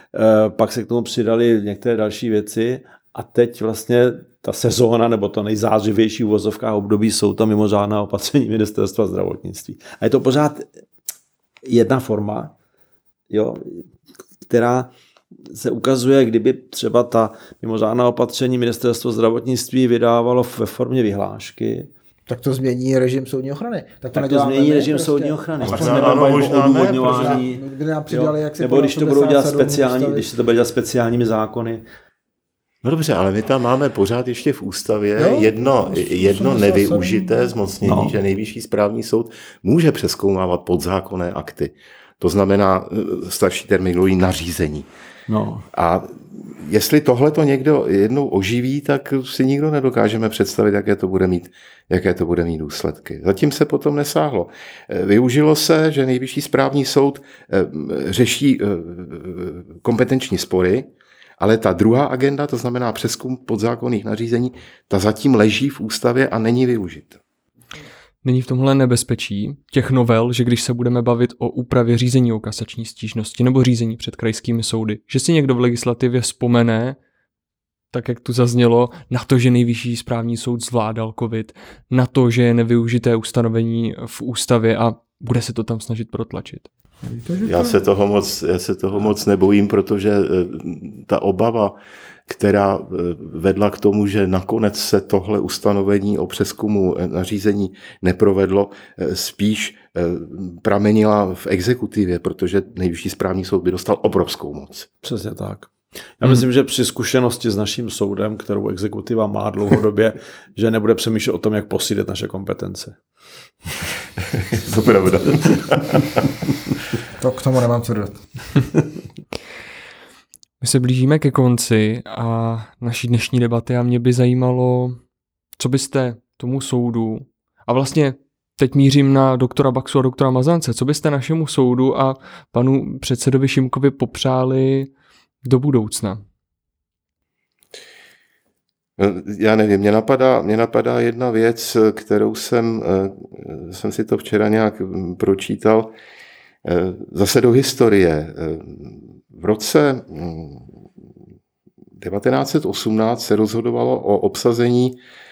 Pak se k tomu přidali některé další věci a teď vlastně ta sezóna nebo to nejzářivější uvozovká období jsou tam mimořádná opatření ministerstva zdravotnictví. A je to pořád jedna forma, jo, která se ukazuje, kdyby třeba ta mimořádná opatření ministerstvo zdravotnictví vydávalo ve formě vyhlášky. Tak to změní režim soudní ochrany. Tak to, tak to změní režim prostě soudní ochrany. Možná, ano, možná ne, přidali, jak nebo když to budou dělat speciální, když se to bude dělat speciálními zákony. No dobře, ale my tam máme pořád ještě v ústavě jo? jedno, jedno nevyužité zmocnění, no. že nejvyšší správní soud může přezkoumávat podzákonné akty. To znamená starší terminologií nařízení. No. A jestli tohle to někdo jednou oživí, tak si nikdo nedokážeme představit, jaké to bude mít, jaké to bude mít důsledky. Zatím se potom nesáhlo. Využilo se, že nejvyšší správní soud řeší kompetenční spory, ale ta druhá agenda, to znamená přezkum podzákonných nařízení, ta zatím leží v ústavě a není využita. Není v tomhle nebezpečí těch novel, že když se budeme bavit o úpravě řízení o kasační stížnosti nebo řízení před krajskými soudy, že si někdo v legislativě vzpomene, tak jak tu zaznělo, na to, že nejvyšší správní soud zvládal covid, na to, že je nevyužité ustanovení v ústavě a bude se to tam snažit protlačit. Já se toho moc, já se toho moc nebojím, protože ta obava, která vedla k tomu, že nakonec se tohle ustanovení o přezkumu nařízení neprovedlo, spíš pramenila v exekutivě, protože Nejvyšší správní soud by dostal obrovskou moc. Přesně tak. Já myslím, hmm. že při zkušenosti s naším soudem, kterou exekutiva má dlouhodobě, že nebude přemýšlet o tom, jak posílit naše kompetence. To pravda. To k tomu nemám co dodat. My se blížíme ke konci a naší dnešní debaty a mě by zajímalo, co byste tomu soudu, a vlastně teď mířím na doktora Baxu a doktora Mazance, co byste našemu soudu a panu předsedovi Šimkovi popřáli do budoucna? Já nevím, mě napadá, mě napadá jedna věc, kterou jsem, jsem si to včera nějak pročítal, zase do historie. V roce devatenáct set osmnáct se rozhodovalo o obsazení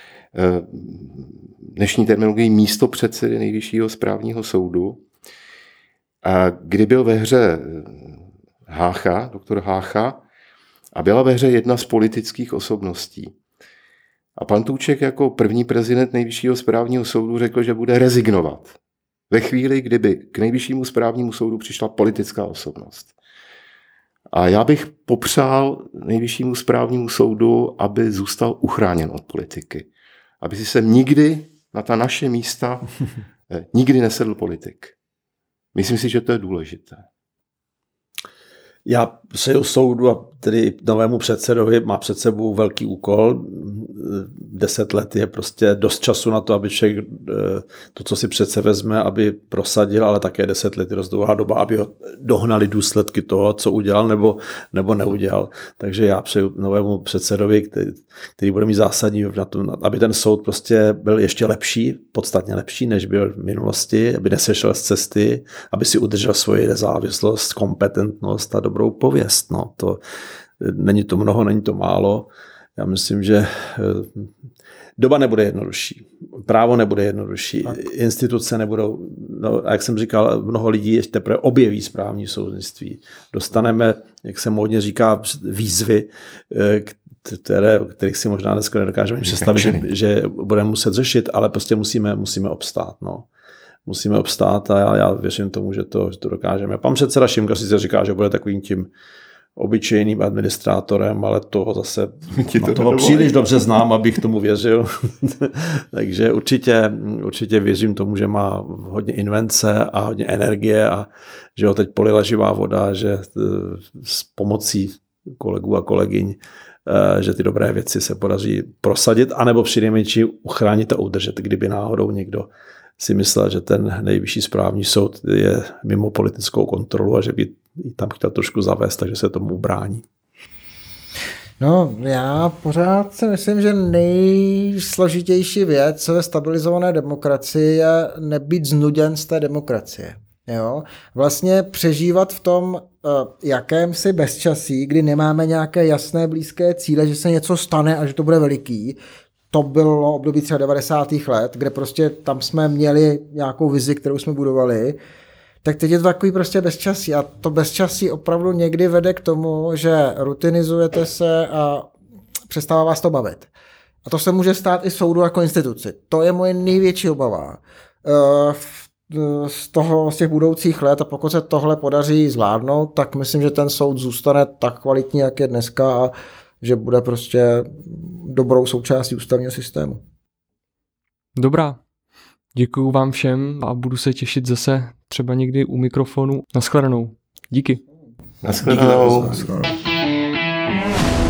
dnešní terminologií místo předsedy Nejvyššího správního soudu. A kdy byl ve hře Hácha, doktor Hácha, a byla ve hře jedna z politických osobností. A pan Tůček jako první prezident Nejvyššího správního soudu řekl, že bude rezignovat ve chvíli, kdyby k Nejvyššímu správnímu soudu přišla politická osobnost. A já bych popřál Nejvyššímu správnímu soudu, aby zůstal uchráněn od politiky. Aby si sem nikdy na ta naše místa nikdy nesedl politik. Myslím si, že to je důležité. Já přeju soudu a tedy novému předsedovi, má před sebou velký úkol. Deset let je prostě dost času na to, aby člověk to, co si přece vezme, aby prosadil, ale také deset let je dost dlouhá doba, aby ho dohnali důsledky toho, co udělal nebo, nebo neudělal. Takže já přeju novému předsedovi, který, který bude mít zásadní, na to, aby ten soud prostě byl ještě lepší, podstatně lepší, než byl v minulosti, aby nesešel z cesty, aby si udržel svoji nezávislost, kompetentnost a dobrou pověst. No, to není to mnoho, není to málo. Já myslím, že doba nebude jednodušší. Právo nebude jednodušší. Tak. Instituce nebudou, no, a jak jsem říkal, mnoho lidí ještě teprve objeví správní soudnictví. Dostaneme, jak se módně říká, výzvy, které, kterých si možná dneska nedokážeme představit, že, že budeme muset řešit, ale prostě musíme, musíme obstát. No. Musíme obstát a já, já věřím tomu, že to, že to dokážeme. Pan předseda Šimka sice říká, že bude takovým tím obyčejným administrátorem, ale toho zase to toho příliš dobře znám, abych tomu věřil. Takže určitě, určitě věřím tomu, že má hodně invence a hodně energie a že ho teď polila živá voda, že s pomocí kolegů a kolegyň, že ty dobré věci se podaří prosadit, anebo přinejmenším uchránit a udržet, kdyby náhodou někdo si myslel, že ten Nejvyšší správní soud je mimo politickou kontrolu a že by tam chtěl trošku zavést, takže se tomu brání. No, já pořád si myslím, že nejsložitější věc ve stabilizované demokracii je nebýt znuděn z té demokracie. Jo? Vlastně přežívat v tom jakémsi bezčasí, kdy nemáme nějaké jasné blízké cíle, že se něco stane a že to bude veliký. To bylo období třeba devadesátých let, kde prostě tam jsme měli nějakou vizi, kterou jsme budovali, tak teď je to takový prostě bezčasí a to bezčasí opravdu někdy vede k tomu, že rutinizujete se a přestává vás to bavit. A to se může stát i soudu jako instituci. To je moje největší obava z toho, z těch budoucích let a pokud se tohle podaří zvládnout, tak myslím, že ten soud zůstane tak kvalitní, jak je dneska a že bude prostě dobrou součástí ústavního systému. Dobrá. Děkuju vám všem a budu se těšit zase třeba někdy u mikrofonu. Naschledanou. Díky. Naschledanou. Naschledanou.